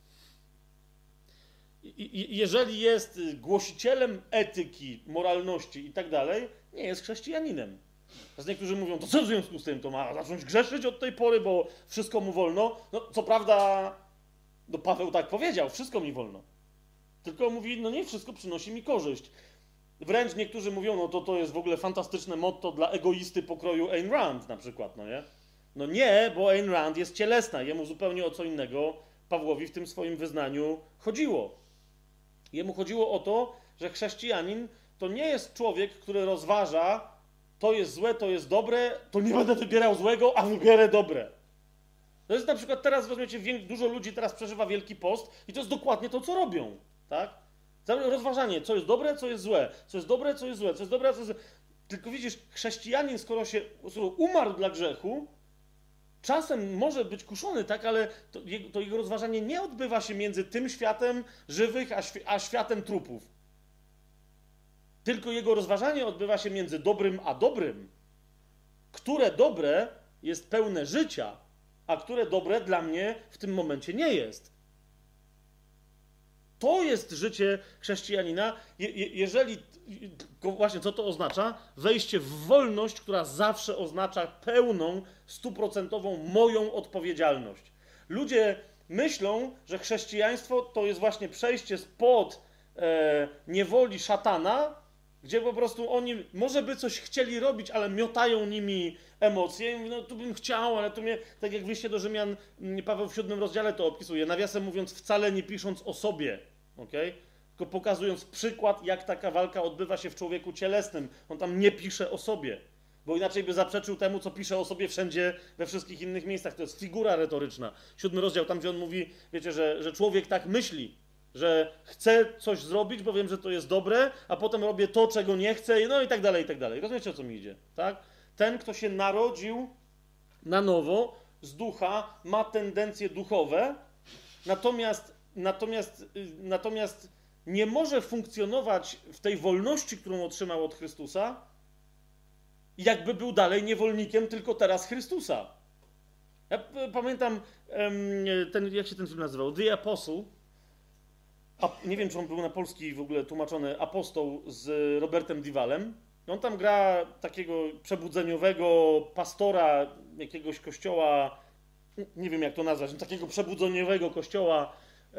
I, i, jeżeli jest głosicielem etyki, moralności i tak dalej, nie jest chrześcijaninem. Teraz niektórzy mówią, to co w związku z tym? To ma zacząć grzeszyć od tej pory, bo wszystko mu wolno. No, co prawda, no Paweł tak powiedział, wszystko mi wolno. Tylko mówi, no nie wszystko przynosi mi korzyść. Wręcz niektórzy mówią, no to to jest w ogóle fantastyczne motto dla egoisty pokroju Ayn Rand na przykład, no nie? No nie, bo Ayn Rand jest cielesna, jemu zupełnie o co innego Pawłowi w tym swoim wyznaniu chodziło. Jemu chodziło o to, że chrześcijanin to nie jest człowiek, który rozważa, to jest złe, to jest dobre, to nie będę wybierał złego, a wybiorę dobre. To jest na przykład teraz, rozumiecie, dużo ludzi teraz przeżywa Wielki Post i to jest dokładnie to, co robią. Tak? Rozważanie, co jest dobre, co jest złe, co jest dobre, co jest złe, co jest dobre, co jest złe. Tylko widzisz, chrześcijanin, skoro się skoro umarł dla grzechu, czasem może być kuszony, tak, ale to jego, to jego rozważanie nie odbywa się między tym światem żywych, a, świ a światem trupów. Tylko jego rozważanie odbywa się między dobrym a dobrym. Które dobre jest pełne życia, a które dobre dla mnie w tym momencie nie jest. To jest życie chrześcijanina, je, je, jeżeli, właśnie co to oznacza? Wejście w wolność, która zawsze oznacza pełną, stuprocentową moją odpowiedzialność. Ludzie myślą, że chrześcijaństwo to jest właśnie przejście spod e, niewoli szatana, gdzie po prostu oni może by coś chcieli robić, ale miotają nimi emocje. I mówią, no tu bym chciał, ale tu mnie, tak jak w liście do Rzymian Paweł w siódmym rozdziale to opisuje, nawiasem mówiąc, wcale nie pisząc o sobie, okay? Tylko pokazując przykład, jak taka walka odbywa się w człowieku cielesnym. On tam nie pisze o sobie. Bo inaczej by zaprzeczył temu, co pisze o sobie wszędzie, we wszystkich innych miejscach. To jest figura retoryczna. Siódmy rozdział, tam gdzie on mówi, wiecie, że, że człowiek tak myśli, że chce coś zrobić, bo wiem, że to jest dobre, a potem robię to, czego nie chcę, no i tak dalej, i tak dalej. Rozumiecie, o co mi idzie, tak? Ten, kto się narodził na nowo z ducha, ma tendencje duchowe, natomiast, natomiast, natomiast nie może funkcjonować w tej wolności, którą otrzymał od Chrystusa, jakby był dalej niewolnikiem, tylko teraz Chrystusa. Ja pamiętam ten, jak się ten film nazywał? The Apostle. A, nie wiem, czy on był na polski w ogóle tłumaczony, Apostoł z Robertem Duvallem. On tam gra takiego przebudzeniowego pastora jakiegoś kościoła, nie wiem jak to nazwać, takiego przebudzeniowego kościoła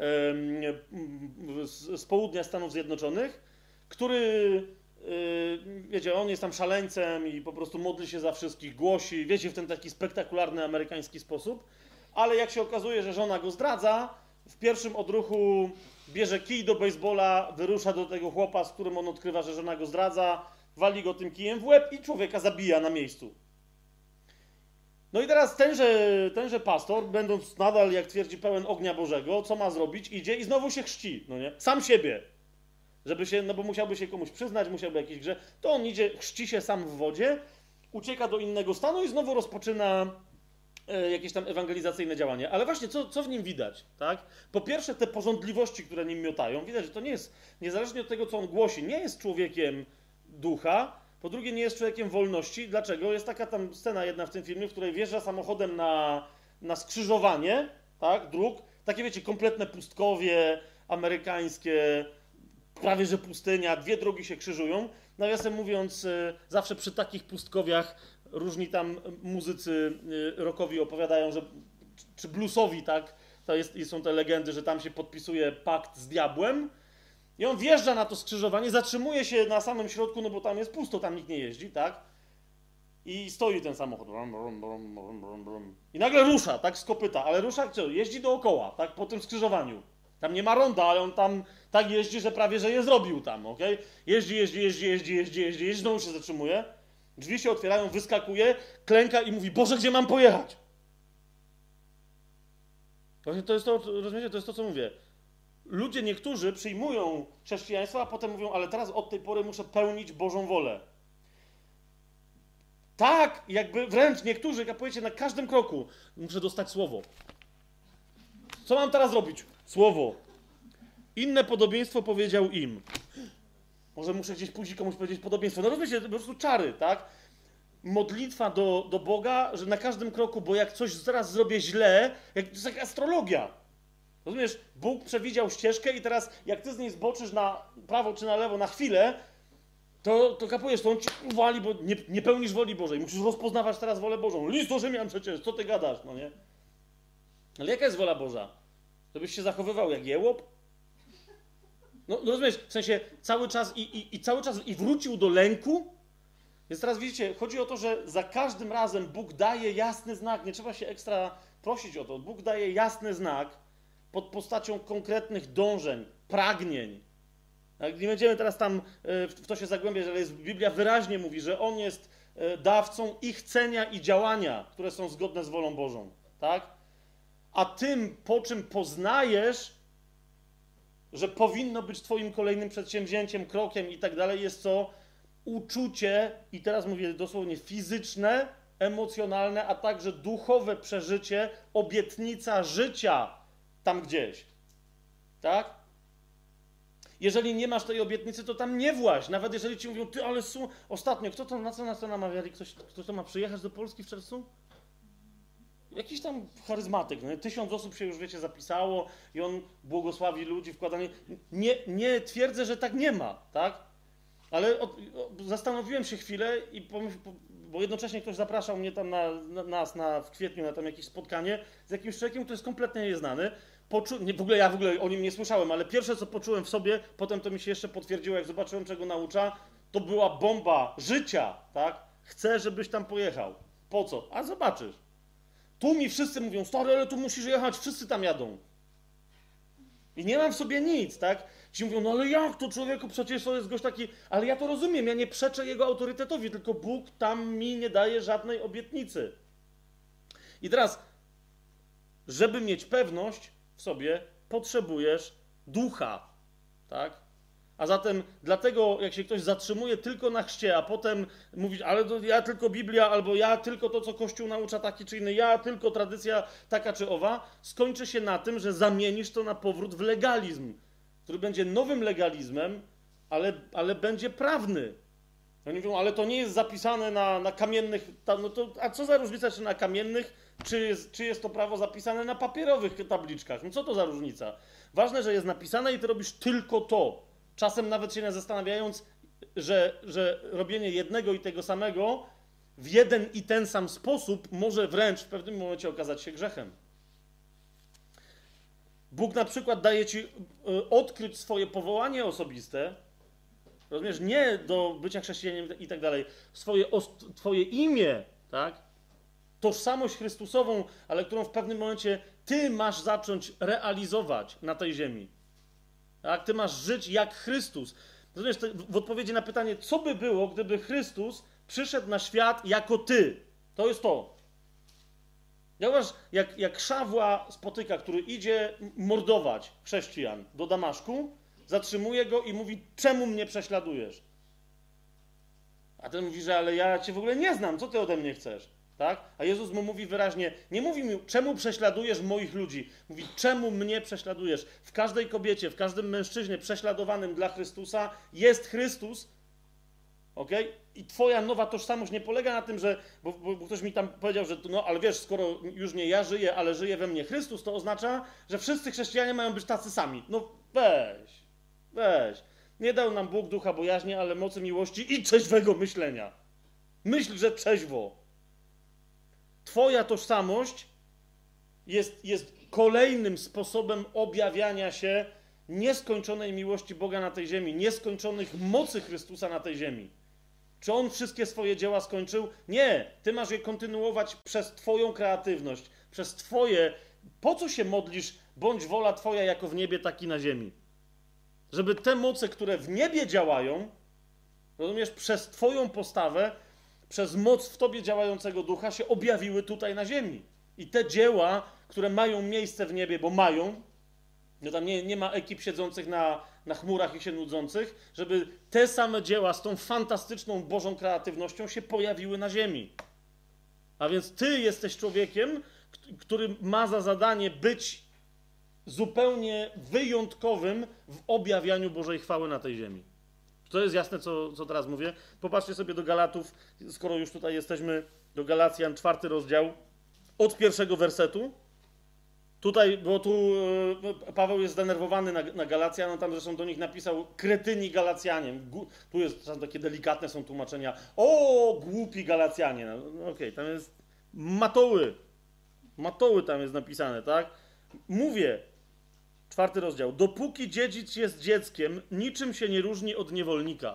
z, z południa Stanów Zjednoczonych, który, wiecie, on jest tam szaleńcem i po prostu modli się za wszystkich, głosi, wiecie, w ten taki spektakularny amerykański sposób, ale jak się okazuje, że żona go zdradza, w pierwszym odruchu bierze kij do bejsbola, wyrusza do tego chłopa, z którym on odkrywa, że żona go zdradza, wali go tym kijem w łeb i człowieka zabija na miejscu. No i teraz tenże, tenże pastor, będąc nadal, jak twierdzi, pełen ognia Bożego, co ma zrobić? Idzie i znowu się chrzci, no nie? Sam siebie. Żeby się, no bo musiałby się komuś przyznać, musiałby jakiś grzech. To on idzie, chrzci się sam w wodzie, ucieka do innego stanu i znowu rozpoczyna e, jakieś tam ewangelizacyjne działanie. Ale właśnie, co, co w nim widać, tak? Po pierwsze, te porządliwości, które nim miotają. Widać, że to nie jest, niezależnie od tego, co on głosi, nie jest człowiekiem ducha. Po drugie, nie jest człowiekiem wolności. Dlaczego? Jest taka tam scena jedna w tym filmie, w której wjeżdża samochodem na, na skrzyżowanie, tak, dróg. Takie, wiecie, kompletne pustkowie amerykańskie, prawie że pustynia, dwie drogi się krzyżują. Nawiasem mówiąc, zawsze przy takich pustkowiach różni tam muzycy rockowi opowiadają, że, czy bluesowi, tak, to jest, i są te legendy, że tam się podpisuje pakt z diabłem. I on wjeżdża na to skrzyżowanie, zatrzymuje się na samym środku, no bo tam jest pusto, tam nikt nie jeździ, tak? I stoi ten samochód. I nagle rusza, tak, z kopyta, ale rusza, co? Jeździ dookoła, tak, po tym skrzyżowaniu. Tam nie ma ronda, ale on tam tak jeździ, że prawie, że je zrobił tam, okej? Okay? Jeździ, jeździ, jeździ, jeździ, jeździ, jeździ, jeździ, znowu się zatrzymuje. Drzwi się otwierają, wyskakuje, klęka i mówi, Boże, gdzie mam pojechać? Właśnie to jest to, rozumiecie, to jest to, co mówię. Ludzie niektórzy przyjmują chrześcijaństwo, a potem mówią, ale teraz od tej pory muszę pełnić Bożą wolę. Tak, jakby wręcz niektórzy, jak powiecie, na każdym kroku muszę dostać słowo. Co mam teraz robić? Słowo. Inne podobieństwo powiedział im. Może muszę gdzieś pójść i komuś powiedzieć podobieństwo. No rozumiecie, po prostu czary, tak? Modlitwa do, do Boga, że na każdym kroku, bo jak coś zaraz zrobię źle, jak, to jest jak astrologia. Rozumiesz, Bóg przewidział ścieżkę i teraz jak ty z niej zboczysz na prawo czy na lewo na chwilę, to, to kapujesz, to on ci uwali, bo nie, nie pełnisz woli Bożej. Musisz rozpoznawać teraz wolę Bożą. List do Rzymian przecież, co ty gadasz, no nie? Ale jaka jest wola Boża? Żebyś się zachowywał jak jełop? No, no rozumiesz, w sensie cały czas i, i, i cały czas i wrócił do lęku? Więc teraz widzicie, chodzi o to, że za każdym razem Bóg daje jasny znak. Nie trzeba się ekstra prosić o to. Bóg daje jasny znak pod postacią konkretnych dążeń, pragnień. Nie będziemy teraz tam w to się zagłębiać, ale jest, Biblia wyraźnie mówi, że On jest dawcą i chcenia, i działania, które są zgodne z wolą Bożą. Tak? A tym, po czym poznajesz, że powinno być twoim kolejnym przedsięwzięciem, krokiem i tak dalej, jest co? Uczucie, i teraz mówię dosłownie fizyczne, emocjonalne, a także duchowe przeżycie, obietnica życia tam gdzieś. Tak? Jeżeli nie masz tej obietnicy, to tam nie właź. Nawet jeżeli ci mówią, ty, ale su... Ostatnio, kto to, na co nas to namawiali? Ktoś, kto to ma przyjechać do Polski w czerwcu? Jakiś tam charyzmatyk. No, tysiąc osób się już, wiecie, zapisało i on błogosławi ludzi, wkładanie... Nie, nie twierdzę, że tak nie ma, tak? Ale od, od, zastanowiłem się chwilę i pomyśl, bo jednocześnie ktoś zapraszał mnie tam na, na nas na, w kwietniu na tam jakieś spotkanie z jakimś człowiekiem, który jest kompletnie nieznany. Poczu... Nie, w ogóle ja w ogóle o nim nie słyszałem, ale pierwsze, co poczułem w sobie, potem to mi się jeszcze potwierdziło, jak zobaczyłem, czego naucza, to była bomba życia, tak? Chcę, żebyś tam pojechał. Po co? A zobaczysz. Tu mi wszyscy mówią, stary, ale tu musisz jechać, wszyscy tam jadą. I nie mam w sobie nic, tak? Ci mówią, no ale jak to, człowieku, przecież to jest gość taki... Ale ja to rozumiem, ja nie przeczę jego autorytetowi, tylko Bóg tam mi nie daje żadnej obietnicy. I teraz, żeby mieć pewność w sobie, potrzebujesz ducha, tak? A zatem dlatego, jak się ktoś zatrzymuje tylko na chrzcie, a potem mówi, ale to ja tylko Biblia, albo ja tylko to, co Kościół naucza, taki czy inny, ja tylko tradycja taka czy owa, skończy się na tym, że zamienisz to na powrót w legalizm, który będzie nowym legalizmem, ale, ale będzie prawny. Oni mówią, ale to nie jest zapisane na, na kamiennych, no to, a co za różnica, czy na kamiennych, czy jest, czy jest to prawo zapisane na papierowych tabliczkach? No co to za różnica? Ważne, że jest napisane i ty robisz tylko to. Czasem nawet się nie zastanawiając, że, że robienie jednego i tego samego w jeden i ten sam sposób może wręcz w pewnym momencie okazać się grzechem. Bóg na przykład daje ci odkryć swoje powołanie osobiste, rozumiesz, nie do bycia chrześcijaninem i tak dalej, swoje, twoje imię, tak? Tożsamość Chrystusową, ale którą w pewnym momencie ty masz zacząć realizować na tej ziemi. Tak? Ty masz żyć jak Chrystus. Rozumiesz, w odpowiedzi na pytanie, co by było, gdyby Chrystus przyszedł na świat jako ty? To jest to. Zauważ, jak, jak Szawła spotyka, który idzie mordować chrześcijan do Damaszku, zatrzymuje go i mówi, czemu mnie prześladujesz? A ten mówi, że ale ja cię w ogóle nie znam, co ty ode mnie chcesz? Tak? A Jezus mu mówi wyraźnie, nie mówi mi, czemu prześladujesz moich ludzi? Mówi, czemu mnie prześladujesz? W każdej kobiecie, w każdym mężczyźnie prześladowanym dla Chrystusa jest Chrystus. Okay? I twoja nowa tożsamość nie polega na tym, że, bo, bo, bo ktoś mi tam powiedział, że no ale wiesz, skoro już nie ja żyję, ale żyje we mnie Chrystus, to oznacza, że wszyscy chrześcijanie mają być tacy sami. No weź, weź. Nie dał nam Bóg ducha bojaźni, ale mocy miłości i trzeźwego myślenia. Myśl, że trzeźwo. Twoja tożsamość jest, jest kolejnym sposobem objawiania się nieskończonej miłości Boga na tej ziemi, nieskończonych mocy Chrystusa na tej ziemi. Czy On wszystkie swoje dzieła skończył? Nie. Ty masz je kontynuować przez twoją kreatywność, przez twoje... Po co się modlisz? Bądź wola twoja jako w niebie, tak i na ziemi. Żeby te moce, które w niebie działają, rozumiesz, przez twoją postawę, przez moc w tobie działającego ducha się objawiły tutaj na ziemi. I te dzieła, które mają miejsce w niebie, bo mają, no tam nie, nie ma ekip siedzących na, na chmurach i się nudzących, żeby te same dzieła z tą fantastyczną Bożą kreatywnością się pojawiły na ziemi. A więc ty jesteś człowiekiem, który ma za zadanie być zupełnie wyjątkowym w objawianiu Bożej chwały na tej ziemi. To jest jasne, co, co teraz mówię. Popatrzcie sobie do Galatów, skoro już tutaj jesteśmy, do Galacjan, czwarty rozdział, od pierwszego wersetu. Tutaj, bo tu e, Paweł jest zdenerwowany na, na Galacjan, on tam zresztą do nich napisał kretyni Galacjanie. Gu, tu jest, tam takie delikatne są tłumaczenia. O, głupi Galacjanie. No, no, Okej, okay, tam jest matoły. Matoły tam jest napisane, tak? Mówię, czwarty rozdział. Dopóki dziedzic jest dzieckiem, niczym się nie różni od niewolnika.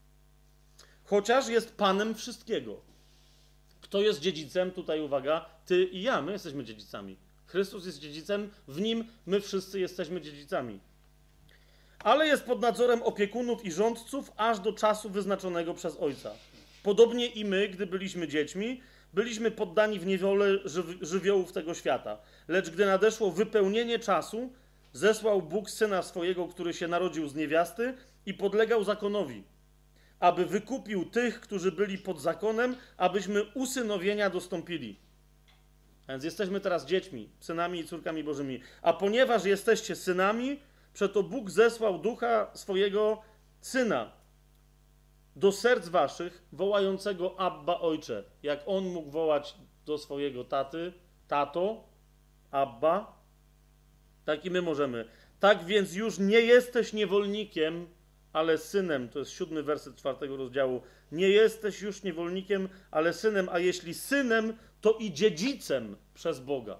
Chociaż jest panem wszystkiego. Kto jest dziedzicem? Tutaj uwaga, ty i ja, my jesteśmy dziedzicami. Chrystus jest dziedzicem, w Nim my wszyscy jesteśmy dziedzicami. Ale jest pod nadzorem opiekunów i rządców aż do czasu wyznaczonego przez Ojca. Podobnie i my, gdy byliśmy dziećmi, byliśmy poddani w niewolę żyw- żywiołów tego świata. Lecz gdy nadeszło wypełnienie czasu, zesłał Bóg Syna swojego, który się narodził z niewiasty i podlegał zakonowi, aby wykupił tych, którzy byli pod zakonem, abyśmy usynowienia dostąpili. A więc jesteśmy teraz dziećmi, synami i córkami Bożymi. A ponieważ jesteście synami, przeto Bóg zesłał Ducha swojego Syna do serc waszych, wołającego Abba, Ojcze. Jak On mógł wołać do swojego taty, tato, Abba, tak i my możemy. Tak więc już nie jesteś niewolnikiem, ale synem. To jest siódmy werset czwartego rozdziału. Nie jesteś już niewolnikiem, ale synem, a jeśli synem, to i dziedzicem przez Boga.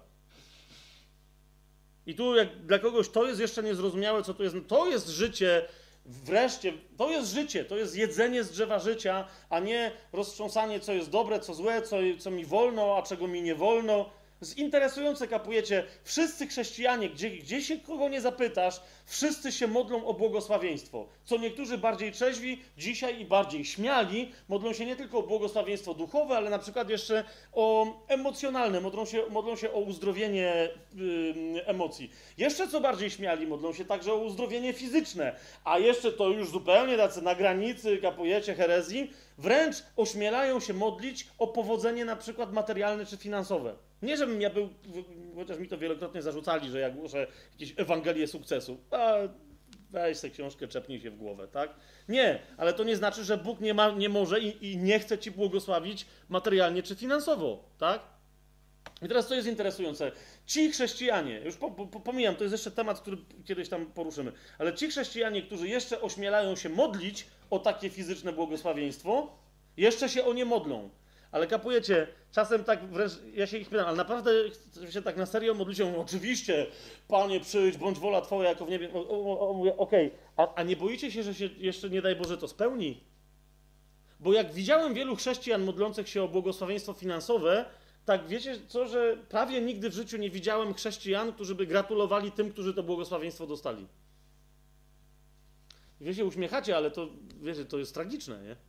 I tu jak dla kogoś to jest jeszcze niezrozumiałe, co to jest. To jest życie, wreszcie, to jest życie, to jest jedzenie z drzewa życia, a nie roztrząsanie, co jest dobre, co złe, co, co mi wolno, a czego mi nie wolno. Zinteresujące, kapujecie, wszyscy chrześcijanie, gdzie, gdzie się kogo nie zapytasz, wszyscy się modlą o błogosławieństwo. Co niektórzy bardziej trzeźwi, dzisiaj i bardziej śmiali, modlą się nie tylko o błogosławieństwo duchowe, ale na przykład jeszcze o emocjonalne, modlą się, modlą się o uzdrowienie yy, emocji. Jeszcze co bardziej śmiali, modlą się także o uzdrowienie fizyczne, a jeszcze to już zupełnie tacy na granicy, kapujecie, herezji, wręcz ośmielają się modlić o powodzenie na przykład materialne czy finansowe. Nie, żebym ja był, chociaż mi to wielokrotnie zarzucali, że ja głoszę jakieś Ewangelię sukcesu. A weź sobie książkę, czepnij się w głowę, tak? Nie, ale to nie znaczy, że Bóg nie, ma, nie może i, i nie chce ci błogosławić materialnie czy finansowo, tak? I teraz co jest interesujące? Ci chrześcijanie, już po, po, pomijam, to jest jeszcze temat, który kiedyś tam poruszymy, ale ci chrześcijanie, którzy jeszcze ośmielają się modlić o takie fizyczne błogosławieństwo, jeszcze się o nie modlą. Ale kapujecie, czasem tak wręcz, ja się ich pytam, ale naprawdę się tak na serio modlicie? Oczywiście, Panie, przyjdź, bądź wola Twoja, jako w niebie. Okej, okay. a, a nie boicie się, że się jeszcze, nie daj Boże, to spełni? Bo jak widziałem wielu chrześcijan modlących się o błogosławieństwo finansowe, tak wiecie co, że prawie nigdy w życiu nie widziałem chrześcijan, którzy by gratulowali tym, którzy to błogosławieństwo dostali. Wy się uśmiechacie, ale to, wiecie, to jest tragiczne, nie?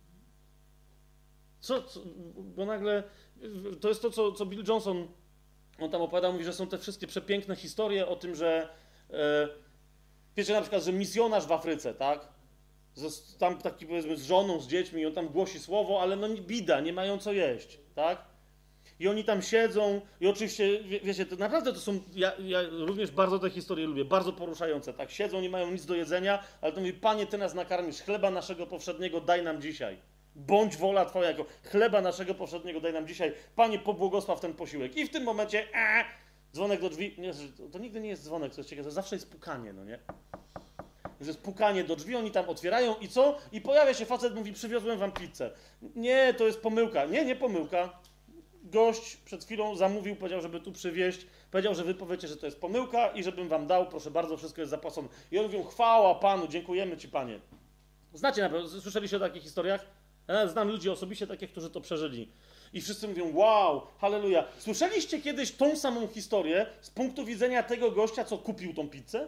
Co, co, bo nagle, to jest to, co, co Bill Johnson, on tam opowiada, mówi, że są te wszystkie przepiękne historie o tym, że e, wiecie na przykład, że misjonarz w Afryce, tak, z, tam taki powiedzmy z żoną, z dziećmi, on tam głosi słowo, ale no bida, nie mają co jeść, tak, i oni tam siedzą i oczywiście, wie, wiecie, to naprawdę to są, ja, ja również bardzo te historie lubię, bardzo poruszające, tak, siedzą, nie mają nic do jedzenia, ale to mówi, Panie, Ty nas nakarmisz, chleba naszego powszedniego daj nam dzisiaj. Bądź wola Twoja, jako chleba naszego powszedniego daj nam dzisiaj. Panie, pobłogosław ten posiłek. I w tym momencie a, dzwonek do drzwi. Nie, to nigdy nie jest dzwonek, co jest ciekawe, to zawsze jest pukanie, no nie? To jest pukanie do drzwi, oni tam otwierają i co? I pojawia się facet, mówi, przywiozłem wam pizzę. Nie, to jest pomyłka. Nie, nie pomyłka. Gość przed chwilą zamówił, powiedział, żeby tu przywieźć. Powiedział, że wy powiecie, że to jest pomyłka i żebym wam dał, proszę bardzo, wszystko jest zapłacone. I oni mówią, chwała Panu, dziękujemy Ci, Panie. Znacie na pewno, słyszeliście o takich historiach? Ja znam ludzi osobiście takich, którzy to przeżyli. I wszyscy mówią, wow, halleluja. Słyszeliście kiedyś tą samą historię z punktu widzenia tego gościa, co kupił tą pizzę?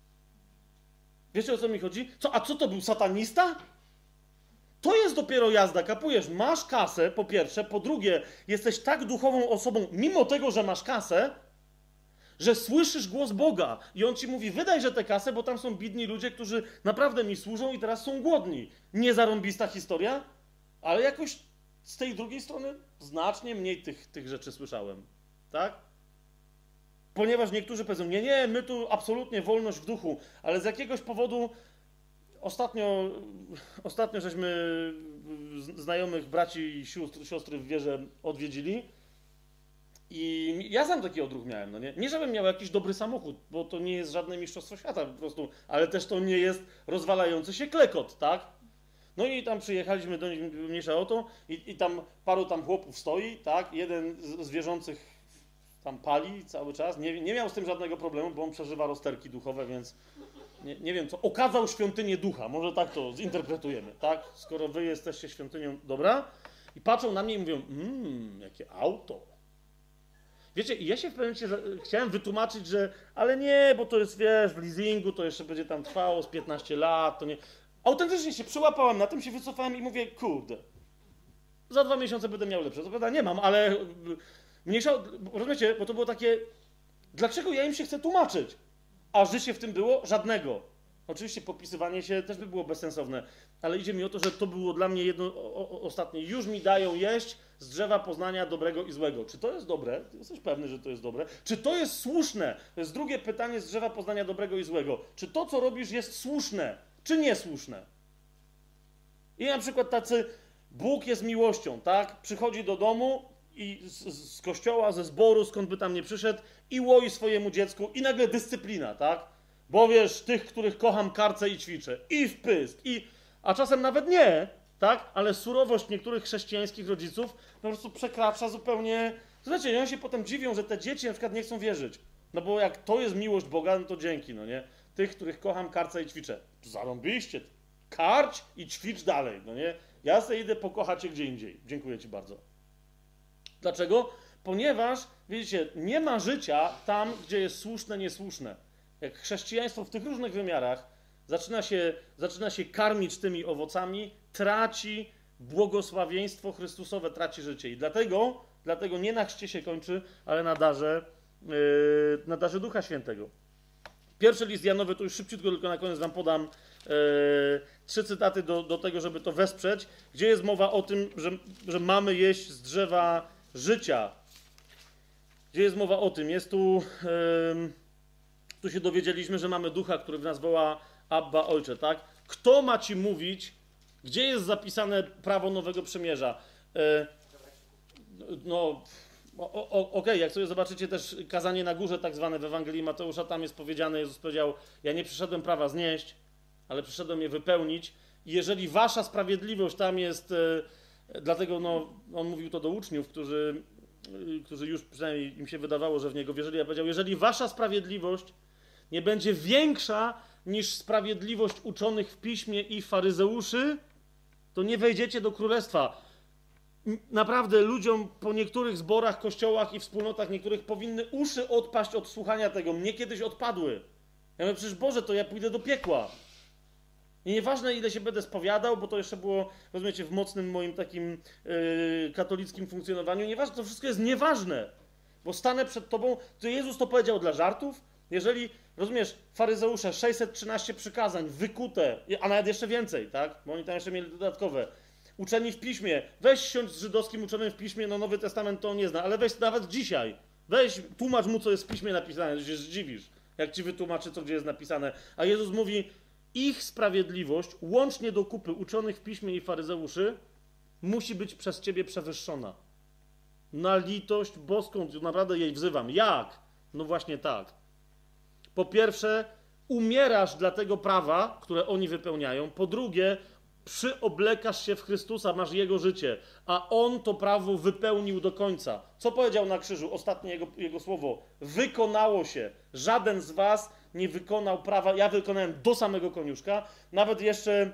Wiecie, o co mi chodzi? Co, a co to był, satanista? To jest dopiero jazda, kapujesz? Masz kasę, po pierwsze. Po drugie, jesteś tak duchową osobą, mimo tego, że masz kasę, że słyszysz głos Boga i On ci mówi, wydajże tę kasę, bo tam są biedni ludzie, którzy naprawdę mi służą i teraz są głodni. Niezarąbista historia? Ale jakoś z tej drugiej strony znacznie mniej tych, tych rzeczy słyszałem. Tak? Ponieważ niektórzy powiedzą, nie, nie, my tu absolutnie wolność w duchu, ale z jakiegoś powodu ostatnio, ostatnio żeśmy znajomych braci i sióstr, siostry w wierze odwiedzili i ja sam taki odruch miałem, no nie? Nie, żebym miał jakiś dobry samochód, bo to nie jest żadne mistrzostwo świata po prostu, ale też to nie jest rozwalający się klekot, tak? No i tam przyjechaliśmy do nich, mniejsza o to, i, i tam paru tam chłopów stoi, tak? Jeden z, z wierzących tam pali cały czas, nie, nie miał z tym żadnego problemu, bo on przeżywa rozterki duchowe, więc nie, nie wiem co, okazał świątynię ducha, może tak to zinterpretujemy, tak? Skoro wy jesteście świątynią, dobra? I patrzą na mnie i mówią, mmm, jakie auto. Wiecie, ja się w pewnym momencie chciałem wytłumaczyć, że ale nie, bo to jest, wiesz, w leasingu, to jeszcze będzie tam trwało z piętnaście lat, to nie... Autentycznie się przyłapałem na tym, się wycofałem i mówię, kurde, za dwa miesiące będę miał lepsze. To prawda, nie mam, ale mniejsza, rozumiecie, bo to było takie, dlaczego ja im się chcę tłumaczyć? A życie w tym było? Żadnego. Oczywiście popisywanie się też by było bezsensowne, ale idzie mi o to, że to było dla mnie jedno o, o, ostatnie. Już mi dają jeść z drzewa poznania dobrego i złego. Czy to jest dobre? Ty jesteś pewny, że to jest dobre? Czy to jest słuszne? To jest drugie pytanie z drzewa poznania dobrego i złego. Czy to, co robisz, jest słuszne, czy niesłuszne? I na przykład tacy, Bóg jest miłością, tak? Przychodzi do domu i z, z kościoła, ze zboru, skąd by tam nie przyszedł, i łoi swojemu dziecku i nagle dyscyplina, tak? Bo wiesz, tych, których kocham, karcę i ćwiczę. I w pysk, i... A czasem nawet nie, tak? Ale surowość niektórych chrześcijańskich rodziców po prostu przekracza zupełnie... Zobaczcie, oni się potem dziwią, że te dzieci na przykład nie chcą wierzyć. No bo jak to jest miłość Boga, no to dzięki, no nie? Tych, których kocham, karcę i ćwiczę. Zarąbiście. Karć i ćwicz dalej, no nie? Ja sobie idę pokochać cię gdzie indziej. Dziękuję ci bardzo. Dlaczego? Ponieważ, wiecie, nie ma życia tam, gdzie jest słuszne, niesłuszne. Jak chrześcijaństwo w tych różnych wymiarach zaczyna się, zaczyna się karmić tymi owocami, traci błogosławieństwo Chrystusowe, traci życie. I dlatego, dlatego nie na chrzcie się kończy, ale na darze, yy, na darze Ducha Świętego. Pierwszy list Janowy, to już szybciutko tylko na koniec wam podam yy, trzy cytaty do, do tego, żeby to wesprzeć, gdzie jest mowa o tym, że, że mamy jeść z drzewa życia. Gdzie jest mowa o tym? Jest tu, yy, tu się dowiedzieliśmy, że mamy Ducha, który w nas woła Abba, Ojcze, tak? Kto ma ci mówić, gdzie jest zapisane prawo Nowego Przymierza? Yy, no... Okej, okay, jak sobie zobaczycie też kazanie na górze tak zwane w Ewangelii Mateusza, tam jest powiedziane, Jezus powiedział, ja nie przyszedłem prawa znieść, ale przyszedłem je wypełnić i jeżeli wasza sprawiedliwość tam jest, e, dlatego no, on mówił to do uczniów, którzy, e, którzy już przynajmniej im się wydawało, że w Niego wierzyli, ja powiedział, jeżeli wasza sprawiedliwość nie będzie większa niż sprawiedliwość uczonych w Piśmie i faryzeuszy, to nie wejdziecie do Królestwa. Naprawdę ludziom po niektórych zborach, kościołach i wspólnotach niektórych powinny uszy odpaść od słuchania tego. Mnie kiedyś odpadły. Ja mówię, przecież Boże, to ja pójdę do piekła. I nieważne, ile się będę spowiadał, bo to jeszcze było, rozumiecie, w mocnym moim takim yy, katolickim funkcjonowaniu. Nieważne, to wszystko jest nieważne. Bo stanę przed tobą, to Jezus to powiedział dla żartów. Jeżeli, rozumiesz, faryzeusze, sześćset trzynaście przykazań, wykute, a nawet jeszcze więcej, tak? Bo oni tam jeszcze mieli dodatkowe. Uczeni w Piśmie, weź siądź z żydowskim uczonym w Piśmie, no Nowy Testament to on nie zna, ale weź nawet dzisiaj, weź, tłumacz mu, co jest w Piśmie napisane, to się zdziwisz, jak ci wytłumaczy, co gdzie jest napisane. A Jezus mówi, ich sprawiedliwość, łącznie do kupy uczonych w Piśmie i faryzeuszy, musi być przez ciebie przewyższona. Na litość boską, naprawdę jej wzywam. Jak? No właśnie tak. Po pierwsze, umierasz dla tego prawa, które oni wypełniają. Po drugie, przyoblekasz się w Chrystusa, masz Jego życie, a On to prawo wypełnił do końca. Co powiedział na krzyżu? Ostatnie Jego, jego słowo. Wykonało się. Żaden z was nie wykonał prawa. Ja wykonałem do samego koniuszka. Nawet jeszcze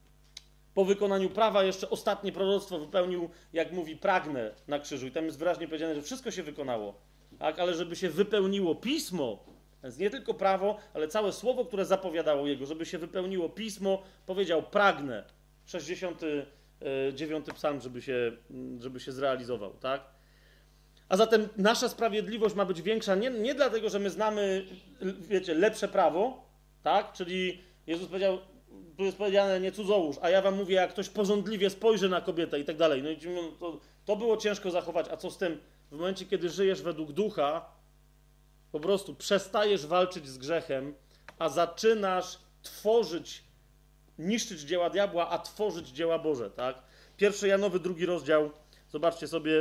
po wykonaniu prawa jeszcze ostatnie proroctwo wypełnił, jak mówi, pragnę na krzyżu. I tam jest wyraźnie powiedziane, że wszystko się wykonało. Tak? Ale żeby się wypełniło Pismo, więc nie tylko prawo, ale całe słowo, które zapowiadało Jego, żeby się wypełniło Pismo, powiedział pragnę. sześćdziesiąty dziewiąty psalm, żeby się, żeby się zrealizował, tak? A zatem nasza sprawiedliwość ma być większa nie, nie dlatego, że my znamy, wiecie, lepsze prawo, tak? Czyli Jezus powiedział, tu jest powiedziane nie cudzołóż, a ja wam mówię, jak ktoś porządliwie spojrzy na kobietę i tak dalej. No i to, to było ciężko zachować, a co z tym? W momencie, kiedy żyjesz według ducha, po prostu przestajesz walczyć z grzechem, a zaczynasz tworzyć, niszczyć dzieła diabła, a tworzyć dzieła Boże, tak? Pierwszy Janowy, drugi rozdział, zobaczcie sobie,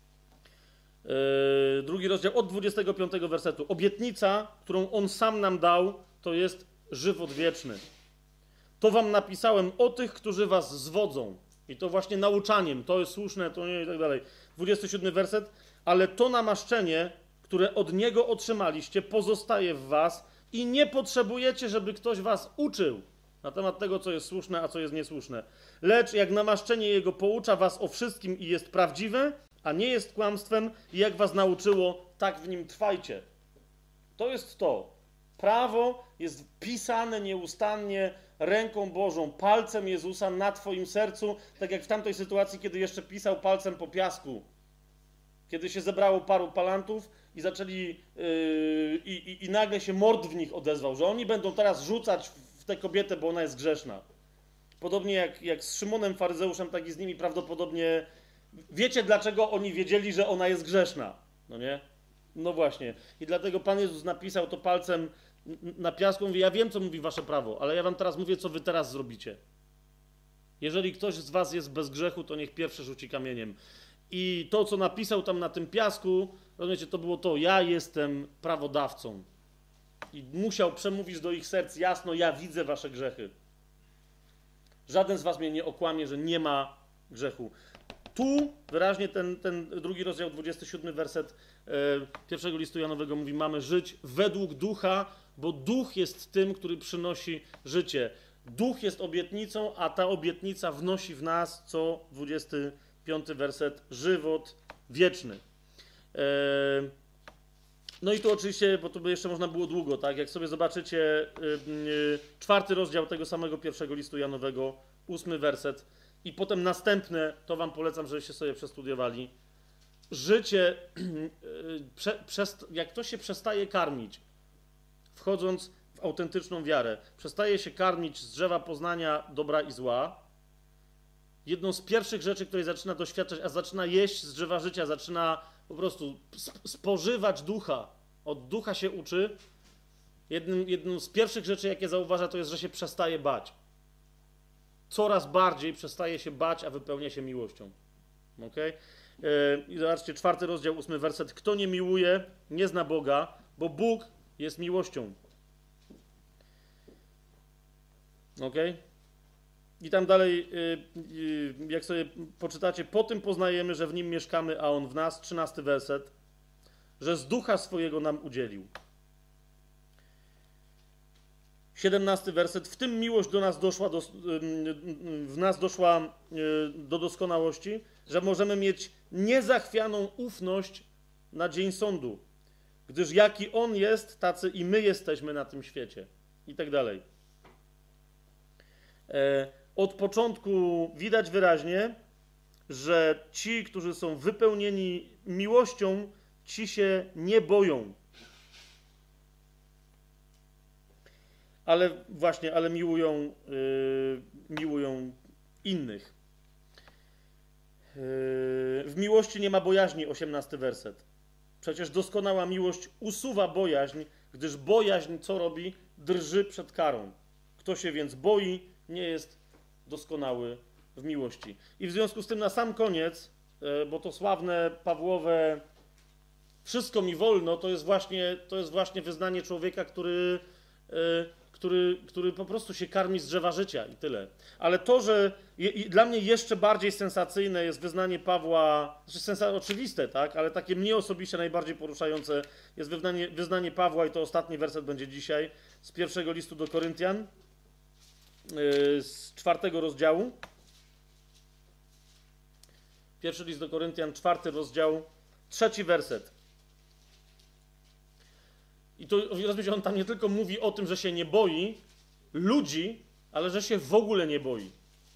yy, drugi rozdział od dwudziestego piątego wersetu. Obietnica, którą On sam nam dał, to jest żywot wieczny. To wam napisałem o tych, którzy was zwodzą. I to właśnie nauczaniem, to jest słuszne, to nie i tak dalej. dwudziesty siódmy werset. Ale to namaszczenie, które od Niego otrzymaliście, pozostaje w was i nie potrzebujecie, żeby ktoś was uczył na temat tego, co jest słuszne, a co jest niesłuszne. Lecz jak namaszczenie Jego poucza was o wszystkim i jest prawdziwe, a nie jest kłamstwem, i jak was nauczyło, tak w nim trwajcie. To jest to. Prawo jest pisane nieustannie ręką Bożą, palcem Jezusa na twoim sercu, tak jak w tamtej sytuacji, kiedy jeszcze pisał palcem po piasku. Kiedy się zebrało paru palantów i zaczęli yy, i, i, i nagle się mord w nich odezwał, że oni będą teraz rzucać w tę kobietę, bo ona jest grzeszna. Podobnie jak, jak z Szymonem faryzeuszem, tak i z nimi prawdopodobnie. Wiecie, dlaczego oni wiedzieli, że ona jest grzeszna, no nie? No właśnie. I dlatego Pan Jezus napisał to palcem na piasku. Mówi, ja wiem, co mówi wasze prawo, ale ja wam teraz mówię, co wy teraz zrobicie. Jeżeli ktoś z was jest bez grzechu, to niech pierwszy rzuci kamieniem. I to, co napisał tam na tym piasku, rozumiecie, to było to, ja jestem prawodawcą. I musiał przemówić do ich serc jasno, ja widzę wasze grzechy. Żaden z was mnie nie okłamie, że nie ma grzechu. Tu wyraźnie ten, ten drugi rozdział, dwudziesty siódmy werset e, pierwszego listu Janowego mówi, mamy żyć według ducha, bo duch jest tym, który przynosi życie. Duch jest obietnicą, a ta obietnica wnosi w nas, co dwudziesty piąty werset, żywot wieczny. No i tu oczywiście, bo tu by jeszcze można było długo, tak? Jak sobie zobaczycie czwarty rozdział tego samego pierwszego listu Janowego, ósmy werset i potem następne, to wam polecam, żebyście sobie przestudiowali. Życie, jak ktoś się przestaje karmić, wchodząc w autentyczną wiarę, przestaje się karmić z drzewa poznania dobra i zła, jedną z pierwszych rzeczy, której zaczyna doświadczać, a zaczyna jeść z drzewa życia, zaczyna po prostu spożywać ducha, od ducha się uczy, jednym, jedną z pierwszych rzeczy, jakie zauważa, to jest, że się przestaje bać. Coraz bardziej przestaje się bać, a wypełnia się miłością. Okay? I zobaczcie, czwarty rozdział, ósmy werset. Kto nie miłuje, nie zna Boga, bo Bóg jest miłością. Okej? Okay? I tam dalej, jak sobie poczytacie, po tym poznajemy, że w Nim mieszkamy, a On w nas, trzynasty werset, że z ducha swojego nam udzielił. siedemnasty werset, w tym miłość do nas doszła do, w nas doszła do doskonałości, że możemy mieć niezachwianą ufność na dzień sądu, gdyż jaki On jest, tacy i my jesteśmy na tym świecie. I tak dalej. Od początku widać wyraźnie, że ci, którzy są wypełnieni miłością, ci się nie boją. Ale właśnie, ale miłują, yy, miłują innych. Yy, w miłości nie ma bojaźni, osiemnasty werset. Przecież doskonała miłość usuwa bojaźń, gdyż bojaźń co robi? Drży przed karą. Kto się więc boi, nie jest doskonały w miłości. I w związku z tym na sam koniec, yy, bo to sławne Pawłowe wszystko mi wolno, to jest właśnie, to jest właśnie wyznanie człowieka, który... Yy, Który, który po prostu się karmi z drzewa życia i tyle. Ale to, że je, i dla mnie jeszcze bardziej sensacyjne jest wyznanie Pawła, znaczy sensa, oczywiste, tak, ale takie mnie osobiście najbardziej poruszające jest wyznanie, wyznanie Pawła, i to ostatni werset będzie dzisiaj, z pierwszego listu do Koryntian, yy, z czwartego rozdziału. Pierwszy list do Koryntian, czwarty rozdział, trzeci werset. I to, rozumiecie, on tam nie tylko mówi o tym, że się nie boi ludzi, ale że się w ogóle nie boi.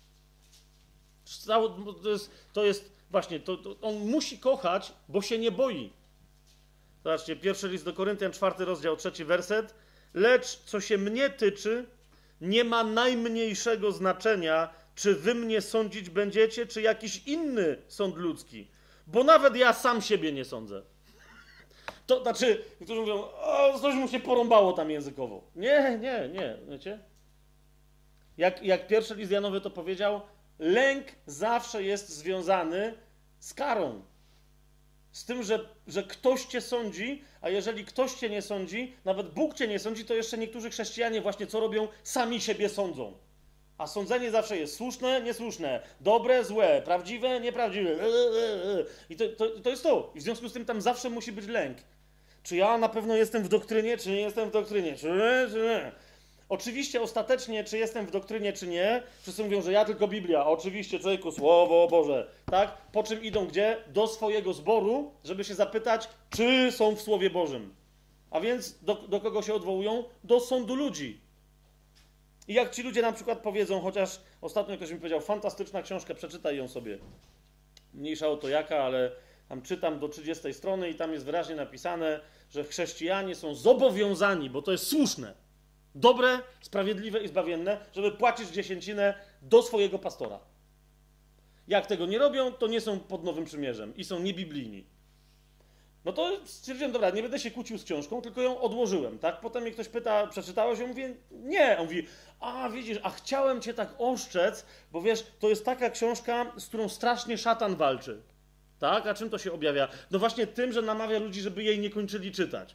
To jest, to jest właśnie, to, to on musi kochać, bo się nie boi. Zobaczcie, pierwszy list do Koryntian, czwarty rozdział, trzeci werset. Lecz co się mnie tyczy, nie ma najmniejszego znaczenia, czy wy mnie sądzić będziecie, czy jakiś inny sąd ludzki. Bo nawet ja sam siebie nie sądzę. To znaczy, niektórzy mówią, o, coś mu się porąbało tam językowo. Nie, nie, nie, wiecie? Jak, jak pierwszy list Janowy to powiedział, lęk zawsze jest związany z karą. Z tym, że, że ktoś cię sądzi, a jeżeli ktoś cię nie sądzi, nawet Bóg cię nie sądzi, to jeszcze niektórzy chrześcijanie właśnie co robią? Sami siebie sądzą. A sądzenie zawsze jest słuszne, niesłuszne, dobre, złe, prawdziwe, nieprawdziwe. I to, to, to jest to. I w związku z tym tam zawsze musi być lęk. Czy ja na pewno jestem w doktrynie, czy nie jestem w doktrynie? Czy nie, czy nie? Oczywiście ostatecznie, czy jestem w doktrynie, czy nie, wszyscy mówią, że ja tylko Biblia. Oczywiście, człowieku, Słowo Boże. Tak? Po czym idą gdzie? Do swojego zboru, żeby się zapytać, czy są w Słowie Bożym. A więc do, do kogo się odwołują? Do sądu ludzi. I jak ci ludzie na przykład powiedzą, chociaż ostatnio ktoś mi powiedział, fantastyczna książka, przeczytaj ją sobie. Mniejsza o to jaka, ale tam czytam do trzydziestej strony i tam jest wyraźnie napisane, że chrześcijanie są zobowiązani, bo to jest słuszne, dobre, sprawiedliwe i zbawienne, żeby płacić dziesięcinę do swojego pastora. Jak tego nie robią, to nie są pod Nowym Przymierzem i są niebiblijni. No to stwierdziłem, dobra, nie będę się kłócił z książką, tylko ją odłożyłem, tak? Potem mnie ktoś pyta, przeczytałeś? Ja mówię, nie. On mówi, a widzisz, a chciałem cię tak oszczec, bo wiesz, to jest taka książka, z którą strasznie szatan walczy. Tak? A czym to się objawia? No właśnie tym, że namawia ludzi, żeby jej nie kończyli czytać.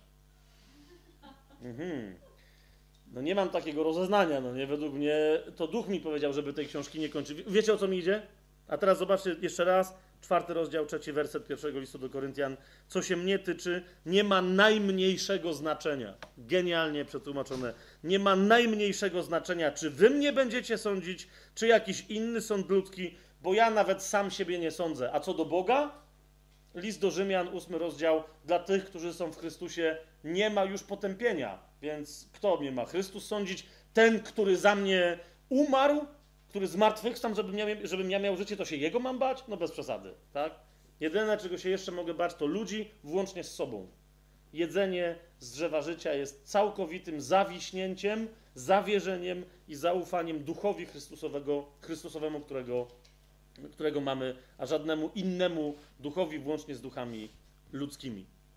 Mhm. No nie mam takiego rozeznania, no nie, według mnie to duch mi powiedział, żeby tej książki nie kończyć. Wiecie, o co mi idzie? A teraz zobaczcie jeszcze raz, czwarty rozdział, trzeci werset pierwszego listu do Koryntian. Co się mnie tyczy, nie ma najmniejszego znaczenia. Genialnie przetłumaczone. Nie ma najmniejszego znaczenia, czy wy mnie będziecie sądzić, czy jakiś inny sąd ludzki, bo ja nawet sam siebie nie sądzę. A co do Boga? list do Rzymian, ósmy rozdział, dla tych, którzy są w Chrystusie, nie ma już potępienia. Więc kto mnie ma? Chrystus sądzić? Ten, który za mnie umarł, który zmartwychwstał, żebym ja, żebym ja miał życie, to się jego mam bać? No bez przesady, tak? Jedyne, czego się jeszcze mogę bać, to ludzi, włącznie z sobą. Jedzenie z drzewa życia jest całkowitym zawiśnięciem, zawierzeniem i zaufaniem duchowi Chrystusowego, Chrystusowemu, którego, którego mamy, a żadnemu innemu duchowi, włącznie z duchami ludzkimi.